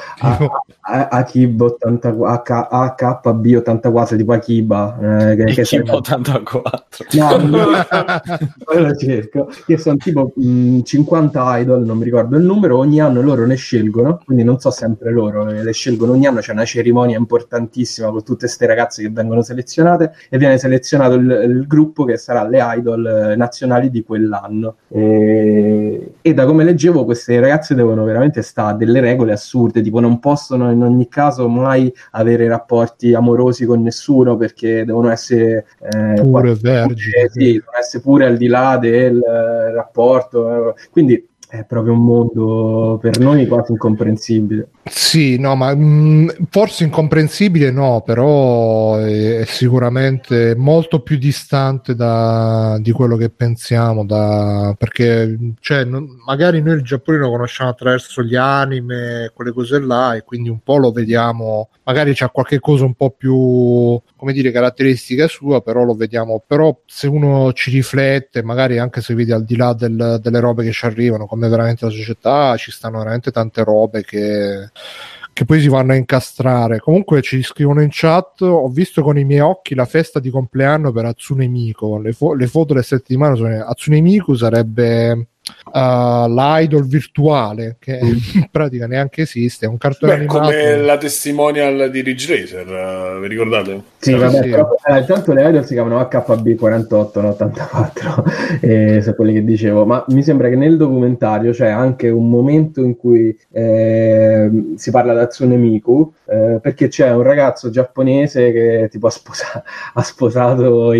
Akiba 84, HB84, tipo Akiba, che Akiba 84. Poi lo cerco, che sono tipo 50 idol, non mi ricordo il numero, ogni anno loro ne scelgono, quindi non so sempre loro, le scelgono ogni anno, c'è una cerimonia importantissima con tutte queste ragazze che vengono selezionate e viene selezionato il gruppo che sarà le idol nazionali di quell'anno. E da come leggevo queste ragazze devono veramente stare delle regole assurde, tipo non possono in ogni caso mai avere rapporti amorosi con nessuno perché devono essere pure vergini, sì, devono essere pure al di là del rapporto, quindi è proprio un mondo per noi quasi incomprensibile. Sì, no, ma forse incomprensibile no, però è sicuramente molto più distante di quello che pensiamo, perché cioè, magari noi il Giappone lo conosciamo attraverso gli anime, quelle cose là, e quindi un po' lo vediamo, magari c'ha qualche cosa un po' più, come dire, caratteristica sua, però lo vediamo, però se uno ci riflette, magari anche se vedi al di là delle robe che ci arrivano, come veramente la società, ci stanno veramente tante robe che poi si vanno a incastrare. Comunque ci scrivono in chat: ho visto con i miei occhi la festa di compleanno per Hatsune Miku, le foto del 7 di mano sono Hatsune Miku, sarebbe l'idol virtuale che in pratica neanche esiste, è un cartone animato come la testimonial di Ridge Racer, vi ricordate? Sì, vabbè, sì. Però, tanto le idol si chiamano HB48, no 84 sono quelli che dicevo, ma mi sembra che nel documentario c'è anche un momento in cui si parla di Hatsune Miku, perché c'è un ragazzo giapponese che tipo ha sposato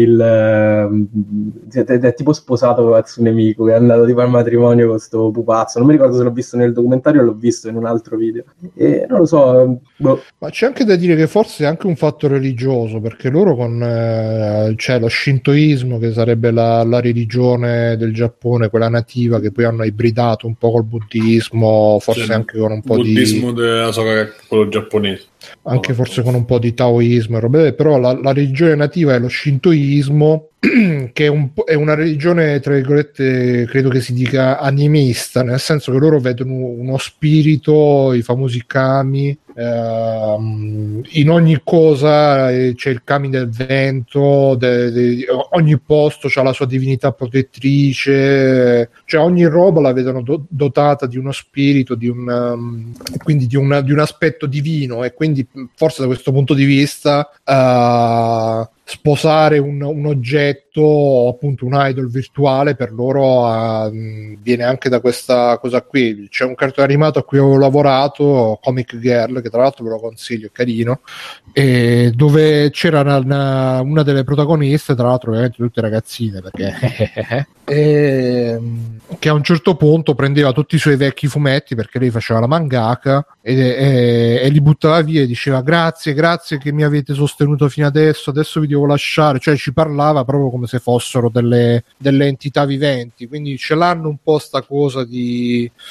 è tipo sposato Hatsune Miku, che è andato tipo al matrimonio con sto pupazzo, non mi ricordo se l'ho visto nel documentario o l'ho visto in un altro video, e non lo so, boh. Ma c'è anche da dire che forse è anche un fatto religioso, perché loro con c'è lo shintoismo, che sarebbe la religione del Giappone, quella nativa, che poi hanno ibridato un po' col buddismo, forse sì, anche con un po' buddismo della quello giapponese, anche forse con un po' di taoismo e robe, però la religione nativa è lo shintoismo, che è una religione, tra virgolette, credo che si dica animista, nel senso che loro vedono uno spirito, i famosi kami, in ogni cosa c'è il kami del vento, ogni posto c'ha la sua divinità protettrice, cioè ogni roba la vedono dotata di uno spirito, quindi di un aspetto divino, e quindi forse da questo punto di vista sposare un oggetto, appunto un idol virtuale, per loro viene anche da questa cosa qui. C'è un cartone animato a cui avevo lavorato, Comic Girl, che tra l'altro ve lo consiglio, è carino, e dove c'era una delle protagoniste, tra l'altro ovviamente tutte ragazzine, perché che a un certo punto prendeva tutti i suoi vecchi fumetti, perché lei faceva la mangaka, e li buttava via e diceva grazie che mi avete sostenuto fino adesso vi devo lasciare, cioè ci parlava proprio come se fossero delle entità viventi, quindi ce l'hanno un po' sta cosa di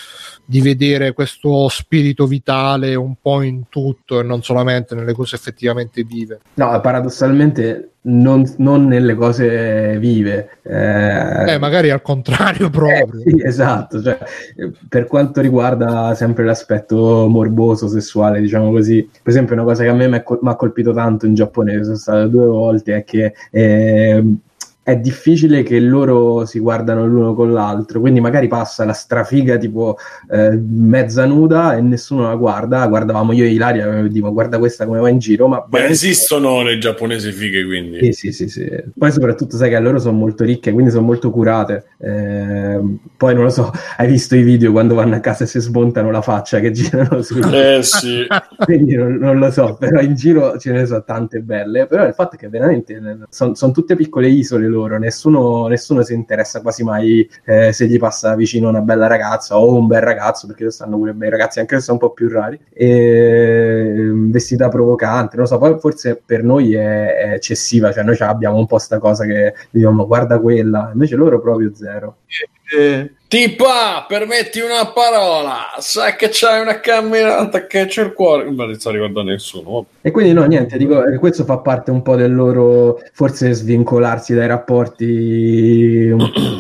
di vedere questo spirito vitale un po' in tutto e non solamente nelle cose effettivamente vive. No, paradossalmente non nelle cose vive. Magari al contrario proprio. Sì, esatto. Cioè, per quanto riguarda sempre l'aspetto morboso, sessuale, diciamo così, per esempio una cosa che a me mi ha colpito tanto in Giappone, sono stato 2 volte, è che è difficile che loro si guardano l'uno con l'altro, quindi magari passa la strafiga tipo mezza nuda e nessuno la guardavamo io e Ilaria e dico guarda questa come va in giro, ma esistono nei giapponesi fighe, quindi sì. Poi soprattutto sai che loro sono molto ricche, quindi sono molto curate, poi non lo so, hai visto i video quando vanno a casa e si smontano la faccia che girano su sì. Quindi non lo so, però in giro ce ne sono tante belle, però il fatto è che veramente sono tutte piccole isole loro, nessuno si interessa quasi mai se gli passa vicino una bella ragazza o un bel ragazzo, perché stanno pure bei ragazzi anche se sono un po' più rari, vestita provocante, non lo so, poi forse per noi è eccessiva, cioè noi abbiamo un po' sta cosa che diciamo guarda quella, invece loro proprio zero. Tipa, permetti una parola, sai che c'hai una camminata che c'è il cuore, non mi sta ricordando nessuno. E quindi no, niente, dico, questo fa parte un po' del loro forse svincolarsi dai rapporti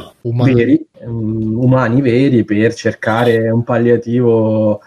umani veri per cercare un palliativo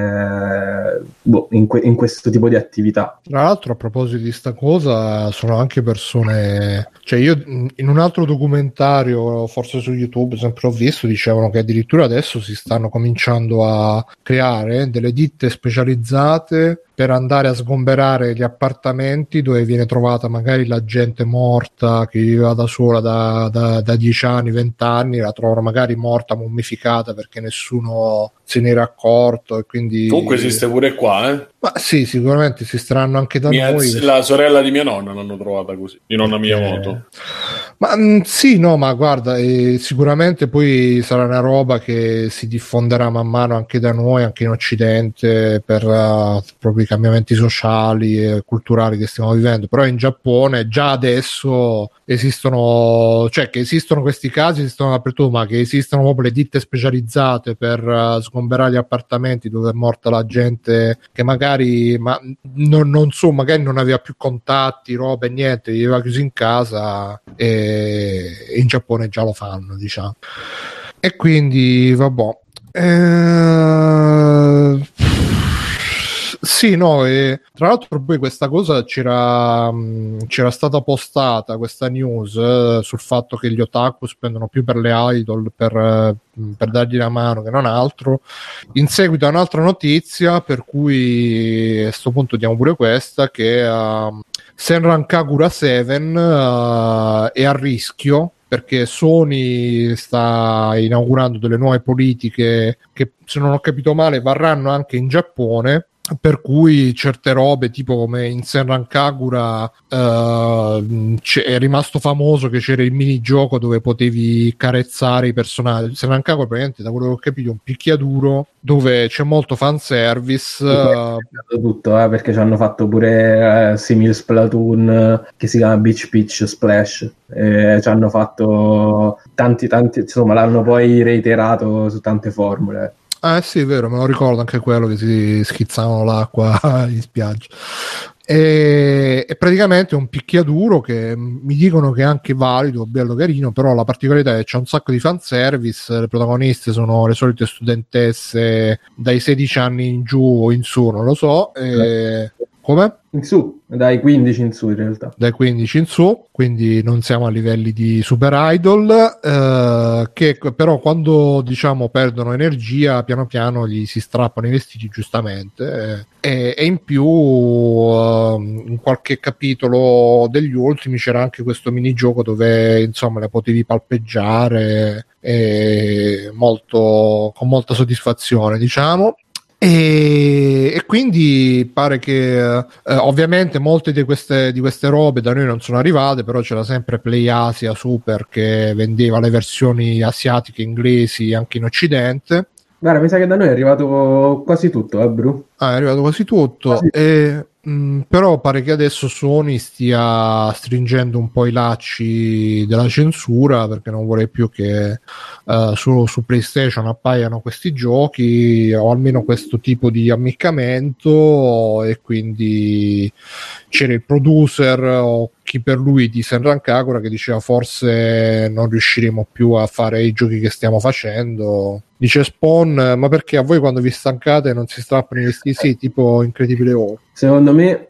in questo tipo di attività. Tra l'altro, a proposito di sta cosa, sono anche persone, cioè io in un altro documentario forse su YouTube sempre ho visto, dicevano che addirittura adesso si stanno cominciando a creare delle ditte specializzate per andare a sgomberare gli appartamenti dove viene trovata magari la gente morta che viveva da sola da 10 anni, 20 anni, la trovano magari morta, mummificata perché nessuno se ne era accorto, e quindi comunque esiste pure qua, Ma sì, sicuramente esisteranno anche da noi. La sorella di mia nonna l'hanno trovata così, di nonna Miyamoto. Ma sì, no, ma guarda, sicuramente poi sarà una roba che si diffonderà man mano anche da noi, anche in Occidente, per proprio i cambiamenti sociali e culturali che stiamo vivendo. Però in Giappone già adesso esistono, cioè che esistono questi casi, esistono dappertutto, ma che esistono proprio le ditte specializzate per sgomberare gli appartamenti dove è morta la gente che magari non so, magari non aveva più contatti, robe, niente, viveva chiuso in casa, e in Giappone già lo fanno, diciamo. E quindi vabbè, sì, no, e tra l'altro poi questa cosa c'era stata postata, questa news sul fatto che gli otaku spendono più per le idol per dargli la mano che non altro, in seguito a un'altra notizia per cui a questo punto diamo pure questa, che Senran Kagura 7 è a rischio perché Sony sta inaugurando delle nuove politiche che, se non ho capito male, varranno anche in Giappone, per cui certe robe tipo come in Senran Kagura è rimasto famoso che c'era il minigioco dove potevi carezzare i personaggi. Senran Kagura praticamente, da quello che ho capito, è un picchiaduro dove c'è molto fanservice, tutto, perché ci hanno fatto pure simile Splatoon che si chiama Beach Pitch Splash, ci hanno fatto tanti, insomma l'hanno poi reiterato su tante formule. Sì, è vero, me lo ricordo anche quello che si schizzavano l'acqua in spiaggia. E praticamente è un picchiaduro che mi dicono che è anche valido, bello, carino, però la particolarità è che c'è un sacco di fanservice, le protagoniste sono le solite studentesse dai 16 anni in giù o in su, non lo so. Come? In su, dai 15 in su in realtà. Dai 15 in su, quindi non siamo a livelli di super idol, che però quando diciamo perdono energia piano piano gli si strappano i vestiti, giustamente, e in più in qualche capitolo degli ultimi c'era anche questo minigioco dove insomma le potevi palpeggiare con molta soddisfazione, diciamo. E quindi pare che ovviamente molte di queste robe da noi non sono arrivate, però c'era sempre Play Asia Super che vendeva le versioni asiatiche inglesi anche in Occidente. Guarda, mi sa che da noi è arrivato quasi tutto, Bru? È arrivato quasi tutto. Però pare che adesso Sony stia stringendo un po' i lacci della censura, perché non vuole più che su PlayStation appaiano questi giochi o almeno questo tipo di ammiccamento, e quindi c'era il producer o chi per lui di Senran Kagura che diceva forse non riusciremo più a fare i giochi che stiamo facendo. Dice Spawn, ma perché a voi quando vi stancate non si strappano i vestiti? Sì, tipo Incredibile Hulk. Secondo me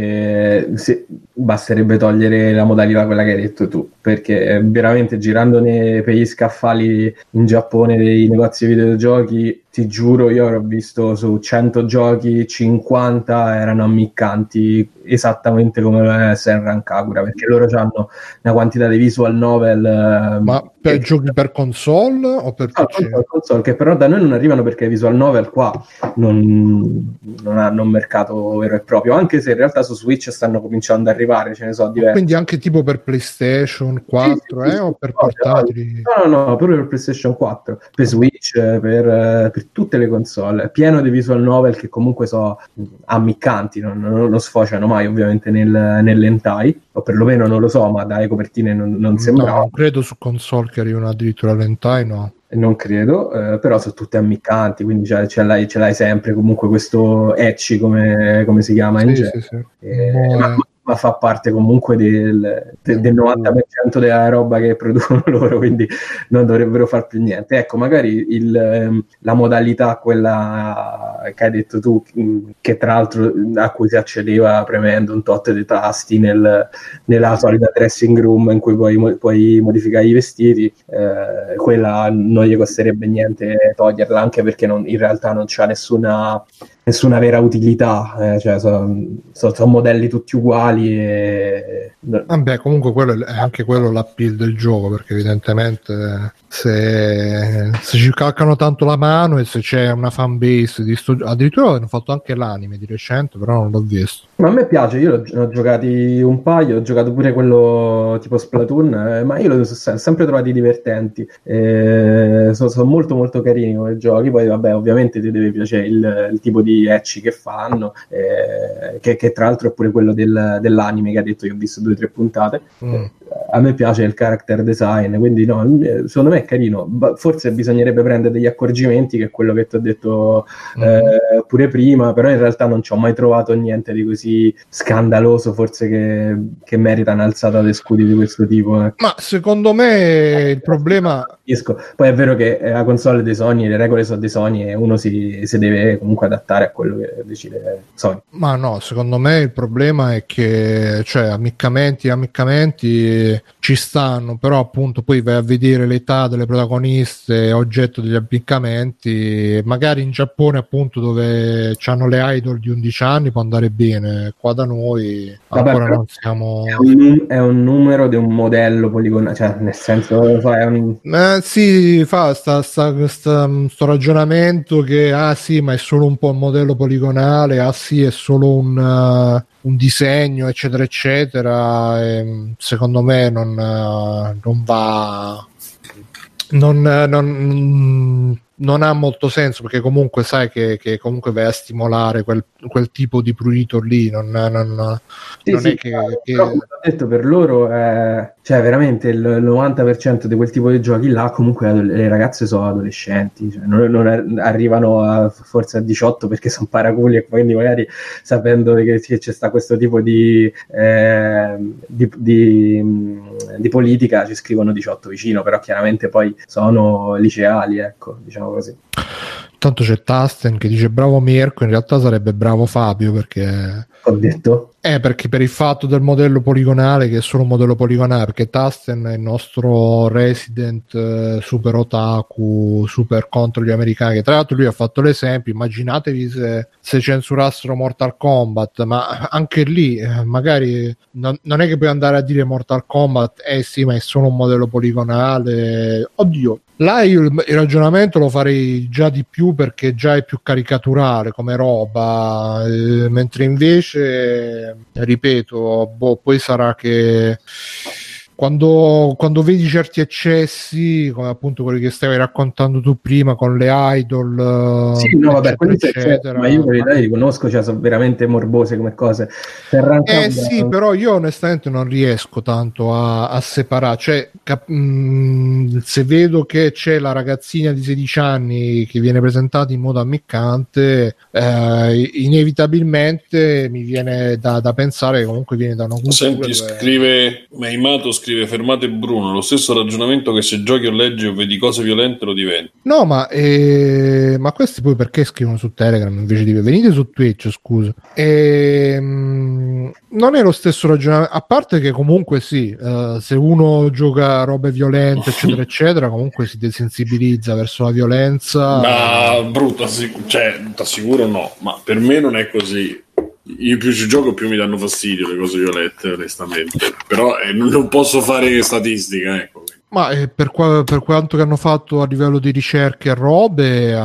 basterebbe togliere la modalità quella che hai detto tu, perché veramente girandone per gli scaffali in Giappone dei negozi di videogiochi, ti giuro, io ho visto su 100 giochi 50 erano ammiccanti esattamente come Senran Kagura, perché loro hanno una quantità di visual novel. Ma per giochi per console o per PC? Console, che però da noi non arrivano perché i visual novel qua non hanno un mercato vero e proprio, anche se in realtà su Switch stanno cominciando ad arrivare, ce ne so diversi. Quindi anche tipo per PlayStation 4 sì, o per portatili? No, proprio per PlayStation 4, per Switch, per tutte le console, è pieno di visual novel che comunque sono ammiccanti, non sfociano mai ovviamente nell'hentai, o perlomeno non lo so, ma dalle copertine non sembra. No, non credo su console che arrivino addirittura all'hentai, no. Non credo, però sono tutte ammiccanti, quindi ce l'hai sempre comunque questo ecchi come si chiama in genere. Sì. Ma fa parte comunque del 90% della roba che producono loro, quindi non dovrebbero far più niente. Ecco, magari la modalità quella che hai detto tu, che tra l'altro a cui si accedeva premendo un tot dei tasti nella solita dressing room in cui puoi modificare i vestiti, quella non gli costerebbe niente toglierla, anche perché in realtà non c'ha nessuna vera utilità, cioè sono modelli tutti uguali. Vabbè, comunque quello è anche quello l'appeal del gioco, perché evidentemente se ci calcano tanto la mano e se c'è una fan base addirittura hanno fatto anche l'anime di recente, però non l'ho visto. Ma a me piace, io ho giocati un paio, ho giocato pure quello tipo Splatoon, ma io li sono sempre trovati divertenti, sono molto molto carini come giochi. Poi vabbè, ovviamente ti deve piacere il tipo di ecchi che fanno, che tra l'altro è pure quello dell'anime che ha detto, io ho visto 2 o 3 puntate. A me piace il character design, quindi no, secondo me è carino. Forse bisognerebbe prendere degli accorgimenti, che è quello che ti ho detto pure prima, però in realtà non ci ho mai trovato niente di così scandaloso, forse che merita un'alzata di scudi di questo tipo. Ma secondo me il problema... Poi è vero che la console dei Sony, le regole sono dei Sony e uno si deve comunque adattare a quello che decide Sony. Ma no, secondo me il problema è che, cioè, ammiccamenti ci stanno, però appunto poi vai a vedere l'età delle protagoniste oggetto degli ammiccamenti, magari in Giappone appunto dove hanno le idol di 11 anni può andare bene, qua da noi ancora non siamo... È un numero di un modello poligonale, cioè nel senso è un... sì, fa sto ragionamento che sì, ma è solo un po' un modello poligonale, sì, è solo un disegno, eccetera eccetera, e secondo me non va, non ha molto senso, perché comunque sai che comunque vai a stimolare quel tipo di prurito lì, non è che però, come ho detto, per loro cioè veramente il 90% di quel tipo di giochi là comunque le ragazze sono adolescenti, cioè non arrivano forse a 18 perché sono paraculi, e quindi magari sapendo che c'è sta questo tipo di politica ci scrivono 18 vicino, però chiaramente poi sono liceali, ecco, diciamo così. Tanto c'è Tasten che dice bravo Mirko, in realtà sarebbe bravo Fabio, perché ho detto perché per il fatto del modello poligonale, che è solo un modello poligonale, perché Tasten è il nostro resident super otaku, super contro gli americani, che tra l'altro lui ha fatto l'esempio, immaginatevi se censurassero Mortal Kombat, ma anche lì magari non è che puoi andare a dire Mortal Kombat sì, ma è solo un modello poligonale, oddio. Là io il ragionamento lo farei già di più, perché già è più caricaturale come roba, mentre invece, ripeto, poi sarà che quando vedi certi eccessi, come appunto quelli che stavi raccontando tu prima con le idol, sì, no, vabbè, eccetera, ma io quelli li conosco, cioè sono veramente morbose come cose. Sì, però io onestamente non riesco tanto a separare, cioè se vedo che c'è la ragazzina di 16 anni che viene presentata in modo ammiccante, inevitabilmente mi viene da pensare che comunque viene da una cultura. Senti, scrive Maimato, scrive fermate Bruno, lo stesso ragionamento che se giochi o leggi o vedi cose violente lo diventi. No, ma questi poi perché scrivono su Telegram invece di venite su Twitch, scusa. Non è lo stesso ragionamento, a parte che comunque sì, se uno gioca robe violente eccetera eccetera, comunque si desensibilizza verso la violenza. Ma brutto, cioè t'assicuro no, ma per me non è così. Io più ci gioco più mi danno fastidio le cose violente, onestamente, però non posso fare statistica, ecco. Ma per quanto che hanno fatto a livello di ricerche e robe,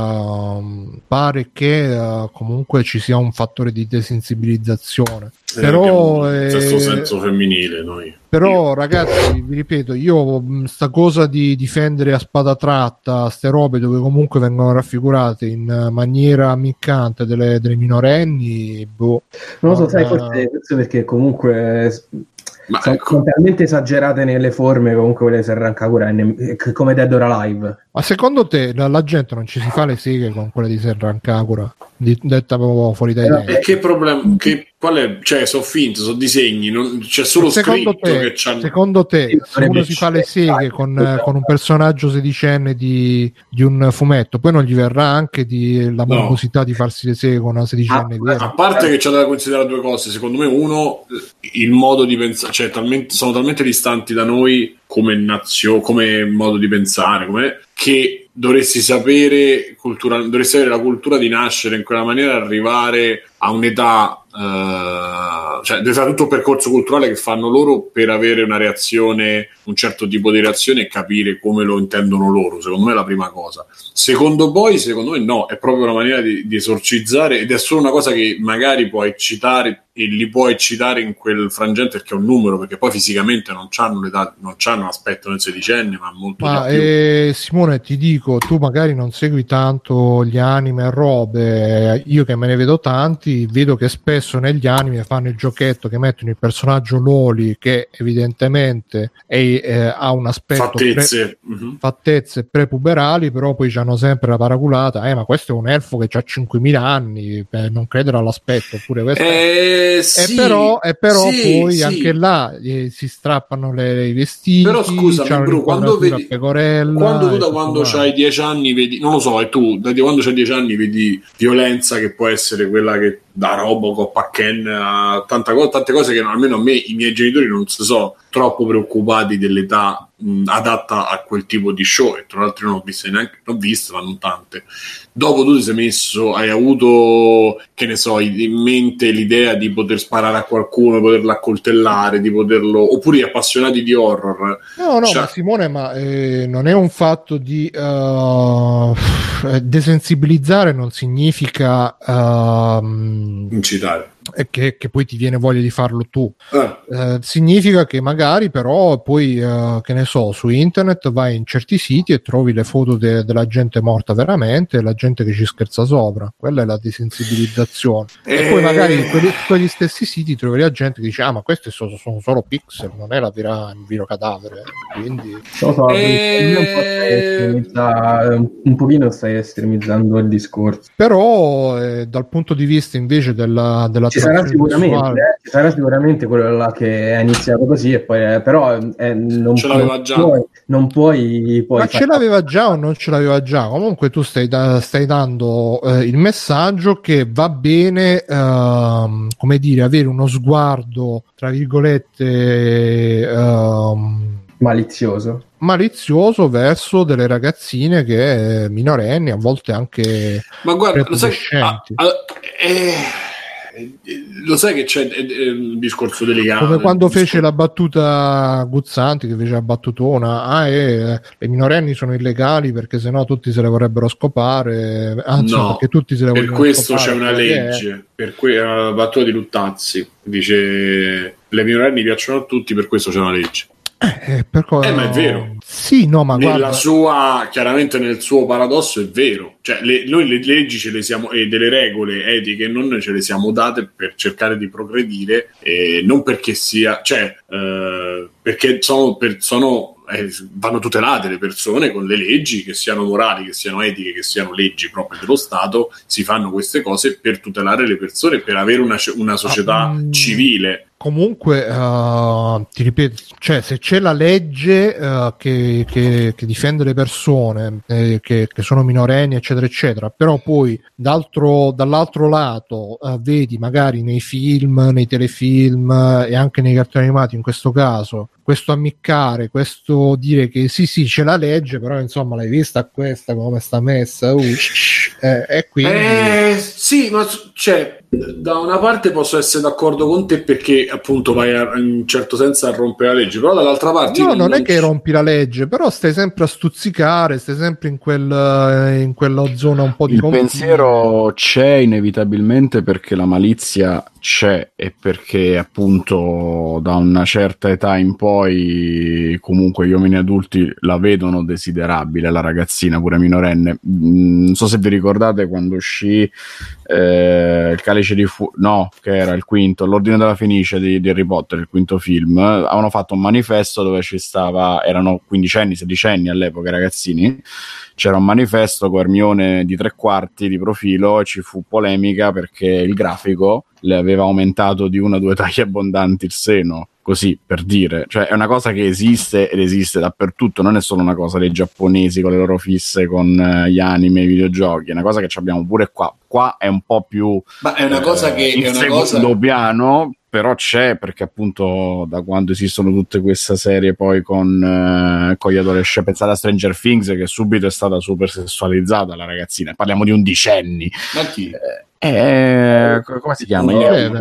pare che comunque ci sia un fattore di desensibilizzazione. Però in questo senso femminile noi. Però ragazzi, vi ripeto, io sta cosa di difendere a spada tratta ste robe dove comunque vengono raffigurate in maniera ammiccante delle minorenni, boh. Non lo so, sai, forse perché comunque sono talmente esagerate nelle forme comunque quelle di Rancagura come Dead or Alive. Ma secondo te la gente non ci si fa le seghe con quelle di Rancagura? Detta proprio fuori dai tempi. E che problema? Qual è? Cioè, sono finti, sono disegni, c'è solo scritto che c'hanno... Secondo te, se uno si fa le seghe con un personaggio sedicenne di un fumetto, poi non gli verrà anche la morbosità di farsi le seghe con una sedicenne vera? A parte che c'è da considerare due cose, secondo me uno, il modo di pensare, cioè sono talmente distanti da noi come nazione, come modo di pensare, che dovresti sapere la cultura di nascere in quella maniera, arrivare a un'età, cioè deve fare tutto il percorso culturale che fanno loro per avere una reazione, un certo tipo di reazione e capire come lo intendono loro. Secondo me è la prima cosa. Secondo me no, è proprio una maniera di esorcizzare, ed è solo una cosa che magari può eccitare e li può eccitare in quel frangente perché è un numero, perché poi fisicamente non c'hanno l'età, non c'hanno l'aspetto del sedicenne, ma molto di più. Simone, ti dico, tu magari non segui tanto gli anime e robe, io che me ne vedo tanti, vedo che spesso negli anime fanno il giochetto che mettono il personaggio Loli che evidentemente ha un aspetto fattezze prepuberali, però poi c'hanno sempre la paraculata, ma questo è un elfo che ha 5.000 anni, per non credere all'aspetto, oppure questo però poi anche là si strappano i vestiti. Però scusami, Bru, quando vedi quando c'hai 10 anni vedi, non lo so, e tu da quando c'hai 10 anni vedi violenza che può essere quella che da Robocop a Ken a tante cose che almeno a me i miei genitori non si sono troppo preoccupati dell'età adatta a quel tipo di show, e tra l'altro non ho viste neanche, ma non tante. Dopo tu ti sei messo, hai avuto, che ne so, in mente l'idea di poter sparare a qualcuno, poterlo accoltellare, di poterlo, oppure gli appassionati di horror. No, ma Simone, non è un fatto di desensibilizzare, non significa incitare. Che poi ti viene voglia di farlo tu. Significa che magari però poi che ne so, su internet vai in certi siti e trovi le foto della gente morta veramente e la gente che ci scherza sopra. Quella è la desensibilizzazione. E poi magari quegli stessi siti trovi la gente che dice ma questi sono solo pixel, non è il vero cadavere, quindi un pochino stai estremizzando il discorso. Però dal punto di vista invece della ci sarà sicuramente quello là che è iniziato così e poi però non puoi ma ce l'aveva già o non ce l'aveva già, comunque tu stai dando il messaggio che va bene come dire, avere uno sguardo tra virgolette malizioso verso delle ragazzine che minorenni, a volte anche ma guarda, lo sai che c'è un discorso delicato, come quando fece la battuta Guzzanti, che fece la battutona le minorenni sono illegali perché sennò tutti se le vorrebbero scopare, anzi no, perché tutti se le vogliono scopare. Per questo c'è una legge, per la battuta di Luttazzi dice le minorenni piacciono a tutti, per questo c'è una legge. Ma è vero. Sì, no, ma nella sua, chiaramente nel suo paradosso è vero. Cioè, noi le leggi ce le siamo, e delle regole etiche non ce le siamo date per cercare di progredire, non perché sia, cioè, perché vanno tutelate le persone con le leggi, che siano morali, che siano etiche, che siano leggi proprio dello Stato. Si fanno queste cose per tutelare le persone, per avere una società civile. Comunque, ti ripeto, cioè, se c'è la legge che difende le persone, che sono minorenni, eccetera, eccetera, però poi dall'altro lato vedi magari nei film, nei telefilm e anche nei cartoni animati in questo caso, questo ammiccare, questo dire che sì, c'è la legge, però insomma l'hai vista questa come sta messa, e quindi... sì, ma cioè, da una parte posso essere d'accordo con te perché appunto vai in un certo senso a rompere la legge, però dall'altra parte non è che rompi la legge, però stai sempre a stuzzicare, stai sempre in quella zona un po' di confine. Il pensiero c'è inevitabilmente perché la malizia c'è e perché appunto da una certa età in poi comunque gli uomini adulti la vedono desiderabile, la ragazzina pure minorenne. Non so se vi ricordate quando uscì il Calice di che era il quinto, l'Ordine della Fenice di Harry Potter, il quinto film, avevano fatto un manifesto dove ci stava, erano 15enni, 16enni all'epoca, ragazzini, c'era un manifesto con Hermione di 3/4 di profilo e ci fu polemica perché il grafico le aveva aumentato di 1 o 2 taglie abbondanti il seno, così per dire, cioè è una cosa che esiste ed esiste dappertutto, non è solo una cosa dei giapponesi con le loro fisse con gli anime e i videogiochi, è una cosa che abbiamo pure qua è un po' più ma è una cosa che in secondo piano, però c'è, perché appunto da quando esistono tutte queste serie poi con gli adolescenti, pensate a Stranger Things che subito è stata super sessualizzata la ragazzina, parliamo di 11enni. Ma chi? Come si chiama?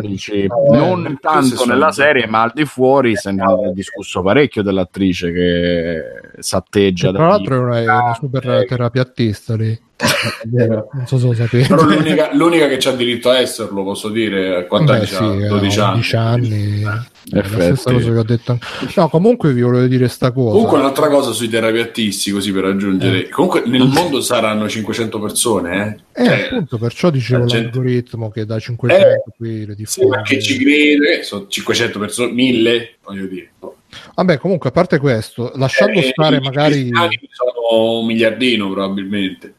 Non tanto nella serie ma al di fuori se ne è discusso parecchio dell'attrice che satteggia, tra l'altro è una super terapiattista lì. Non so se lo sapete, però l'unica che c'ha diritto a esserlo, posso dire. Quanti anni c'ha? 12 anni. È la stessa cosa che ho detto. No, comunque vi volevo dire sta cosa. Comunque un'altra cosa sui terapiattisti, così per aggiungere, comunque nel mondo saranno 500 persone, appunto, perciò dicevo l'algoritmo che da 500 qui le diffonde. Sì, ma che ci crede, sono 500 persone, 1000, voglio dire. Vabbè, comunque a parte questo, lasciando stare magari sono un miliardino probabilmente.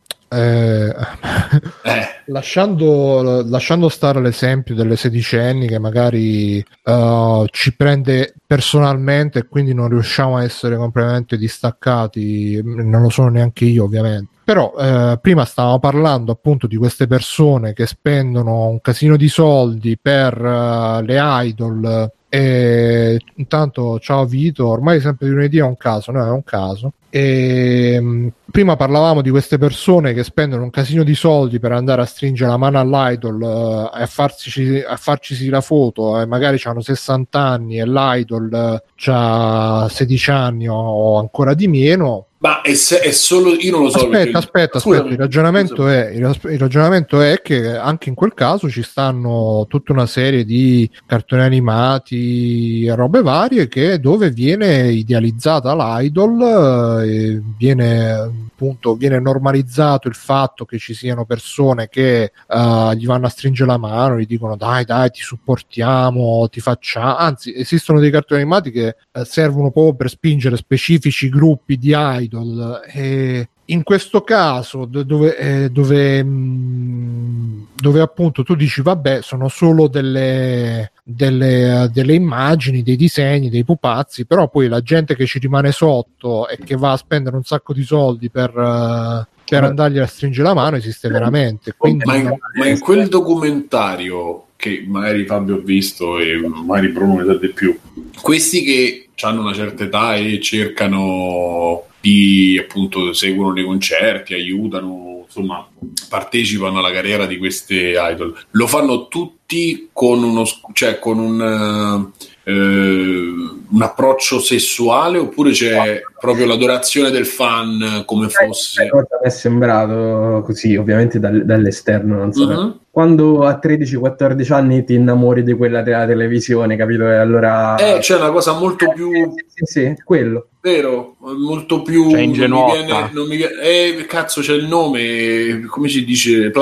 Lasciando stare l'esempio delle sedicenni che magari ci prende personalmente e quindi non riusciamo a essere completamente distaccati, non lo sono neanche io ovviamente, però prima stavamo parlando appunto di queste persone che spendono un casino di soldi per le idol. E intanto ciao Vito, ormai sempre di lunedì è un caso, no? È un caso. E prima parlavamo di queste persone che spendono un casino di soldi per andare a stringere la mano all'idol e a farcisi la foto, e magari hanno 60 anni e l'idol c'ha 16 anni o ancora di meno. Ma è solo, io non lo so. Aspetta, il ragionamento è che anche in quel caso ci stanno tutta una serie di cartoni animati e robe varie dove viene idealizzata l'idol e viene normalizzato il fatto che ci siano persone che gli vanno a stringere la mano, gli dicono dai ti supportiamo, ti facciamo, anzi esistono dei cartoni animati che servono proprio per spingere specifici gruppi di idol, e in questo caso dove appunto tu dici vabbè sono solo delle immagini, dei disegni, dei pupazzi, però poi la gente che ci rimane sotto e che va a spendere un sacco di soldi per andargli a stringere la mano esiste veramente. Quindi ma in quel documentario che magari Fabio ha visto e magari Bruno ne sa di più, questi che hanno una certa età e cercano di, appunto, seguono dei concerti, aiutano, insomma partecipano alla carriera di queste idol, lo fanno tutti con un approccio sessuale oppure c'è proprio l'adorazione del fan come fosse? Mi è sembrato così, ovviamente dall'esterno, non so. Quando a 13-14 anni ti innamori di quella della televisione, capito? E allora c'è una cosa molto più sì, quello vero, molto più ingenuotta. Non mi viene, cazzo, c'è il nome, come si dice?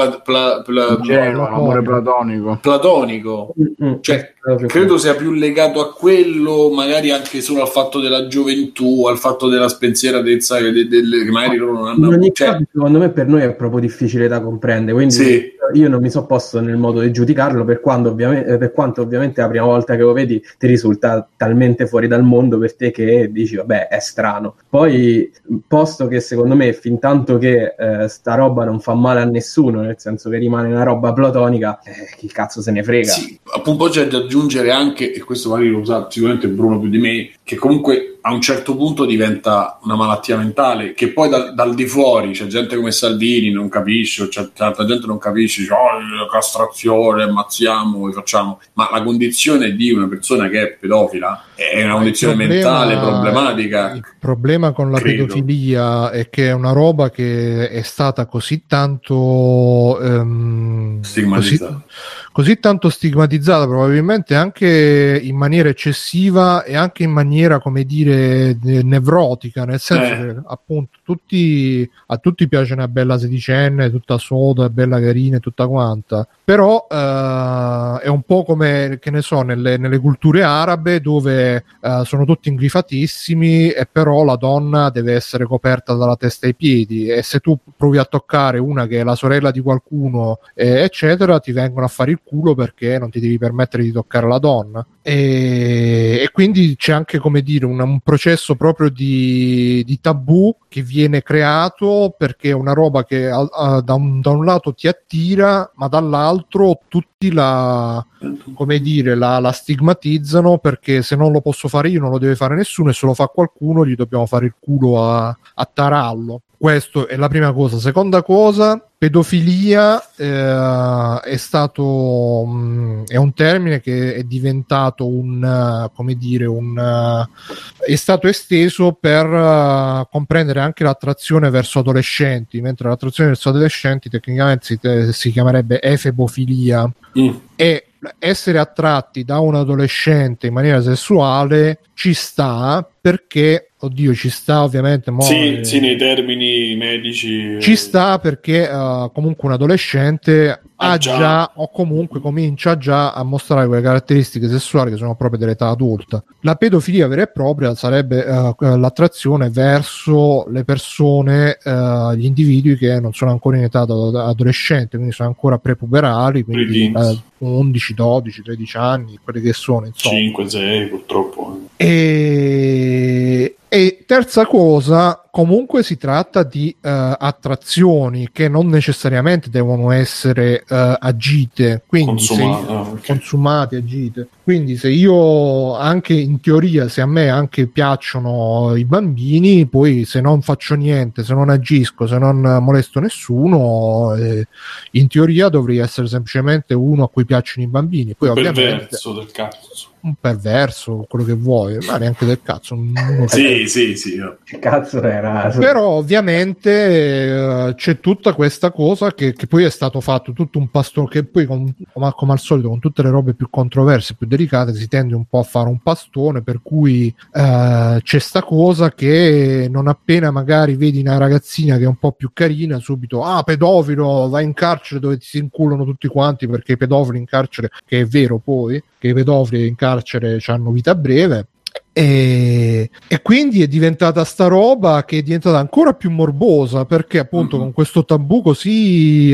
Amore platonico. Cioè, credo sia più legato a quello, magari anche solo al fatto della gioventù, al fatto della spensieratezza che magari loro non hanno. In ogni caso, secondo me per noi è proprio difficile da comprendere, quindi io non mi so posto nel modo di giudicarlo, per quanto ovviamente la prima volta che lo vedi ti risulta talmente fuori dal mondo per te che dici vabbè, è strano. Poi, posto che secondo me fin tanto che sta roba non fa male a nessuno, nel senso che rimane una roba platonica, chi cazzo se ne frega. Sì, appunto c'è da aggiungere anche, e questo magari lo sa sicuramente Bruno più di me, che comunque a un certo punto diventa una malattia mentale, che poi dal di fuori c'è gente come Salvini non capisce, c'è tanta gente non capisce, dice, castrazione, ammazziamo, facciamo, ma la condizione di una persona che è pedofila è una condizione mentale problematica. Il problema con la pedofilia è che è una roba che è stata così tanto stigmatizzata. Così tanto stigmatizzata, probabilmente anche in maniera eccessiva e anche in maniera, come dire, nevrotica, nel senso che appunto a tutti piace una bella sedicenne, tutta soda, bella carina e tutta quanta, però è un po' come, che ne so, nelle culture arabe dove sono tutti ingrifatissimi e però la donna deve essere coperta dalla testa ai piedi, e se tu provi a toccare una che è la sorella di qualcuno eccetera, ti vengono a fare il culo perché non ti devi permettere di toccare la donna, e quindi c'è anche, come dire, un processo proprio di tabù che viene creato perché è una roba che da un lato ti attira, ma dall'altro tutti la stigmatizzano, perché se non lo posso fare io non lo deve fare nessuno, e se lo fa qualcuno gli dobbiamo fare il culo a tarallo. Questo è la prima cosa. Seconda cosa, pedofilia è un termine che è diventato è stato esteso per comprendere anche l'attrazione verso adolescenti, mentre l'attrazione verso adolescenti tecnicamente si chiamerebbe efebofilia. E essere attratti da un adolescente in maniera sessuale ci sta, perché ci sta ovviamente sì, nei termini medici ci sta perché comunque un adolescente ha già o comunque comincia già a mostrare quelle caratteristiche sessuali che sono proprio dell'età adulta. La pedofilia vera e propria sarebbe l'attrazione verso le persone, gli individui che non sono ancora in età adolescente, quindi sono ancora prepuberali, quindi 11, 12, 13 anni, quelli che sono, insomma. 5, 6 purtroppo. E terza cosa, comunque si tratta di attrazioni che non necessariamente devono essere agite, quindi consumate, agite. Quindi se io anche in teoria, se a me anche piacciono i bambini, poi se non faccio niente, se non agisco, se non molesto nessuno, in teoria dovrei essere semplicemente uno a cui piacciono i bambini. Poi perverso del cazzo. Un perverso, quello che vuoi, ma neanche del cazzo. Sì. Che cazzo era? Però ovviamente c'è tutta questa cosa che poi è stato fatto tutto un pastone, che poi come al solito con tutte le robe più controverse, più delicate, si tende un po' a fare un pastone, per cui c'è sta cosa che non appena magari vedi una ragazzina che è un po' più carina, subito pedofilo, vai in carcere dove ti si inculano tutti quanti, perché i pedofili in carcere, che è vero poi che i pedofili in carcere hanno vita breve. E quindi è diventata sta roba che è diventata ancora più morbosa, perché appunto con questo tabù così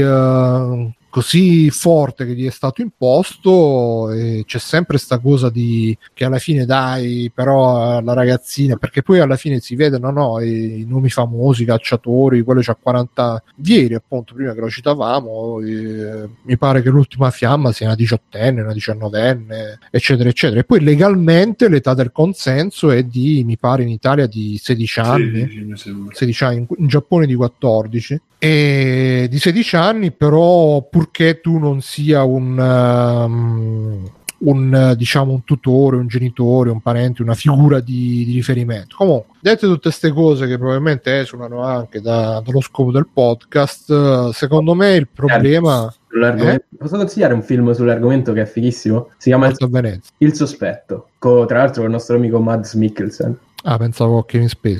forte che gli è stato imposto, c'è sempre sta cosa che alla fine dai, però la ragazzina, perché poi alla fine si vedono i nomi famosi, cacciatori, quello c'ha 40 ieri, appunto prima che lo citavamo, mi pare che l'ultima fiamma sia una 18enne, una 19enne, eccetera eccetera, e poi legalmente l'età del consenso è mi pare in Italia di 16 anni, 16 anni, in Giappone di 14, e di 16 anni, però purché tu non sia un un tutore, un genitore, un parente, una figura di riferimento. Comunque, dette tutte queste cose che probabilmente esulano anche dallo scopo del podcast, secondo me il problema... Posso consigliare un film sull'argomento che è fighissimo? Si chiama Il Sospetto, tra l'altro con il nostro amico Mads Mikkelsen. Ah, pensavo a Kevin Spacey.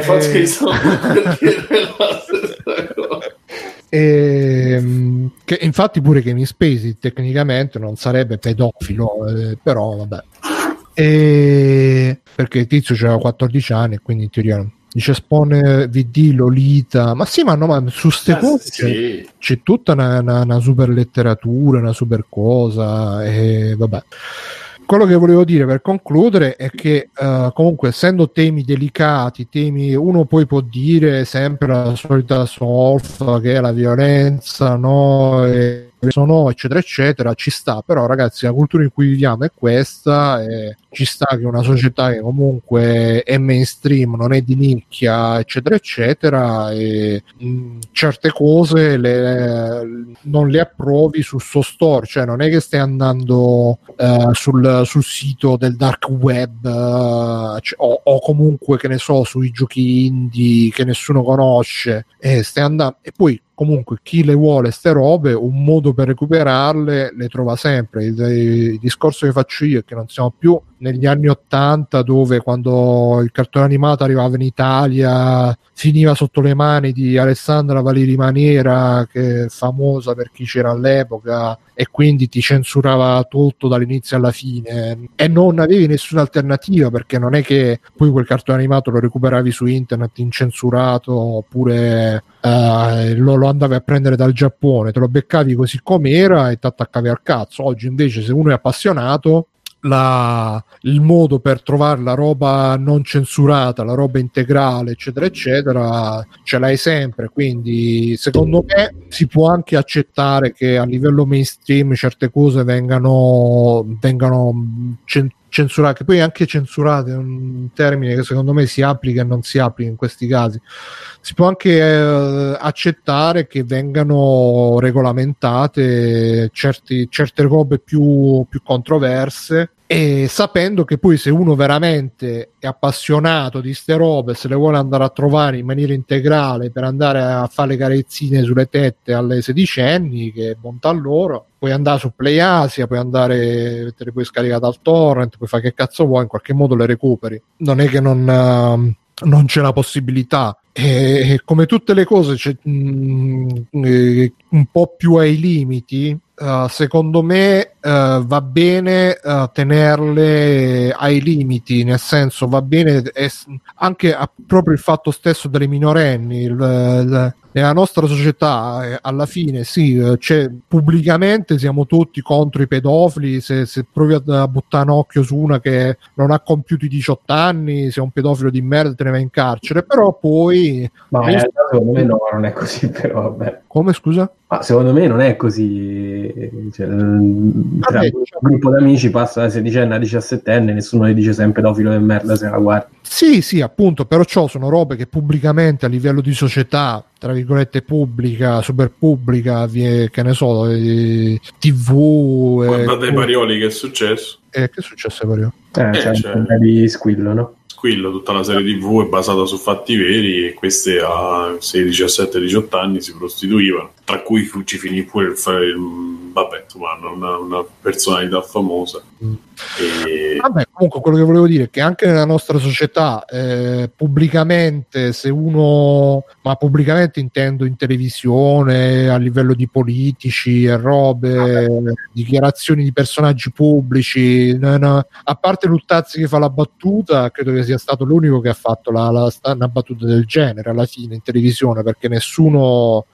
Che infatti pure Kevin Spacey tecnicamente non sarebbe pedofilo, però vabbè. Perché il tizio c'aveva 14 anni e quindi in teoria dice espone VD, Lolita, ma sì, ma su ste cose c'è tutta una super letteratura, una super cosa, e vabbè. Quello che volevo dire per concludere è che comunque, essendo temi delicati, uno poi può dire sempre la solita solfa che è la violenza, no, eccetera eccetera, ci sta, però ragazzi la cultura in cui viviamo è questa, e ci sta che una società che comunque è mainstream, non è di nicchia, eccetera eccetera, e certe cose non le approvi sul suo store, cioè non è che stai andando sul sito del dark web o comunque, che ne so, sui giochi indie che nessuno conosce, e stai andando, e poi comunque chi le vuole ste robe, un modo per recuperarle le trova sempre. Il discorso che faccio io è che non siamo più negli anni '80, dove quando il cartone animato arrivava in Italia finiva sotto le mani di Alessandra Valeri Maniera, che è famosa per chi c'era all'epoca, e quindi ti censurava tutto dall'inizio alla fine e non avevi nessuna alternativa, perché non è che poi quel cartone animato lo recuperavi su internet incensurato, oppure lo andavi a prendere dal Giappone, te lo beccavi così com'era e ti attaccavi al cazzo. Oggi invece, se uno è appassionato, il modo per trovare la roba non censurata, la roba integrale, eccetera eccetera, ce l'hai sempre. Quindi secondo me si può anche accettare che a livello mainstream certe cose vengano censurate. Poi anche censurate è un termine che secondo me si applica e non si applica in questi casi. Si può anche accettare che vengano regolamentate certe robe più controverse, e sapendo che poi, se uno veramente è appassionato di ste robe, se le vuole andare a trovare in maniera integrale per andare a fare le carezzine sulle tette alle sedicenni, che bontà loro, puoi andare su Play Asia, puoi andare, te le puoi scaricare dal torrent, puoi fare che cazzo vuoi, in qualche modo le recuperi. Non è che non c'è la possibilità. E come tutte le cose c'è un po' più ai limiti. Secondo me va bene tenerle ai limiti, nel senso, va bene anche proprio il fatto stesso delle minorenni. Nella nostra società alla fine sì, pubblicamente siamo tutti contro i pedofili. Se provi a buttare un occhio su una che non ha compiuto i 18 anni, se è un pedofilo di merda te ne vai in carcere. Però poi secondo me no, non è così, però vabbè. Come, scusa? Secondo me non è così, cioè, tra un gruppo d'amici passa da 16enne a 17enne, nessuno gli dice sei un pedofilo di merda se la guardi. Sì, appunto, perciò sono robe che pubblicamente, a livello di società, tra virgolette pubblica, super pubblica, che ne so, TV. Guardate Parioli, che è successo? Che è successo ai Parioli? C'è di Squillo, no? Squillo, tutta la serie TV è basata su fatti veri, e queste a 16, 17, 18 anni si prostituivano, tra cui ci finì pure vabbè, insomma, una personalità famosa. Vabbè, comunque quello che volevo dire è che anche nella nostra società pubblicamente, se uno, ma pubblicamente intendo in televisione, a livello di politici e robe, dichiarazioni di personaggi pubblici, a parte Luttazzi che fa la battuta, credo che sia stato l'unico che ha fatto una battuta del genere alla fine in televisione, perché nessun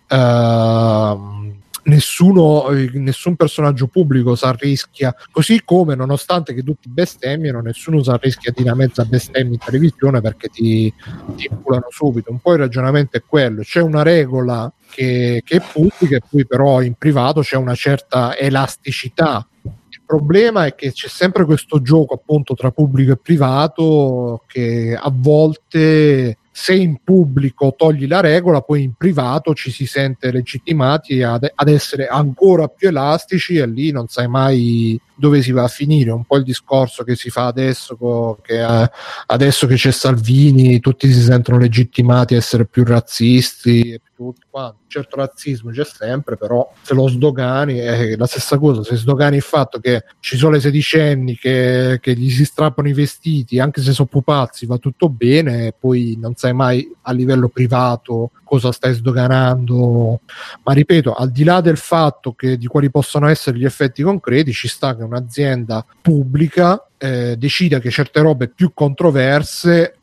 personaggio pubblico si arrischia, così come, nonostante che tutti bestemmiano, nessuno si arrischia di una mezza bestemmia in televisione, perché ti inculano subito. Un po' il ragionamento è quello: c'è una regola che è pubblica, e poi però in privato c'è una certa elasticità. Il problema è che c'è sempre questo gioco, appunto, tra pubblico e privato, che a volte se in pubblico togli la regola, poi in privato ci si sente legittimati ad essere ancora più elastici, e lì non sai mai dove si va a finire. Un po' il discorso che si fa adesso adesso che c'è Salvini, tutti si sentono legittimati a essere più razzisti e tutti quanti. Certo, razzismo c'è sempre, però se lo sdogani è la stessa cosa. Se sdogani il fatto che ci sono le sedicenni che gli si strappano i vestiti, anche se sono pupazzi, va tutto bene, poi non sai mai a livello privato cosa stai sdoganando. Ma ripeto, al di là del fatto che di quali possano essere gli effetti concreti, ci sta che un'azienda pubblica decida che certe robe più controverse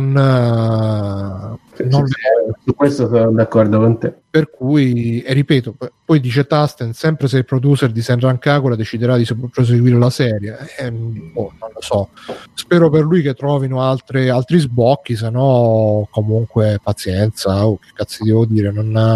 su questo sono d'accordo con te. Per cui, e ripeto, poi dice Tasten, sempre se il producer di Senran Kagura deciderà di proseguire la serie, non lo so, spero per lui che trovino altri sbocchi, se no comunque pazienza, che cazzo devo dire,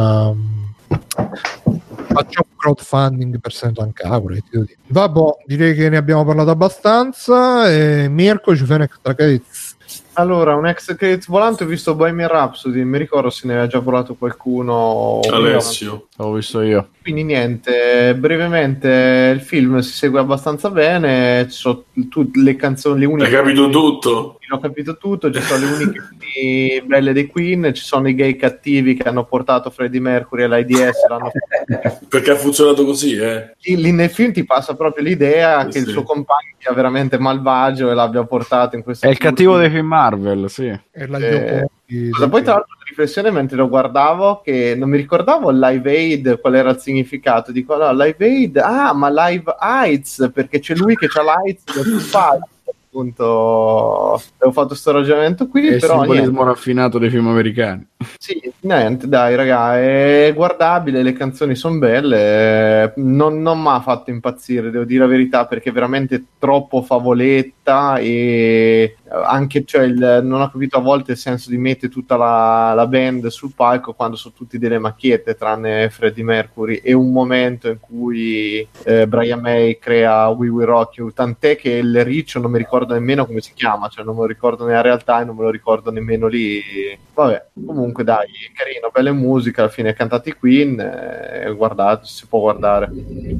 facciamo crowdfunding per Senran Kagura. Vabbè, direi che ne abbiamo parlato abbastanza. Mirko ci fa un extra credits. Allora, un ex credits volante, ho visto Bohemian Rhapsody, mi ricordo se ne aveva già parlato qualcuno. Alessio, l'ho visto io. Quindi niente, brevemente il film si segue abbastanza bene, ci sono le canzoni, le uniche. Hai capito tutto? Ho capito tutto, ci sono le uniche belle dei Queen, ci sono i gay cattivi che hanno portato Freddie Mercury all'AIDS. Perché ha funzionato così, Lì nel film ti passa proprio l'idea che il suo compagno sia veramente malvagio e l'abbia portato in questo. È il cattivo dei film Marvel, sì. Poi tra l'altro riflessione mentre lo guardavo, che non mi ricordavo Live Aid qual era il significato. Dico, no, Live Aid, ma Live AIDS, perché c'è lui che c'ha l'AIDS del padre. Appunto, avevo fatto sto ragionamento qui. È però il simbolismo niente. raffinato dei film americani. Sì, niente, dai raga, è guardabile, le canzoni sono belle, non mi ha fatto impazzire, devo dire la verità, perché è veramente troppo favoletta, e anche, non ho capito a volte il senso di mettere tutta la band sul palco quando sono tutti delle macchiette, tranne Freddie Mercury, e un momento in cui Brian May crea We Will Rock You, tant'è che il Riccio non mi ricordo nemmeno come si chiama, non me lo ricordo nella realtà e non me lo ricordo nemmeno lì. Vabbè, comunque dai, carino, bella musica, alla fine cantati Queen, guardate, si può guardare.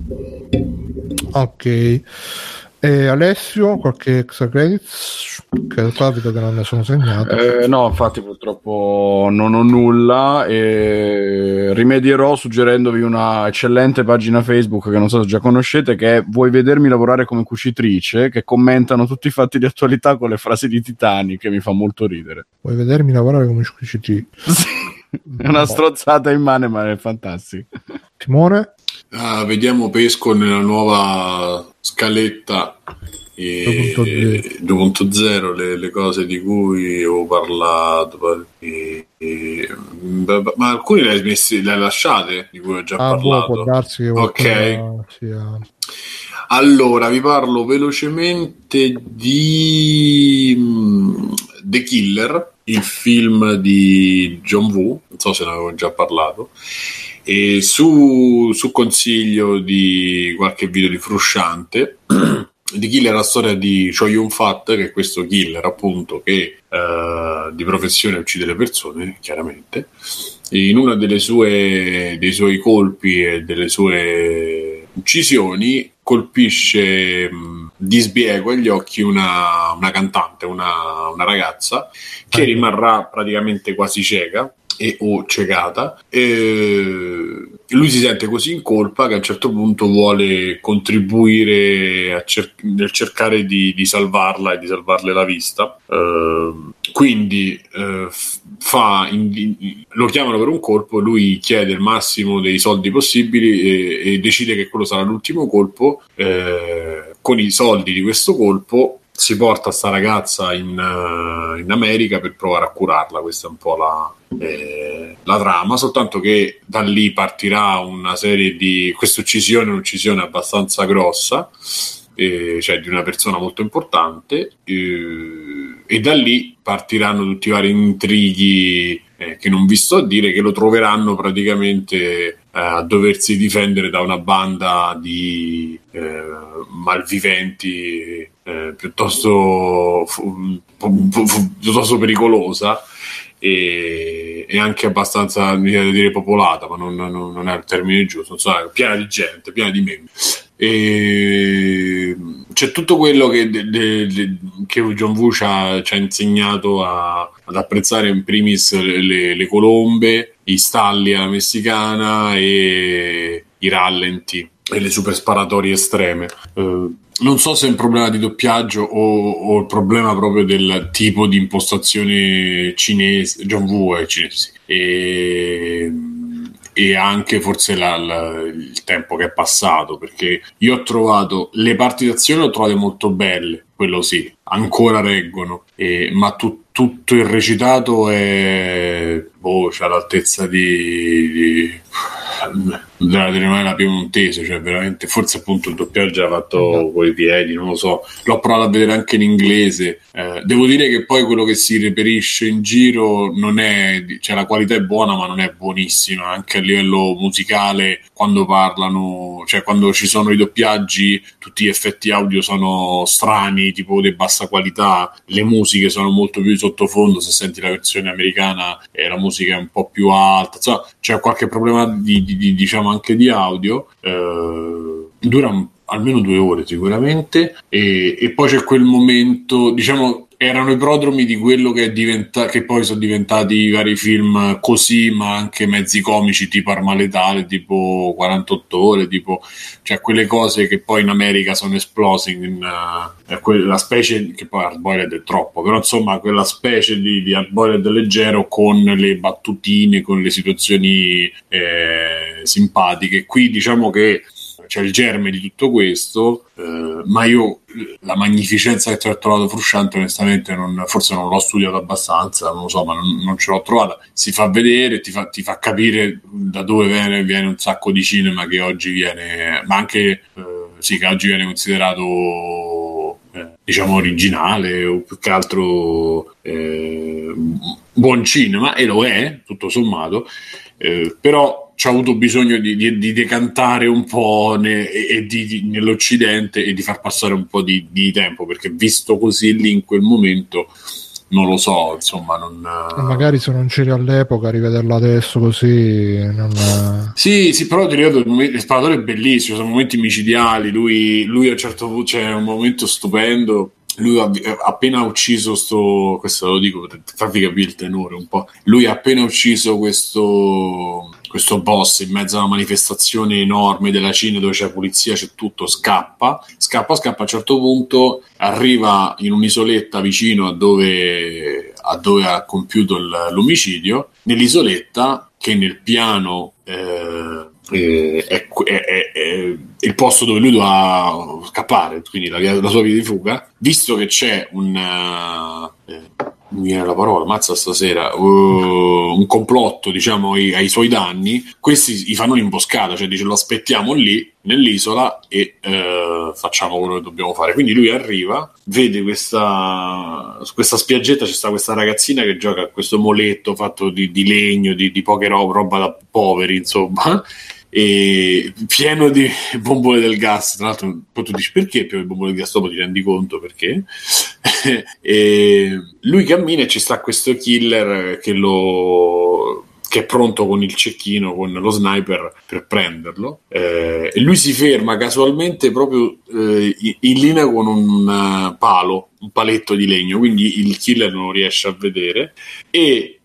Ok. Alessio, qualche extra credits? Che qua vedo che non ne sono segnato. No, infatti purtroppo non ho nulla, e rimedierò suggerendovi una eccellente pagina Facebook che non so se già conoscete, che è Vuoi vedermi lavorare come cucitrice, che commentano tutti i fatti di attualità con le frasi di Titanic, che mi fa molto ridere. Vuoi vedermi lavorare come cucitrice? È una strozzata immane, ma è fantastico. Timone? Vediamo Pesco nella nuova scaletta 2.0, le cose di cui ho parlato, ma alcuni le hai lasciate, di cui ho già parlato. Può darsi che ok, sia... Allora vi parlo velocemente di The Killer, il film di John Woo, non so se ne avevo già parlato, e su consiglio di qualche video di Frusciante. The Killer è la storia di Choi Yun-fat, che è questo killer appunto che di professione uccide le persone, chiaramente, e in uno dei suoi colpi e delle sue uccisioni colpisce di sbiego agli occhi una cantante, una ragazza che rimarrà praticamente quasi cieca o ciecata, e lui si sente così in colpa che a un certo punto vuole contribuire nel cercare di salvarla e di salvarle la vista, quindi lo chiamano per un colpo, lui chiede il massimo dei soldi possibili e decide che quello sarà l'ultimo colpo. Con i soldi di questo colpo si porta sta ragazza in America per provare a curarla. Questa è un po' la trama, soltanto che da lì partirà una serie di questa un'uccisione abbastanza grossa, cioè di una persona molto importante, e da lì partiranno tutti i vari intrighi che non vi sto a dire, che lo troveranno praticamente a doversi difendere da una banda di malviventi piuttosto pericolosa, e anche abbastanza, mi viene da dire, popolata, ma non è il termine giusto, non so, piena di gente, piena di meme. E c'è tutto quello che John Woo ci ha insegnato ad apprezzare, in primis le colombe, i stalli alla messicana e i rallenti e le super sparatorie estreme. Non so se è un problema di doppiaggio o il problema proprio del tipo di impostazione cinese. John Woo è cinese, e anche forse il tempo che è passato, perché io ho trovato le parti d'azione, le ho trovate molto belle, quello sì, ancora reggono, ma tutto il recitato è c'è all'altezza della telenovela piemontese, cioè veramente, forse appunto il doppiaggio l'ha fatto coi piedi, non lo so, l'ho provato a vedere anche in inglese. Devo dire che poi quello che si reperisce in giro non è, cioè la qualità è buona ma non è buonissima, anche a livello musicale, quando parlano, cioè quando ci sono i doppiaggi tutti gli effetti audio sono strani, tipo di bassa qualità, le musiche sono molto più sottofondo, se senti la versione americana la musica è un po' più alta, insomma, c'è qualche problema diciamo anche di audio. Dura almeno 2 ore sicuramente, e poi c'è quel momento, diciamo, erano i prodromi di quello che che poi sono diventati i vari film così, ma anche mezzi comici tipo Arma Letale, tipo 48 ore, tipo, cioè quelle cose che poi in America sono esplose in quella specie, che poi Hardboiled è troppo, però insomma quella specie di Hardboiled leggero con le battutine, con le situazioni simpatiche. Qui diciamo che c'è il germe di tutto questo, ma io la magnificenza che ti ho trovato frusciante onestamente forse non l'ho studiato abbastanza, non lo so, ma non ce l'ho trovata. Si fa vedere, ti fa capire da dove viene un sacco di cinema che oggi viene, ma anche che oggi viene considerato diciamo originale o più che altro buon cinema, e lo è tutto sommato, però c'ha avuto bisogno di decantare un po' nell'Occidente e di far passare un po' di tempo, perché visto così lì in quel momento non lo so, insomma magari se non c'eri all'epoca rivederlo adesso così sì, però ti ricordo il sparatore è bellissimo, sono momenti micidiali, lui a un certo punto c'è un momento stupendo. Lui ha appena ucciso questo lo dico per farvi capire il tenore un po', lui ha appena ucciso questo boss in mezzo a una manifestazione enorme della Cina dove c'è polizia, c'è tutto, scappa, a un certo punto arriva in un'isoletta vicino a dove ha compiuto l'omicidio, nell'isoletta che nel piano è il posto dove lui doveva scappare, quindi la sua via di fuga, visto che c'è mi viene la parola, mazza stasera, un complotto diciamo ai suoi danni, questi gli fanno un'imboscata, cioè dice lo aspettiamo lì nell'isola e facciamo quello che dobbiamo fare. Quindi lui arriva, vede su questa spiaggetta c'è sta questa ragazzina che gioca a questo moletto fatto di legno, di poche roba da poveri, insomma, e pieno di bombole del gas. Tra l'altro poi tu dici perché pieno di bombole del gas, dopo ti rendi conto perché. E lui cammina e ci sta questo killer che è pronto con il cecchino, con lo sniper per prenderlo, e lui si ferma casualmente proprio in linea con un paletto di legno, quindi il killer non lo riesce a vedere, e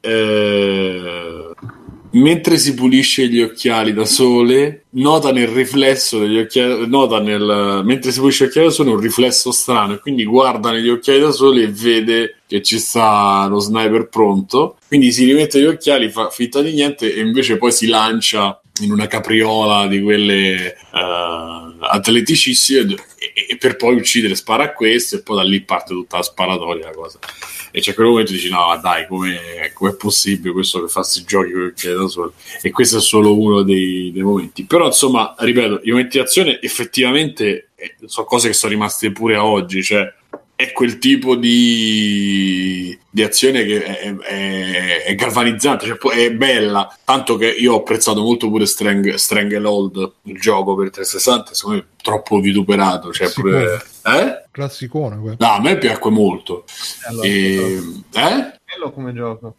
mentre si pulisce gli occhiali da sole nota nel riflesso degli occhiali, mentre si pulisce gli occhiali da sole un riflesso strano, e quindi guarda negli occhiali da sole e vede che ci sta lo sniper pronto, quindi si rimette gli occhiali, fa finta di niente e invece poi si lancia in una capriola di quelle atleticissime e per poi uccidere, spara a questo e poi da lì parte tutta la sparatoria, la cosa. E c'è quel momento dici no dai, com'è possibile questo che fa questi giochi con gli occhiali da sole? E questo è solo uno dei momenti, però insomma ripeto, i momenti di azione effettivamente sono cose che sono rimaste pure a oggi, cioè è quel tipo di azione che è galvanizzante, cioè è bella, tanto che io ho apprezzato molto pure Stranglehold, il gioco per 360, secondo me troppo vituperato, cioè pure classicone quello. No, a me piacque molto. bello come gioco.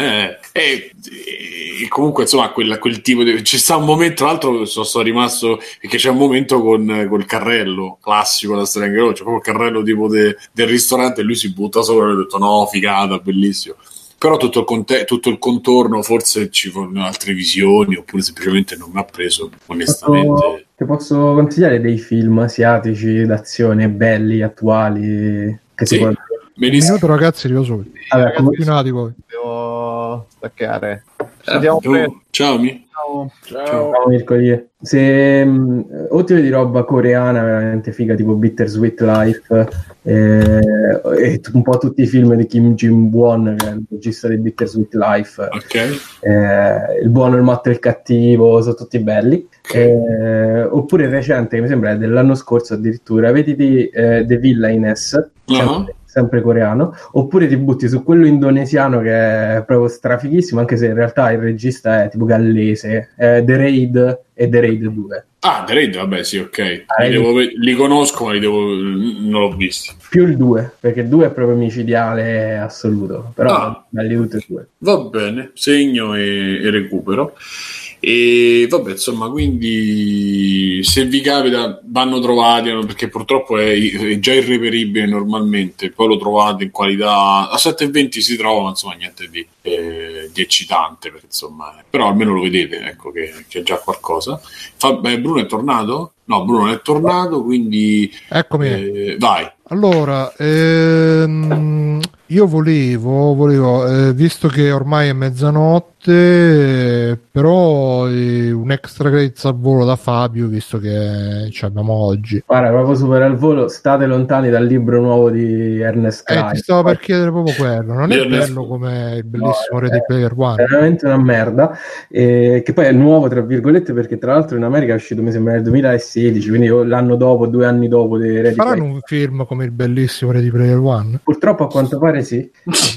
Comunque insomma quel tipo di... Ci sta un momento, tra l'altro sono rimasto perché c'è un momento con col carrello classico da Stranger Road, cioè proprio il carrello tipo del ristorante e lui si butta sopra e ho detto no, figata, bellissimo. Però tutto il contorno forse ci vogliono altre visioni oppure semplicemente non mi ha preso onestamente. Ti posso consigliare dei film asiatici d'azione belli, attuali che sì, un minuto ragazzi, arrivo subito. Allora, continuate voi. Devo staccare. Ciao Mirko. Se o ti vedi roba coreana veramente figa tipo Bittersweet Life e un po' tutti i film di Kim Jin-won, che è il regista di Bittersweet Life, il buono, il matto e il cattivo, sono tutti belli. Oppure il recente, che mi sembra è dell'anno scorso addirittura, vedi The Villainess, sempre coreano, oppure ti butti su quello indonesiano che è proprio strafighissimo, anche se in realtà il regista è tipo gallese, The Raid e The Raid 2. The Raid, vabbè, sì, ok. Li conosco, ma non l'ho visti. Più il 2, perché il 2 è proprio micidiale assoluto, però belli tutti e due. Va bene, segno e recupero. E vabbè, insomma, quindi se vi capita vanno trovati, perché purtroppo è già irreperibile normalmente, poi lo trovate in qualità a 720 si trova, ma insomma niente di eccitante, perché, insomma, però almeno lo vedete, ecco che è già qualcosa. Bruno è tornato? No, Bruno non è tornato, quindi eccomi. Vai. Allora, io volevo visto che ormai è mezzanotte, però un extra credits al volo da Fabio, visto che ci abbiamo oggi. Guarda, proprio super al volo, state lontani dal libro nuovo di Ernest Cline. Ti stavo per chiedere proprio quello, non è bello come il bellissimo Ready Player One. È veramente una merda, che poi è nuovo tra virgolette, perché tra l'altro in America è uscito mi sembra nel 2016, quindi l'anno dopo, 2 anni dopo di Ready Faranno un film come il bellissimo Ready Player One? Purtroppo a quanto pare sì.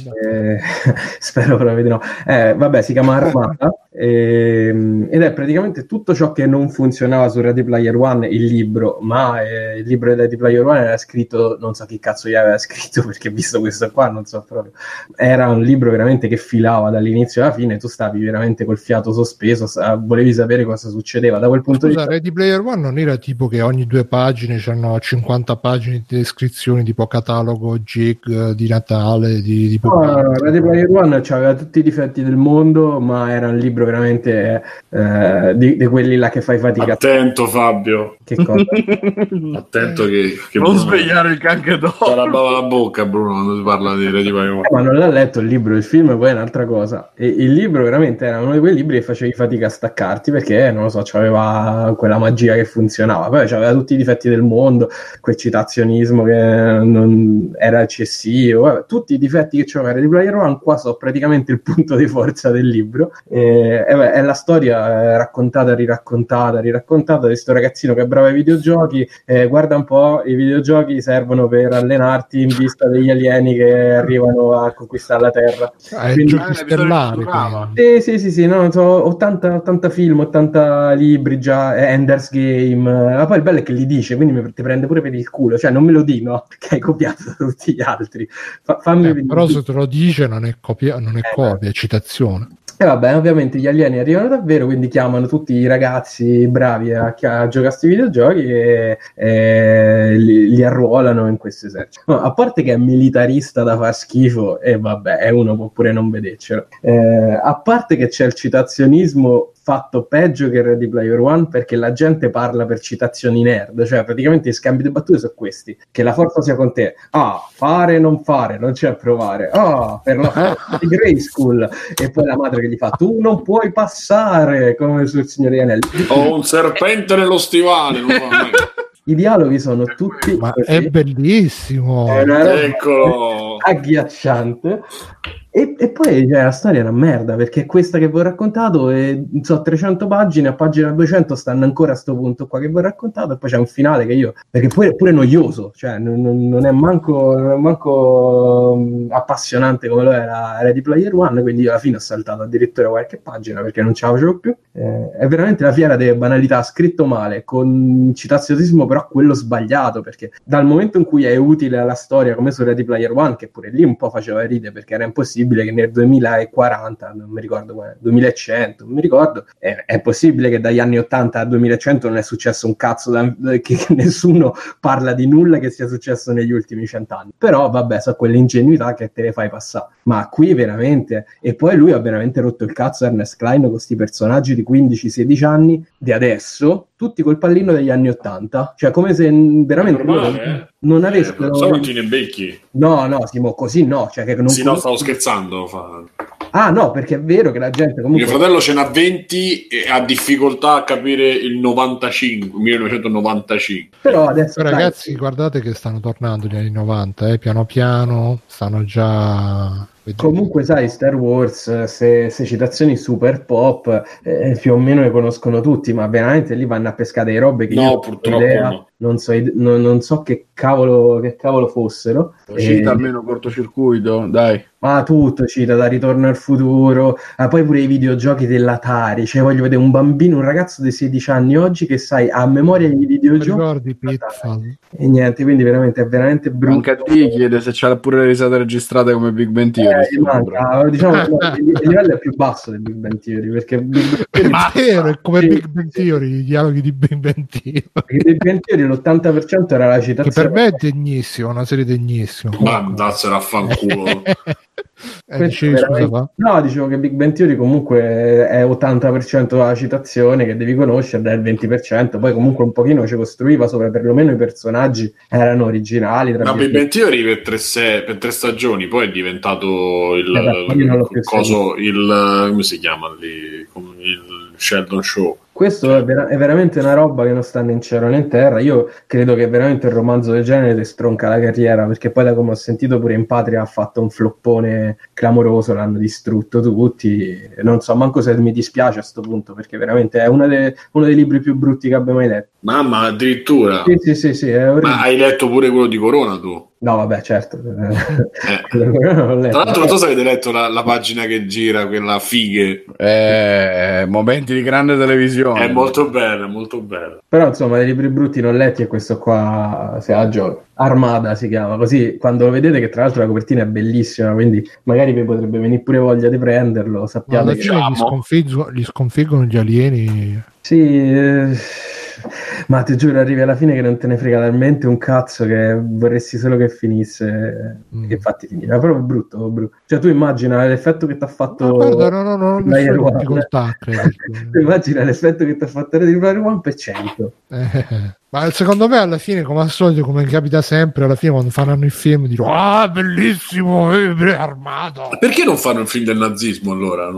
Spero proprio di no. Vabbè, si chiama Armata ed è praticamente tutto ciò che non funzionava su Ready Player One, il libro, ma il libro di Ready Player One era scritto, non so chi cazzo gli aveva scritto, perché visto questo qua non so proprio, era un libro veramente che filava dall'inizio alla fine, tu stavi veramente col fiato sospeso, volevi sapere cosa succedeva da quel punto di vista. Ready Player One non era tipo che ogni 2 pagine c'erano 50 pagine di descrizioni tipo catalogo gig di Natale di Ready Player One aveva tutti i difetti del mondo, ma era un libro veramente di quelli là che fai fatica. Attento Fabio, che cosa? Attento che non svegliare il can che dorme. la bocca Bruno quando si parla di Ready Player One. Ma non l'ha letto il libro, il film poi è un'altra cosa, e il libro veramente era uno di quei libri che facevi fatica a staccarti, perché non lo so, c'aveva quella magia che funzionava, poi c'aveva tutti i difetti del mondo, quel citazionismo che non era eccessivo, tutti i difetti che c'aveva Ready Player One qua sono praticamente il punto di forza del libro. È la storia raccontata, riraccontata di sto ragazzino che è bravo ai videogiochi, guarda un po', i videogiochi servono per allenarti in vista degli alieni che arrivano a conquistare la Terra. Quindi, giochi stellari. Sì, no, so, 80 film, 80 libri già, Ender's Game, ma poi il bello è che li dice, quindi ti prende pure per il culo, cioè non me lo di, no? Che hai copiato da tutti gli altri. Però se te lo dice non è copia, è citazione. E vabbè, ovviamente gli alieni arrivano davvero, quindi chiamano tutti i ragazzi bravi a giocare a questi videogiochi e li arruolano in questo esercito. No, a parte che è militarista da far schifo, e vabbè, uno può pure non vedercelo. A parte che c'è il citazionismo fatto peggio che Ready Player One, perché la gente parla per citazioni nerd, cioè praticamente i scambi di battute sono questi: che la forza sia con te, fare non c'è provare, per la forza di Grayskull, e poi la madre che gli fa tu non puoi passare, come sul Signore Anelli, ho un serpente nello stivale, non fa mai. I dialoghi sono tutti ma così. È bellissimo, è una roba Eccolo. agghiacciante. E poi la storia è una merda, perché questa che vi ho raccontato so 300 pagine, a pagina 200 stanno ancora a sto punto qua che vi ho raccontato, e poi c'è un finale che perché pure noioso, cioè non è manco appassionante come lo era Ready Player One, quindi io alla fine ho saltato addirittura qualche pagina perché non ce la facevo più. È veramente la fiera delle banalità, scritto male, con citazionismo però quello sbagliato, perché dal momento in cui è utile alla storia come su Ready Player One, che pure lì un po' faceva ridere perché era impossibile possibile che nel 2040, non mi ricordo quale, 2100, non mi ricordo, è possibile che dagli anni 80 al 2100 non è successo un cazzo, che nessuno parla di nulla che sia successo negli ultimi 100 anni. Però vabbè, so quelle ingenuità che te le fai passare. Ma qui veramente, e poi lui ha veramente rotto il cazzo Ernest Cline con questi personaggi di 15-16 anni di adesso, tutti col pallino degli anni 80, cioè come se veramente normale, non avessero... so quanti ne becchi. No, Simo, così no, cioè che non sì, no, stavo scherzando. Ah no, perché è vero che la gente comunque... Mio fratello ce n'ha 20 e ha difficoltà a capire il 1995. Però adesso ragazzi, guardate che stanno tornando gli anni 90, piano piano stanno già... Comunque sai, Star Wars, se citazioni super pop più o meno le conoscono tutti, ma veramente lì vanno a pescare delle robe che no, purtroppo idea, no. Non so che cavolo fossero. Cita almeno cortocircuito, dai. Ma tutto cita, da Ritorno al futuro, poi pure i videogiochi dell'Atari, cioè voglio vedere un bambino, un ragazzo di 16 anni oggi che sai a memoria i videogiochi. Ricordi Pitfall. E niente, quindi veramente è veramente brutto. Anche a te chiede se c'ha pure le risate registrate come Big Bang Theory. Manca, diciamo il livello è più basso del Big Bang Theory, perché Big Bang Theory è come Big Bang Theory, i dialoghi di Big Bang Theory. Perché Big Bang Theory l'80% era la citazione. Che per me è degnissimo, una serie degnissima. Ma andassero a fanculo. No, dicevo che Big Bang Theory comunque è 80% la citazione che devi conoscere, è il 20%, poi comunque un pochino ci costruiva sopra, perlomeno i personaggi erano originali. Ma Big Bang Theory per 3 stagioni, poi è diventato come si chiama lì? Il Sheldon Show. Questo è veramente una roba che non sta né in cielo né in terra. Io credo che veramente un romanzo del genere ti stronca la carriera, perché poi da come ho sentito pure in Patria ha fatto un floppone clamoroso, l'hanno distrutto tutti. Non so manco se mi dispiace a sto punto, perché veramente è uno dei libri più brutti che abbia mai letto. Mamma, addirittura? Sì, è orribile. Ma hai letto pure quello di Corona tu? No, vabbè, certo. Tra l'altro, non so se avete letto la pagina che gira, quella fighe. Momenti di grande televisione. È molto bella, molto bella. Però, insomma, dei libri brutti non letti, e questo qua si ha gioco. Armada si chiama, così quando lo vedete, che tra l'altro la copertina è bellissima, quindi magari vi potrebbe venire pure voglia di prenderlo. Sappiate che gli sconfiggono gli alieni. Sì, ma ti giuro, arrivi alla fine che non te ne frega talmente un cazzo che vorresti solo che finisse e infatti finire. È proprio brutto. Cioè tu immagina l'effetto che ti ha fatto no, difficoltà, credo. Tu immagina l'effetto che ti ha fatto Ready Player One per 100. Ma secondo me alla fine, come al solito, come capita sempre, alla fine quando faranno il film dicono bellissimo, Armada. Perché non fanno il film del nazismo allora?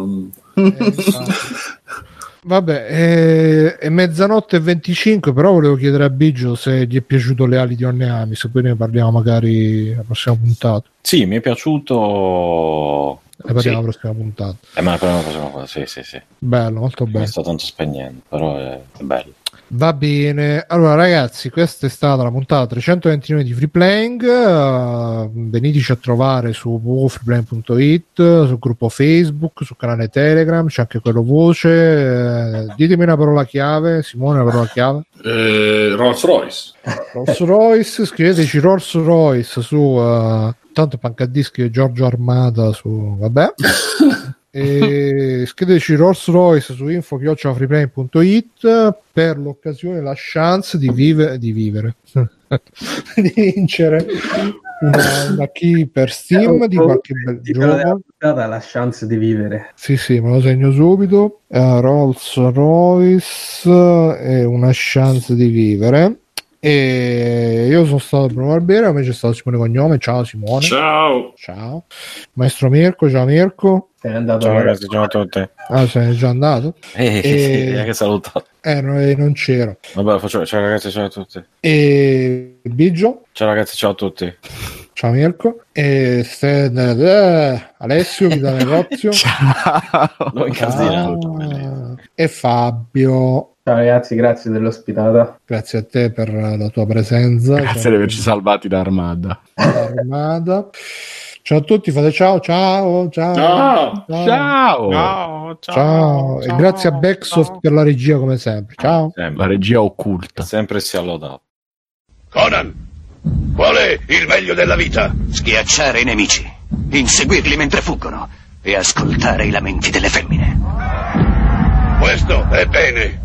Vabbè, è mezzanotte e 25, però volevo chiedere a Biggio se gli è piaciuto Le ali di Onneami, se poi ne parliamo magari la prossima puntata. Sì, mi è piaciuto. Ne parliamo la prossima puntata. Ma la prossima puntata, sì. Bello, molto bello. Mi sta tanto spegnendo, però è bello. Va bene, allora ragazzi, questa è stata la puntata 329 di Free Playing. Veniteci a trovare su www.freeplaying.it, sul gruppo Facebook, sul canale Telegram, c'è anche quello voce. Ditemi una parola chiave, Simone, una parola chiave. Rolls Royce, scriveteci Rolls Royce su tanto Pancadischi e Giorgio Armada su vabbè. E scriveteci Rolls Royce su info@freeplaying.it per l'occasione, la chance di vivere di vincere una key per Steam di qualche bel gioco. La chance di vivere, sì, me lo segno subito. Rolls Royce è una chance di vivere. E io sono stato Bruno Barbera, a me c'è stato Simone Cognome. Ciao Simone. Ciao maestro Mirko. Ciao Mirko. Sei andato? Ciao ragazzi, ciao a tutti. Sei già andato? Che salutato. Non c'ero. Vabbè, faccio ciao ragazzi, ciao a tutti. E Biggio. Ciao ragazzi, ciao a tutti. Ciao Mirko. E Alessio chi da negozio. Ciao. E Fabio. Ciao ragazzi, grazie dell'ospitata. Grazie a te per la tua presenza. Grazie di averci salvati da Armada. Ciao a tutti, fate ciao. E grazie a Backsoft per la regia come sempre. Ciao. La regia occulta. Sempre sia lodato. Conan, qual è il meglio della vita? Schiacciare i nemici. inseguirli mentre fuggono e ascoltare i lamenti delle femmine. Questo è bene.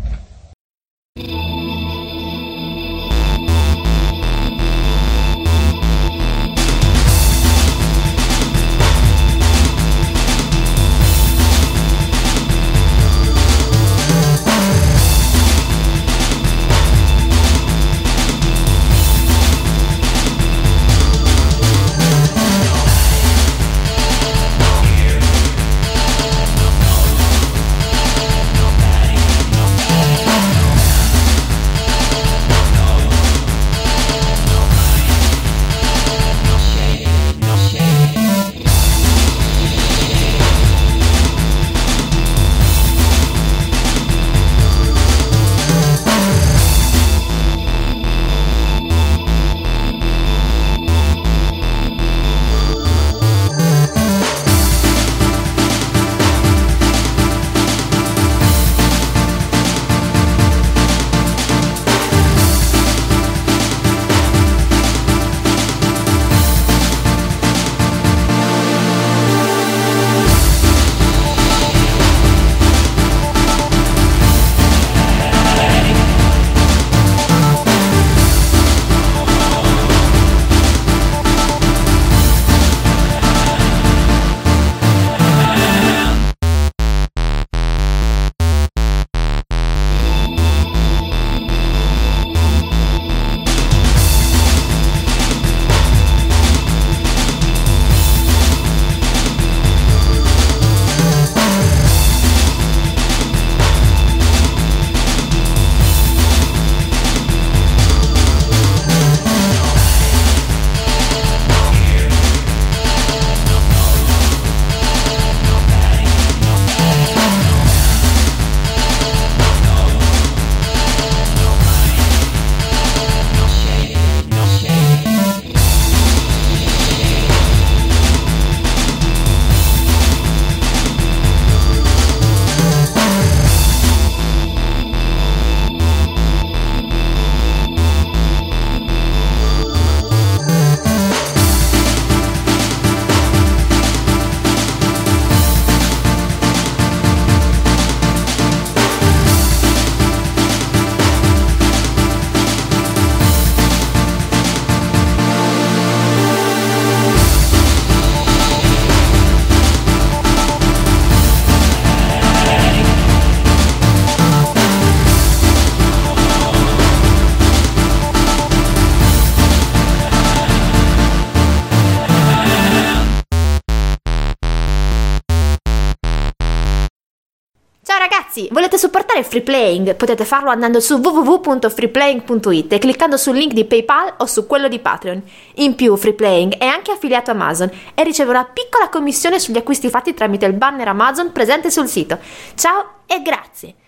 Volete supportare Free Playing? Potete farlo andando su www.freeplaying.it e cliccando sul link di PayPal o su quello di Patreon. In più, Free Playing è anche affiliato a Amazon e riceve una piccola commissione sugli acquisti fatti tramite il banner Amazon presente sul sito. Ciao e grazie!